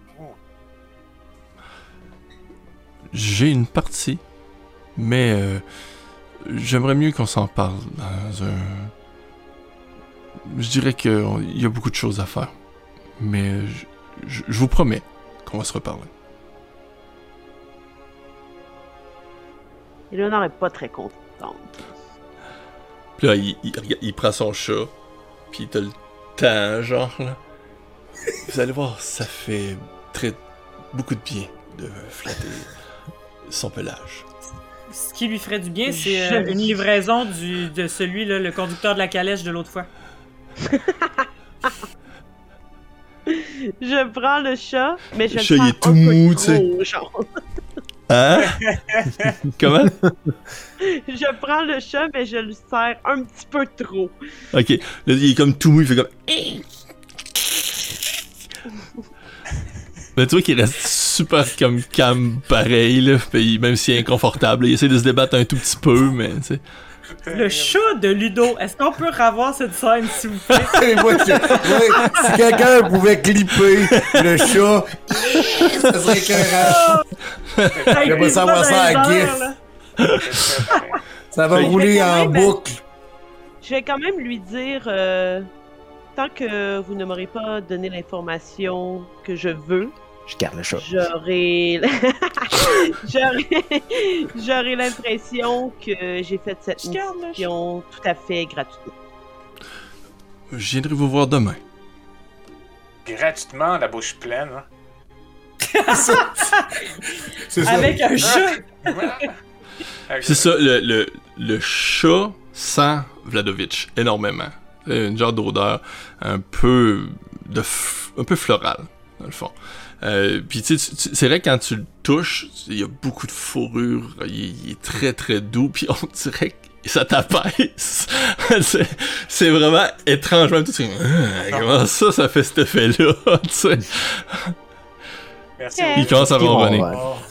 J'ai une partie, mais j'aimerais mieux qu'on s'en parle dans un... Je dirais qu'il y a beaucoup de choses à faire, mais je vous promets qu'on va se reparler. Éléonore n'est pas très contente. Puis là, il prend son chat, puis il te le tend, genre, là. Vous allez voir, ça fait beaucoup de bien de flatter son pelage. Ce qui lui ferait du bien, c'est une livraison de celui-là, le conducteur de la calèche de l'autre fois. Je prends le chat, mais je le chat, le prends il est tout mou, tu sais. genre. Hein? Comment? Je prends le chat, mais je le serre un petit peu trop. Ok, là, il est comme tout mou, il fait comme... Mais tu vois qu'il reste super comme calme pareil, là, puis même s'il est inconfortable, il essaie de se débattre un tout petit peu, mais tu sais... Le chat de Ludo, est-ce qu'on peut revoir cette scène, s'il vous plaît? Si quelqu'un pouvait clipper le chat, ça serait écœurant. J'aimerais savoir ça à GIF. Ça va rouler en boucle. Je vais quand même lui dire, tant que vous ne m'aurez pas donné l'information que je veux, je garde le chat. J'aurai l'impression que j'ai fait cette mission tout à fait gratuitement. Je viendrai vous voir demain. Gratuitement, la bouche pleine. Hein? C'est ça. Avec un chat! C'est ça, le chat sent Vladovich énormément. C'est une genre d'odeur un peu florale, dans le fond. Puis tu sais, c'est vrai que quand tu le touches, il y a beaucoup de fourrure, il est très très doux, puis on dirait que ça t'apaise. c'est vraiment étrange, même tout. Comment ça fait cet effet-là, tu sais. Merci. Il commence à ronronner.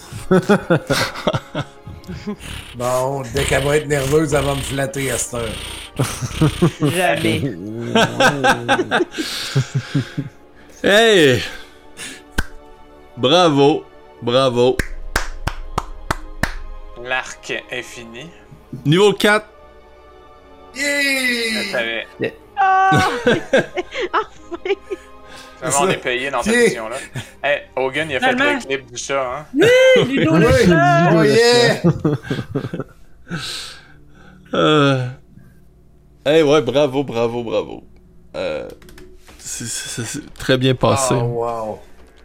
Bon, dès qu'elle va être nerveuse, elle va me flatter à cette heure. Jamais. Hey! Bravo! L'arc est fini. Niveau 4. Yeah! Ah! Enfin! On est payé dans cette mission-là. Hey, Hogan, il a fait le clip du chat, hein? Oui! Ludo le chat! Oh yeah! Hey, ouais, bravo. C'est très bien passé. Oh, wow.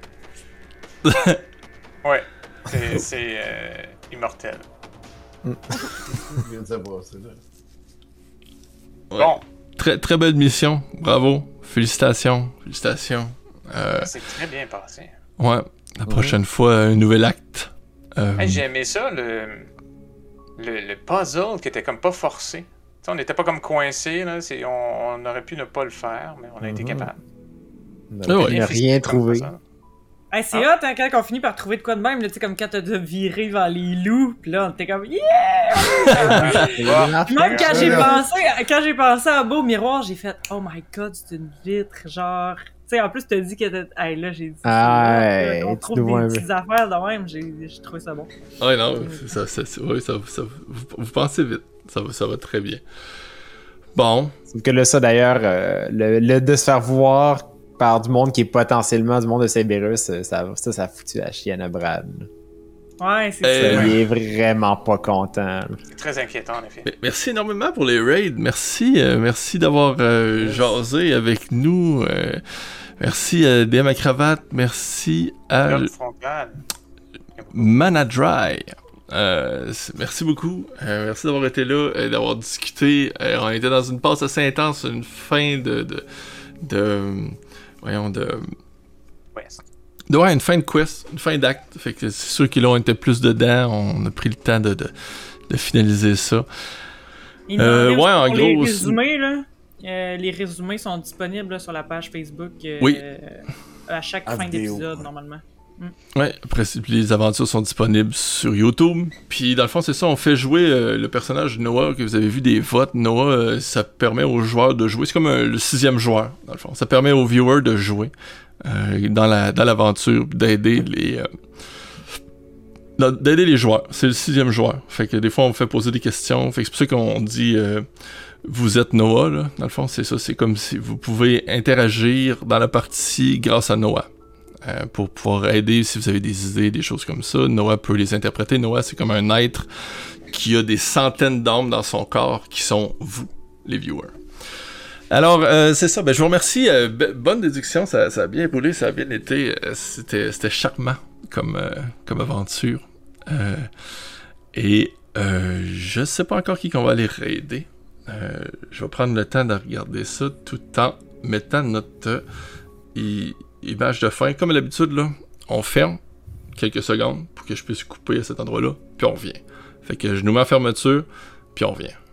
Ouais, c'est immortel. Je viens de savoir, c'est là. Ouais. Bon. Très belle mission, bravo. Félicitations. C'est très bien passé. Ouais, la prochaine fois, un nouvel acte. Hey, j'ai aimé ça, le puzzle qui était comme pas forcé. T'sais, on n'était pas comme coincé, là. On aurait pu ne pas le faire, mais on a été capable. On n'a rien trouvé. Hey, c'est hot, hein, quand on finit par trouver de quoi de même, tu sais, comme quand t'as viré vers les loups, pis là, on était comme yeah! Même quand j'ai pensé à beau miroir, j'ai fait oh my god, c'est une vitre, genre. Tu sais, en plus, t'as dit que hey, là, j'ai dit. On trouve des petites affaires de même, j'ai trouvé ça bon. Ouais, non, vous pensez vite, ça va très bien. Bon. Sauf que là, ça d'ailleurs, le de se faire voir par du monde qui est potentiellement du monde de Cerberus, ça a foutu la chienne à Brad. Ouais, c'est ça. Il est vraiment pas content. Là. C'est très inquiétant, en effet. Merci énormément pour les raids. Merci d'avoir jasé avec nous. Merci à DM à Cravate. Merci à L'homme frontal. Manadry. Merci beaucoup. Merci d'avoir été là et d'avoir discuté. On était dans une passe assez intense, une fin ouais, une fin de quest, une fin d'acte. Fait que c'est sûr qu'ils ont été plus dedans. On a pris le temps de finaliser ça. En les gros. Résumés, là, les résumés sont disponibles là, sur la page Facebook Oui. À chaque fin vidéo, d'épisode, ouais. normalement. Ouais, après, les aventures sont disponibles sur YouTube. Puis, dans le fond, c'est ça, on fait jouer le personnage de Noah, que vous avez vu des votes. Noah, ça permet aux joueurs de jouer. C'est comme le 6e joueur, dans le fond. Ça permet aux viewers de jouer dans l'aventure, d'aider les joueurs. C'est le 6e joueur. Fait que des fois, on fait poser des questions. Fait que c'est pour ça qu'on dit vous êtes Noah, là. Dans le fond, c'est ça. C'est comme si vous pouvez interagir dans la partie grâce à Noah. Pour pouvoir aider si vous avez des idées, des choses comme ça. Noah peut les interpréter. Noah, c'est comme un être qui a des centaines d'âmes dans son corps qui sont vous, les viewers. Alors, c'est ça. Je vous remercie. Bonne déduction. Ça a bien roulé. Ça a bien été. C'était charmant comme aventure. Je sais pas encore qui qu'on va aller raider. Je vais prendre le temps de regarder ça tout en mettant notre image de fin. Comme à l'habitude, là, on ferme quelques secondes pour que je puisse couper à cet endroit-là, puis on revient. Fait que je nous mets en fermeture, puis on revient.